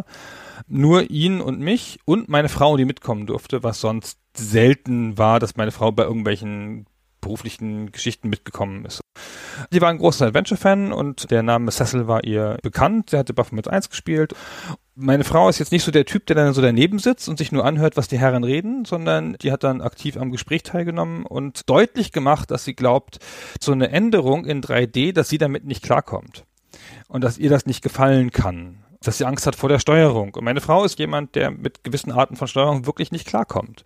Speaker 4: Nur ihn und mich und meine Frau, die mitkommen durfte, was sonst selten war, dass meine Frau bei irgendwelchen beruflichen Geschichten mitgekommen ist. Sie war ein großer Adventure-Fan und der Name Cecil war ihr bekannt. Sie hatte Baphomet eins gespielt. Meine Frau ist jetzt nicht so der Typ, der dann so daneben sitzt und sich nur anhört, was die Herren reden, sondern die hat dann aktiv am Gespräch teilgenommen und deutlich gemacht, dass sie glaubt, so eine Änderung in drei D, dass sie damit nicht klarkommt und dass ihr das nicht gefallen kann. Dass sie Angst hat vor der Steuerung. Und meine Frau ist jemand, der mit gewissen Arten von Steuerung wirklich nicht klarkommt.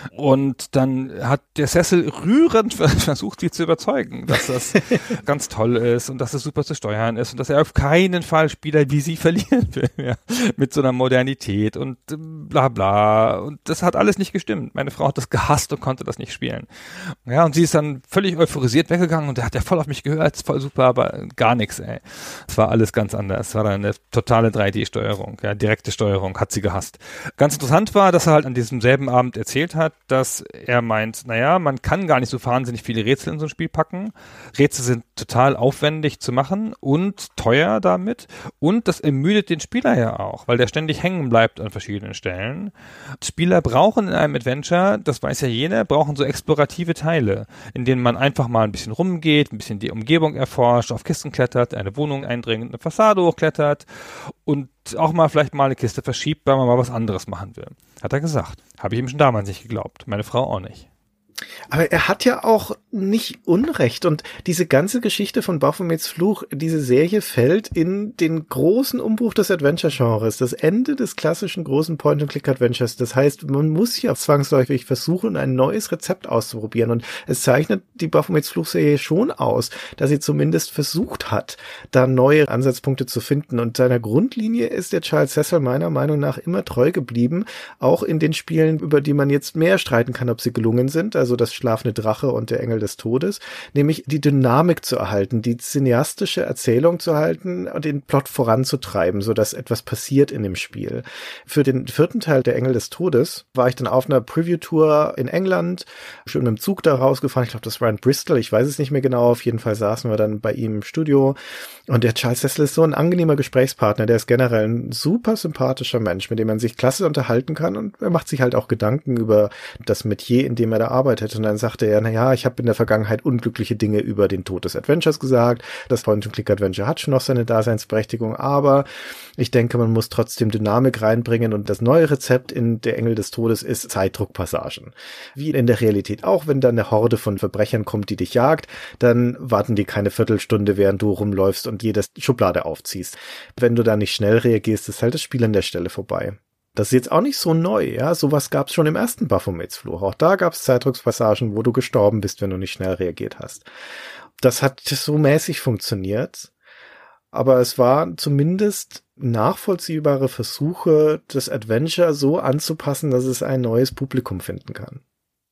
Speaker 4: Und dann hat der Cecil rührend versucht, sie zu überzeugen, dass das ganz toll ist und dass es super zu steuern ist und dass er auf keinen Fall Spieler wie sie verlieren will. Ja, mit so einer Modernität und bla bla. Und das hat alles nicht gestimmt. Meine Frau hat das gehasst und konnte das nicht spielen. Ja, und sie ist dann völlig euphorisiert weggegangen und der hat ja voll auf mich gehört, ist voll super, aber gar nichts, ey. Es war alles ganz anders. Es war dann eine totale drei D-Steuerung, ja, direkte Steuerung, hat sie gehasst. Ganz interessant war, dass er halt an diesem selben Abend erzählt hat, dass er meint, naja, man kann gar nicht so wahnsinnig viele Rätsel in so ein Spiel packen. Rätsel sind total aufwendig zu machen und teuer damit und das ermüdet den Spieler ja auch, weil der ständig hängen bleibt an verschiedenen Stellen. Spieler brauchen in einem Adventure, das weiß ja jeder, brauchen so explorative Teile, in denen man einfach mal ein bisschen rumgeht, ein bisschen die Umgebung erforscht, auf Kisten klettert, eine Wohnung eindringt, eine Fassade hochklettert und auch mal vielleicht mal eine Kiste verschiebt, weil man mal was anderes machen will. Hat er gesagt. Habe ich ihm schon damals nicht geglaubt. Meine Frau auch nicht.
Speaker 1: Aber er hat ja auch nicht Unrecht und diese ganze Geschichte von Baphomets Fluch, diese Serie fällt in den großen Umbruch des Adventure-Genres, das Ende des klassischen großen Point-and-Click-Adventures. Das heißt, man muss ja zwangsläufig versuchen, ein neues Rezept auszuprobieren und es zeichnet die Baphomets Fluch-Serie schon aus, dass sie zumindest versucht hat, da neue Ansatzpunkte zu finden und seiner Grundlinie ist der Charles Cecil meiner Meinung nach immer treu geblieben, auch in den Spielen, über die man jetzt mehr streiten kann, ob sie gelungen sind, also das Schlafende Drache und der Engel des Todes, nämlich die Dynamik zu erhalten, die cineastische Erzählung zu halten und den Plot voranzutreiben, sodass etwas passiert in dem Spiel. Für den vierten Teil der Engel des Todes war ich dann auf einer Preview-Tour in England, schon mit dem Zug da rausgefahren, ich glaube, das war in Bristol, ich weiß es nicht mehr genau, auf jeden Fall saßen wir dann bei ihm im Studio und der Charles Cecil ist so ein angenehmer Gesprächspartner, der ist generell ein super sympathischer Mensch, mit dem man sich klasse unterhalten kann und er macht sich halt auch Gedanken über das Metier, in dem er da arbeitet. Und dann sagte er, na ja, ich habe in der Vergangenheit unglückliche Dinge über den Tod des Adventures gesagt. Das Point-and-Click-Adventure hat schon noch seine Daseinsberechtigung, aber ich denke, man muss trotzdem Dynamik reinbringen und das neue Rezept in Der Engel des Todes ist Zeitdruckpassagen. Wie in der Realität auch, wenn da eine Horde von Verbrechern kommt, die dich jagt, dann warten die keine Viertelstunde, während du rumläufst und jede Schublade aufziehst. Wenn du da nicht schnell reagierst, ist halt das Spiel an der Stelle vorbei. Das ist jetzt auch nicht so neu, ja. Sowas gab es schon im ersten Baphomets Fluch. Auch da gab es Zeitdruckspassagen, wo du gestorben bist, wenn du nicht schnell reagiert hast. Das hat so mäßig funktioniert. Aber es waren zumindest nachvollziehbare Versuche, das Adventure so anzupassen, dass es ein neues Publikum finden kann.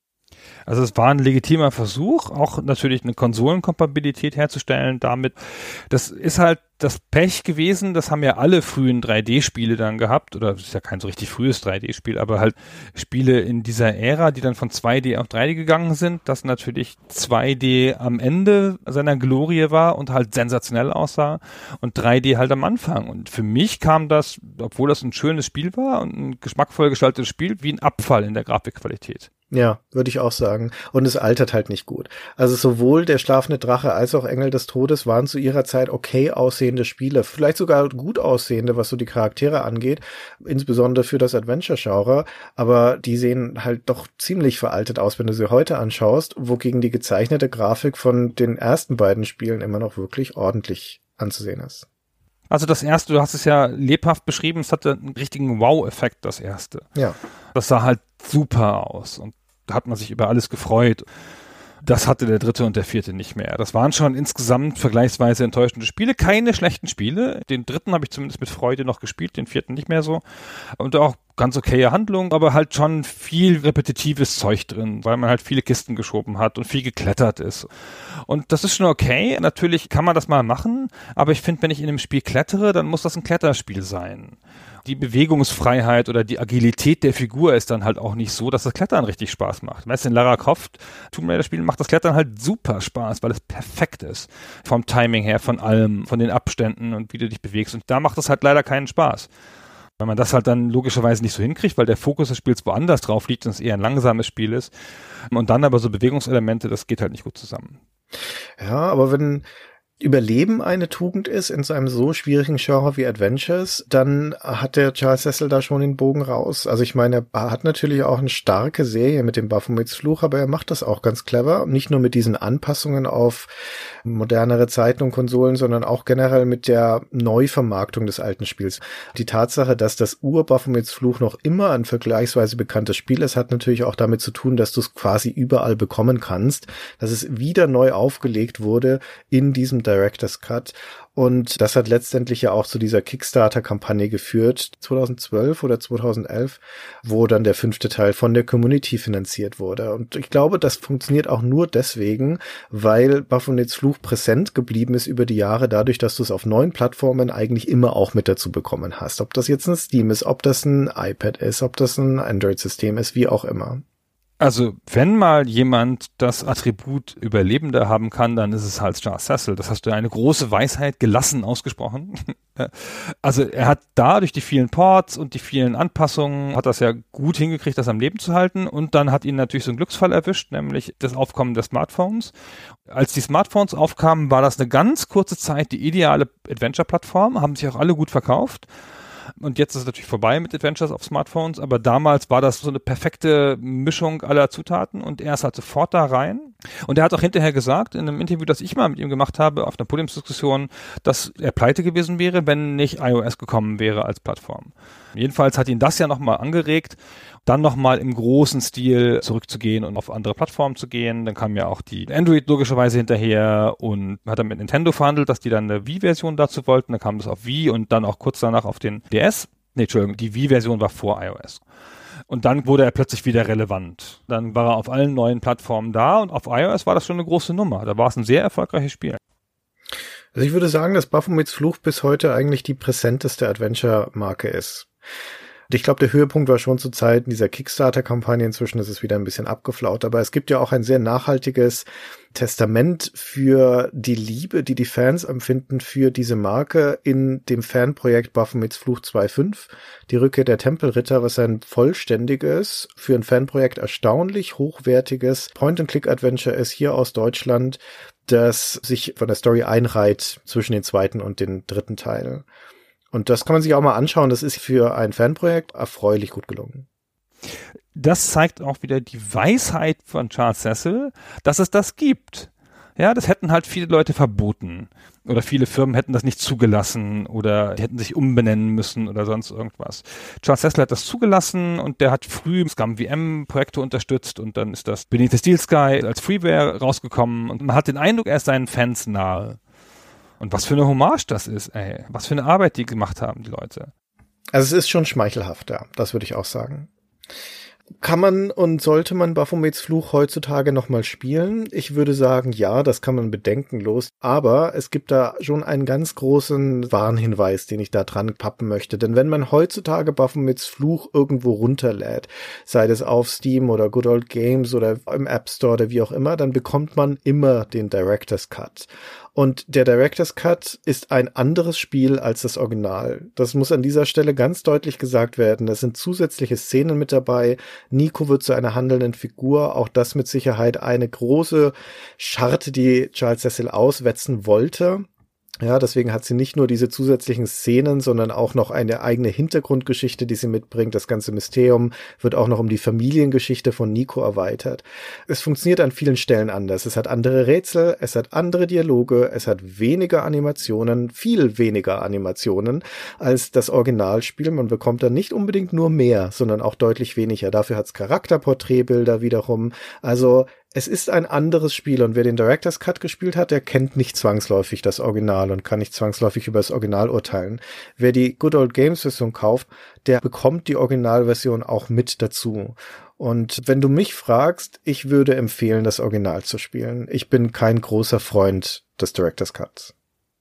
Speaker 4: Also es war ein legitimer Versuch, auch natürlich eine Konsolenkompatibilität herzustellen damit. Das ist halt das Pech gewesen, das haben ja alle frühen drei D-Spiele dann gehabt, oder das ist ja kein so richtig frühes drei D-Spiel, aber halt Spiele in dieser Ära, die dann von zwei D auf drei D gegangen sind, dass natürlich zwei D am Ende seiner Glorie war und halt sensationell aussah und drei D halt am Anfang. Und für mich kam das, obwohl das ein schönes Spiel war und ein geschmackvoll gestaltetes Spiel, wie ein Abfall in der Grafikqualität.
Speaker 1: Ja, würde ich auch sagen. Und es altert halt nicht gut. Also sowohl der Schlafende Drache als auch Engel des Todes waren zu ihrer Zeit okay aussehende Spiele. Vielleicht sogar gut aussehende, was so die Charaktere angeht. Insbesondere für das Adventure-Genre. Aber die sehen halt doch ziemlich veraltet aus, wenn du sie heute anschaust. Wogegen die gezeichnete Grafik von den ersten beiden Spielen immer noch wirklich ordentlich anzusehen ist.
Speaker 4: Also das erste, du hast es ja lebhaft beschrieben, es hatte einen richtigen Wow-Effekt, das erste.
Speaker 1: Ja.
Speaker 4: Das sah halt super aus und da hat man sich über alles gefreut. Das hatte der dritte und der vierte nicht mehr. Das waren schon insgesamt vergleichsweise enttäuschende Spiele. Keine schlechten Spiele. Den dritten habe ich zumindest mit Freude noch gespielt, den vierten nicht mehr so. Und auch ganz okaye Handlung, aber halt schon viel repetitives Zeug drin, weil man halt viele Kisten geschoben hat und viel geklettert ist. Und das ist schon okay. Natürlich kann man das mal machen, aber ich finde, wenn ich in einem Spiel klettere, dann muss das ein Kletterspiel sein. Die Bewegungsfreiheit oder die Agilität der Figur ist dann halt auch nicht so, dass das Klettern richtig Spaß macht. Weißt du, in Lara Croft, Tomb Raider Spielen macht das Klettern halt super Spaß, weil es perfekt ist. Vom Timing her, von allem, von den Abständen und wie du dich bewegst. Und da macht es halt leider keinen Spaß. Wenn man das halt dann logischerweise nicht so hinkriegt, weil der Fokus des Spiels woanders drauf liegt und es eher ein langsames Spiel ist. Und dann aber so Bewegungselemente, das geht halt nicht gut zusammen.
Speaker 1: Ja, aber wenn Überleben eine Tugend ist in seinem so schwierigen Genre wie Adventures, dann hat der Charles Cecil da schon den Bogen raus. Also ich meine, er hat natürlich auch eine starke Serie mit dem Baphomets Fluch, aber er macht das auch ganz clever. Nicht nur mit diesen Anpassungen auf modernere Zeiten und Konsolen, sondern auch generell mit der Neuvermarktung des alten Spiels. Die Tatsache, dass das Ur-Baphomets Fluch noch immer ein vergleichsweise bekanntes Spiel ist, hat natürlich auch damit zu tun, dass du es quasi überall bekommen kannst, dass es wieder neu aufgelegt wurde in diesem Director's Cut. Und das hat letztendlich ja auch zu dieser Kickstarter-Kampagne geführt, zweitausendzwölf oder zweitausendelf, wo dann der fünfte Teil von der Community finanziert wurde. Und ich glaube, das funktioniert auch nur deswegen, weil Baphomets Fluch präsent geblieben ist über die Jahre, dadurch, dass du es auf neuen Plattformen eigentlich immer auch mit dazu bekommen hast. Ob das jetzt ein Steam ist, ob das ein iPad ist, ob das ein Android-System ist, wie auch immer.
Speaker 4: Also, wenn mal jemand das Attribut Überlebender haben kann, dann ist es halt Charles Cecil. Das hast du eine große Weisheit gelassen ausgesprochen. Also, er hat da durch die vielen Ports und die vielen Anpassungen, hat das ja gut hingekriegt, das am Leben zu halten. Und dann hat ihn natürlich so ein Glücksfall erwischt, nämlich das Aufkommen der Smartphones. Als die Smartphones aufkamen, war das eine ganz kurze Zeit die ideale Adventure-Plattform, haben sich auch alle gut verkauft. Und jetzt ist es natürlich vorbei mit Adventures auf Smartphones, aber damals war das so eine perfekte Mischung aller Zutaten und er ist halt sofort da rein. Und er hat auch hinterher gesagt, in einem Interview, das ich mal mit ihm gemacht habe, auf einer Podiumsdiskussion, dass er pleite gewesen wäre, wenn nicht iOS gekommen wäre als Plattform. Jedenfalls hat ihn das ja nochmal angeregt, dann nochmal im großen Stil zurückzugehen und auf andere Plattformen zu gehen. Dann kam ja auch die Android logischerweise hinterher und hat dann mit Nintendo verhandelt, dass die dann eine Wii-Version dazu wollten. Dann kam das auf Wii und dann auch kurz danach auf den D S. Nee, Entschuldigung, die Wii-Version war vor iOS. Und dann wurde er plötzlich wieder relevant. Dann war er auf allen neuen Plattformen da und auf iOS war das schon eine große Nummer. Da war es ein sehr erfolgreiches Spiel.
Speaker 1: Also ich würde sagen, dass Baphomets Fluch bis heute eigentlich die präsenteste Adventure-Marke ist. Und ich glaube, der Höhepunkt war schon zu Zeiten dieser Kickstarter-Kampagne. Inzwischen ist es wieder ein bisschen abgeflaut. Aber es gibt ja auch ein sehr nachhaltiges Testament für die Liebe, die die Fans empfinden für diese Marke in dem Fanprojekt Baphomets Fluch zwei Punkt fünf. Die Rückkehr der Tempelritter, was ein vollständiges, für ein Fanprojekt erstaunlich hochwertiges Point-and-Click-Adventure ist, hier aus Deutschland, das sich von der Story einreiht zwischen den zweiten und den dritten Teil. Und das kann man sich auch mal anschauen. Das ist für ein Fanprojekt erfreulich gut gelungen.
Speaker 4: Das zeigt auch wieder die Weisheit von Charles Cecil, dass es das gibt. Ja, das hätten halt viele Leute verboten. Oder viele Firmen hätten das nicht zugelassen oder die hätten sich umbenennen müssen oder sonst irgendwas. Charles Cecil hat das zugelassen und der hat früh Scum V M-Projekte unterstützt und dann ist das Beneath the Steel Sky als Freeware rausgekommen und man hat den Eindruck, er ist seinen Fans nahe. Und was für eine Hommage das ist, ey. Was für eine Arbeit die gemacht haben, die Leute.
Speaker 1: Also es ist schon schmeichelhaft, ja. Das würde ich auch sagen. Kann man und sollte man Baphomets Fluch heutzutage nochmal spielen? Ich würde sagen, ja, das kann man bedenkenlos. Aber es gibt da schon einen ganz großen Warnhinweis, den ich da dran pappen möchte. Denn wenn man heutzutage Baphomets Fluch irgendwo runterlädt, sei das auf Steam oder Good Old Games oder im App Store oder wie auch immer, dann bekommt man immer den Director's Cut. Und der Director's Cut ist ein anderes Spiel als das Original. Das muss an dieser Stelle ganz deutlich gesagt werden. Es sind zusätzliche Szenen mit dabei. Nico wird zu einer handelnden Figur. Auch das mit Sicherheit eine große Scharte, die Charles Cecil auswetzen wollte. Ja, deswegen hat sie nicht nur diese zusätzlichen Szenen, sondern auch noch eine eigene Hintergrundgeschichte, die sie mitbringt. Das ganze Mysterium wird auch noch um die Familiengeschichte von Nico erweitert. Es funktioniert an vielen Stellen anders. Es hat andere Rätsel, es hat andere Dialoge, es hat weniger Animationen, viel weniger Animationen als das Originalspiel. Man bekommt dann nicht unbedingt nur mehr, sondern auch deutlich weniger. Dafür hat es Charakterporträtbilder wiederum. Also es ist ein anderes Spiel und wer den Director's Cut gespielt hat, der kennt nicht zwangsläufig das Original und kann nicht zwangsläufig über das Original urteilen. Wer die Good Old Games Version kauft, der bekommt die Originalversion auch mit dazu. Und wenn du mich fragst, ich würde empfehlen, das Original zu spielen. Ich bin kein großer Freund des Director's Cuts.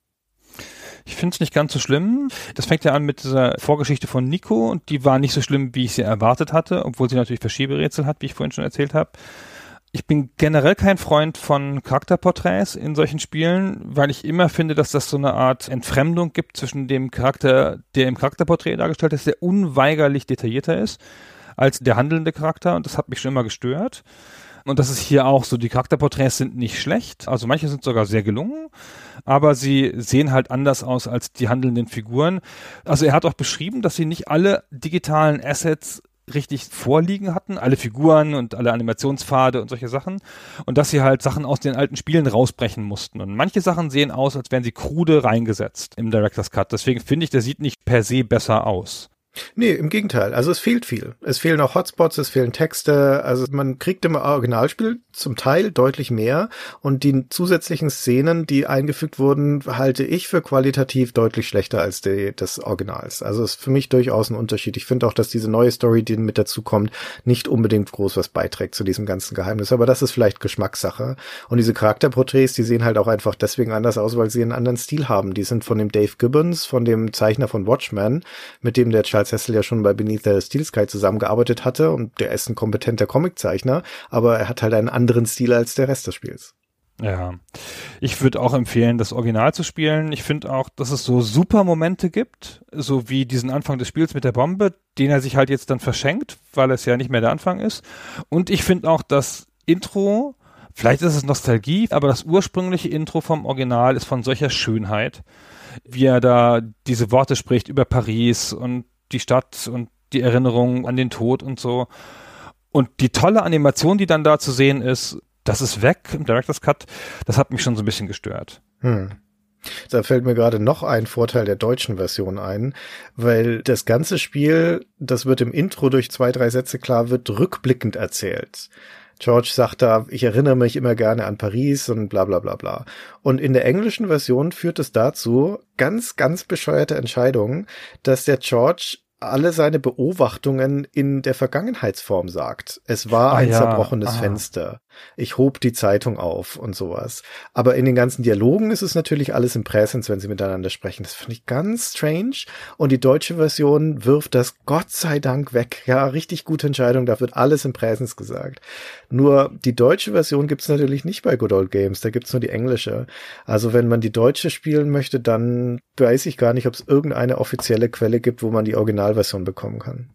Speaker 4: Ich finde es nicht ganz so schlimm. Das fängt ja an mit dieser Vorgeschichte von Nico und die war nicht so schlimm, wie ich sie erwartet hatte, obwohl sie natürlich Verschieberätsel hat, wie ich vorhin schon erzählt habe. Ich bin generell kein Freund von Charakterporträts in solchen Spielen, weil ich immer finde, dass das so eine Art Entfremdung gibt zwischen dem Charakter, der im Charakterporträt dargestellt ist, der unweigerlich detaillierter ist als der handelnde Charakter und das hat mich schon immer gestört. Und das ist hier auch so, die Charakterporträts sind nicht schlecht, also manche sind sogar sehr gelungen, aber sie sehen halt anders aus als die handelnden Figuren. Also er hat auch beschrieben, dass sie nicht alle digitalen Assets richtig vorliegen hatten, alle Figuren und alle Animationspfade und solche Sachen und dass sie halt Sachen aus den alten Spielen rausbrechen mussten und manche Sachen sehen aus, als wären sie krude reingesetzt im Director's Cut, deswegen finde ich, der sieht nicht per se besser aus.
Speaker 1: Nee, im Gegenteil. Also es fehlt viel. Es fehlen auch Hotspots, es fehlen Texte. Also man kriegt im Originalspiel zum Teil deutlich mehr und die zusätzlichen Szenen, die eingefügt wurden, halte ich für qualitativ deutlich schlechter als die des Originals. Also es ist für mich durchaus ein Unterschied. Ich finde auch, dass diese neue Story, die mit dazu kommt, nicht unbedingt groß was beiträgt zu diesem ganzen Geheimnis. Aber das ist vielleicht Geschmackssache. Und diese Charakterporträts, die sehen halt auch einfach deswegen anders aus, weil sie einen anderen Stil haben. Die sind von dem Dave Gibbons, von dem Zeichner von Watchmen, mit dem der Charles Cecil ja schon bei Beneath the Steel Sky zusammengearbeitet hatte und der ist ein kompetenter Comiczeichner, aber er hat halt einen anderen Stil als der Rest des Spiels.
Speaker 4: Ja, ich würde auch empfehlen, das Original zu spielen. Ich finde auch, dass es so super Momente gibt, so wie diesen Anfang des Spiels mit der Bombe, den er sich halt jetzt dann verschenkt, weil es ja nicht mehr der Anfang ist. Und ich finde auch das Intro, vielleicht ist es Nostalgie, aber das ursprüngliche Intro vom Original ist von solcher Schönheit, wie er da diese Worte spricht über Paris und die Stadt und die Erinnerung an den Tod und so. Und die tolle Animation, die dann da zu sehen ist, das ist weg im Director's Cut, das hat mich schon so ein bisschen gestört.
Speaker 1: Hm. Da fällt mir gerade noch ein Vorteil der deutschen Version ein, weil das ganze Spiel, das wird im Intro durch zwei, drei Sätze klar, wird rückblickend erzählt. George sagt da, ich erinnere mich immer gerne an Paris und bla bla bla bla. Und in der englischen Version führt es dazu, ganz, ganz bescheuerte Entscheidungen, dass der George alle seine Beobachtungen in der Vergangenheitsform sagt. Es war ah, ein ja. zerbrochenes ah. Fenster. Ich hob die Zeitung auf und sowas. Aber in den ganzen Dialogen ist es natürlich alles im Präsens, wenn sie miteinander sprechen. Das finde ich ganz strange. Und die deutsche Version wirft das Gott sei Dank weg. Ja, richtig gute Entscheidung. Da wird alles im Präsens gesagt. Nur die deutsche Version gibt's natürlich nicht bei Good Old Games. Da gibt's nur die englische. Also wenn man die deutsche spielen möchte, dann weiß ich gar nicht, ob es irgendeine offizielle Quelle gibt, wo man die Originalversion bekommen kann.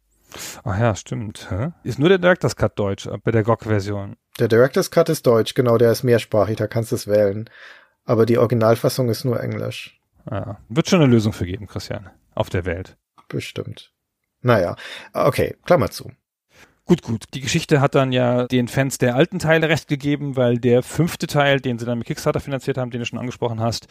Speaker 4: Ach ja, stimmt. Hä? Ist nur der Director's Cut deutsch, bei der G O G-Version.
Speaker 1: Der Director's Cut ist deutsch, genau, der ist mehrsprachig, da kannst du es wählen. Aber die Originalfassung ist nur Englisch.
Speaker 4: Ja, wird schon eine Lösung für geben, Christian, auf der Welt.
Speaker 1: Bestimmt. Naja, okay, Klammer zu.
Speaker 4: Gut, gut. Die Geschichte hat dann ja den Fans der alten Teile recht gegeben, weil der fünfte Teil, den sie dann mit Kickstarter finanziert haben, den du schon angesprochen hast,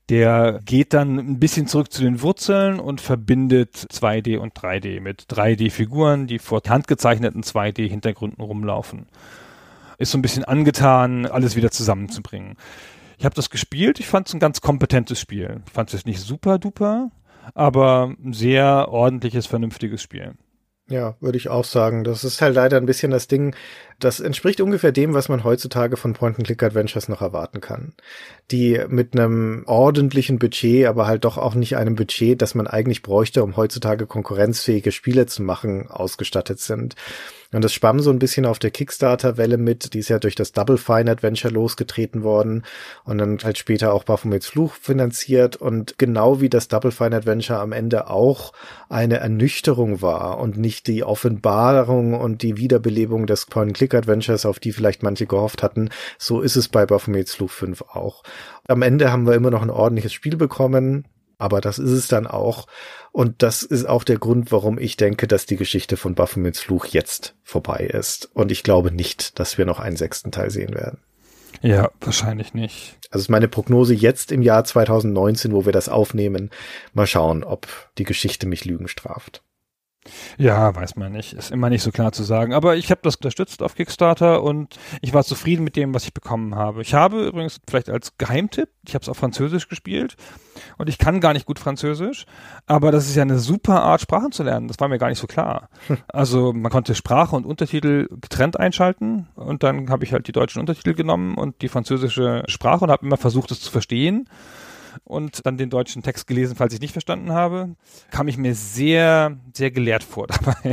Speaker 4: der geht dann ein bisschen zurück zu den Wurzeln und verbindet zwei D und drei D mit drei D-Figuren, die vor handgezeichneten zwei D-Hintergründen rumlaufen. Ist so ein bisschen angetan, alles wieder zusammenzubringen. Ich habe das gespielt, ich fand es ein ganz kompetentes Spiel. Ich fand es jetzt nicht super duper, aber ein sehr ordentliches, vernünftiges Spiel.
Speaker 1: Ja, würde ich auch sagen. Das ist halt leider ein bisschen das Ding, das entspricht ungefähr dem, was man heutzutage von Point-and-Click-Adventures noch erwarten kann. Die mit einem ordentlichen Budget, aber halt doch auch nicht einem Budget, das man eigentlich bräuchte, um heutzutage konkurrenzfähige Spiele zu machen, ausgestattet sind. Und das schwamm so ein bisschen auf der Kickstarter-Welle mit, die ist ja durch das Double Fine Adventure losgetreten worden und dann halt später auch Baphomets Fluch finanziert und genau wie das Double Fine Adventure am Ende auch eine Ernüchterung war und nicht die Offenbarung und die Wiederbelebung des Point-and-Click-Adventures, auf die vielleicht manche gehofft hatten, so ist es bei Baphomets Fluch fünf auch. Am Ende haben wir immer noch ein ordentliches Spiel bekommen, aber das ist es dann auch. Und das ist auch der Grund, warum ich denke, dass die Geschichte von Baphomets Fluch jetzt vorbei ist. Und ich glaube nicht, dass wir noch einen sechsten Teil sehen werden.
Speaker 4: Ja, wahrscheinlich nicht.
Speaker 1: Also ist meine Prognose jetzt im Jahr zwanzig neunzehn, wo wir das aufnehmen. Mal schauen, ob die Geschichte mich Lügen straft.
Speaker 4: Ja, weiß man nicht. Ist immer nicht so klar zu sagen. Aber ich habe das unterstützt auf Kickstarter und ich war zufrieden mit dem, was ich bekommen habe. Ich habe übrigens vielleicht als Geheimtipp, ich habe es auf Französisch gespielt und ich kann gar nicht gut Französisch, aber das ist ja eine super Art, Sprachen zu lernen. Das war mir gar nicht so klar. Hm. Also man konnte Sprache und Untertitel getrennt einschalten und dann habe ich halt die deutschen Untertitel genommen und die französische Sprache und habe immer versucht, es zu verstehen. Und dann den deutschen Text gelesen, falls ich nicht verstanden habe, kam ich mir sehr, sehr gelehrt vor dabei.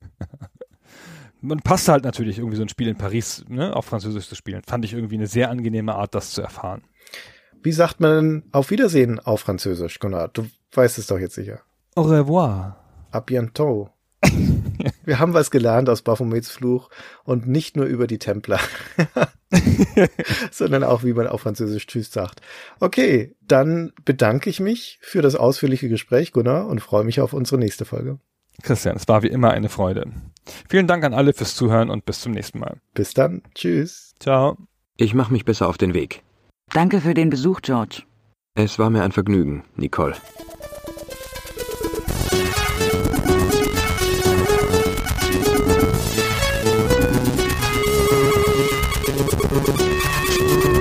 Speaker 4: Man passt halt natürlich irgendwie so ein Spiel in Paris, ne, auf Französisch zu spielen. Fand ich irgendwie eine sehr angenehme Art, das zu erfahren.
Speaker 1: Wie sagt man auf Wiedersehen auf Französisch, Gunnar? Du weißt es doch jetzt sicher.
Speaker 4: Au revoir.
Speaker 1: À bientôt. Wir haben was gelernt aus Baphomets Fluch und nicht nur über die Templer, sondern auch, wie man auf Französisch Tschüss sagt. Okay, dann bedanke ich mich für das ausführliche Gespräch, Gunnar, und freue mich auf unsere nächste Folge.
Speaker 4: Christian, es war wie immer eine Freude. Vielen Dank an alle fürs Zuhören und bis zum nächsten Mal.
Speaker 1: Bis dann. Tschüss.
Speaker 4: Ciao.
Speaker 5: Ich mache mich besser auf den Weg.
Speaker 8: Danke für den Besuch, George.
Speaker 5: Es war mir ein Vergnügen, Nicole.
Speaker 11: Thank you.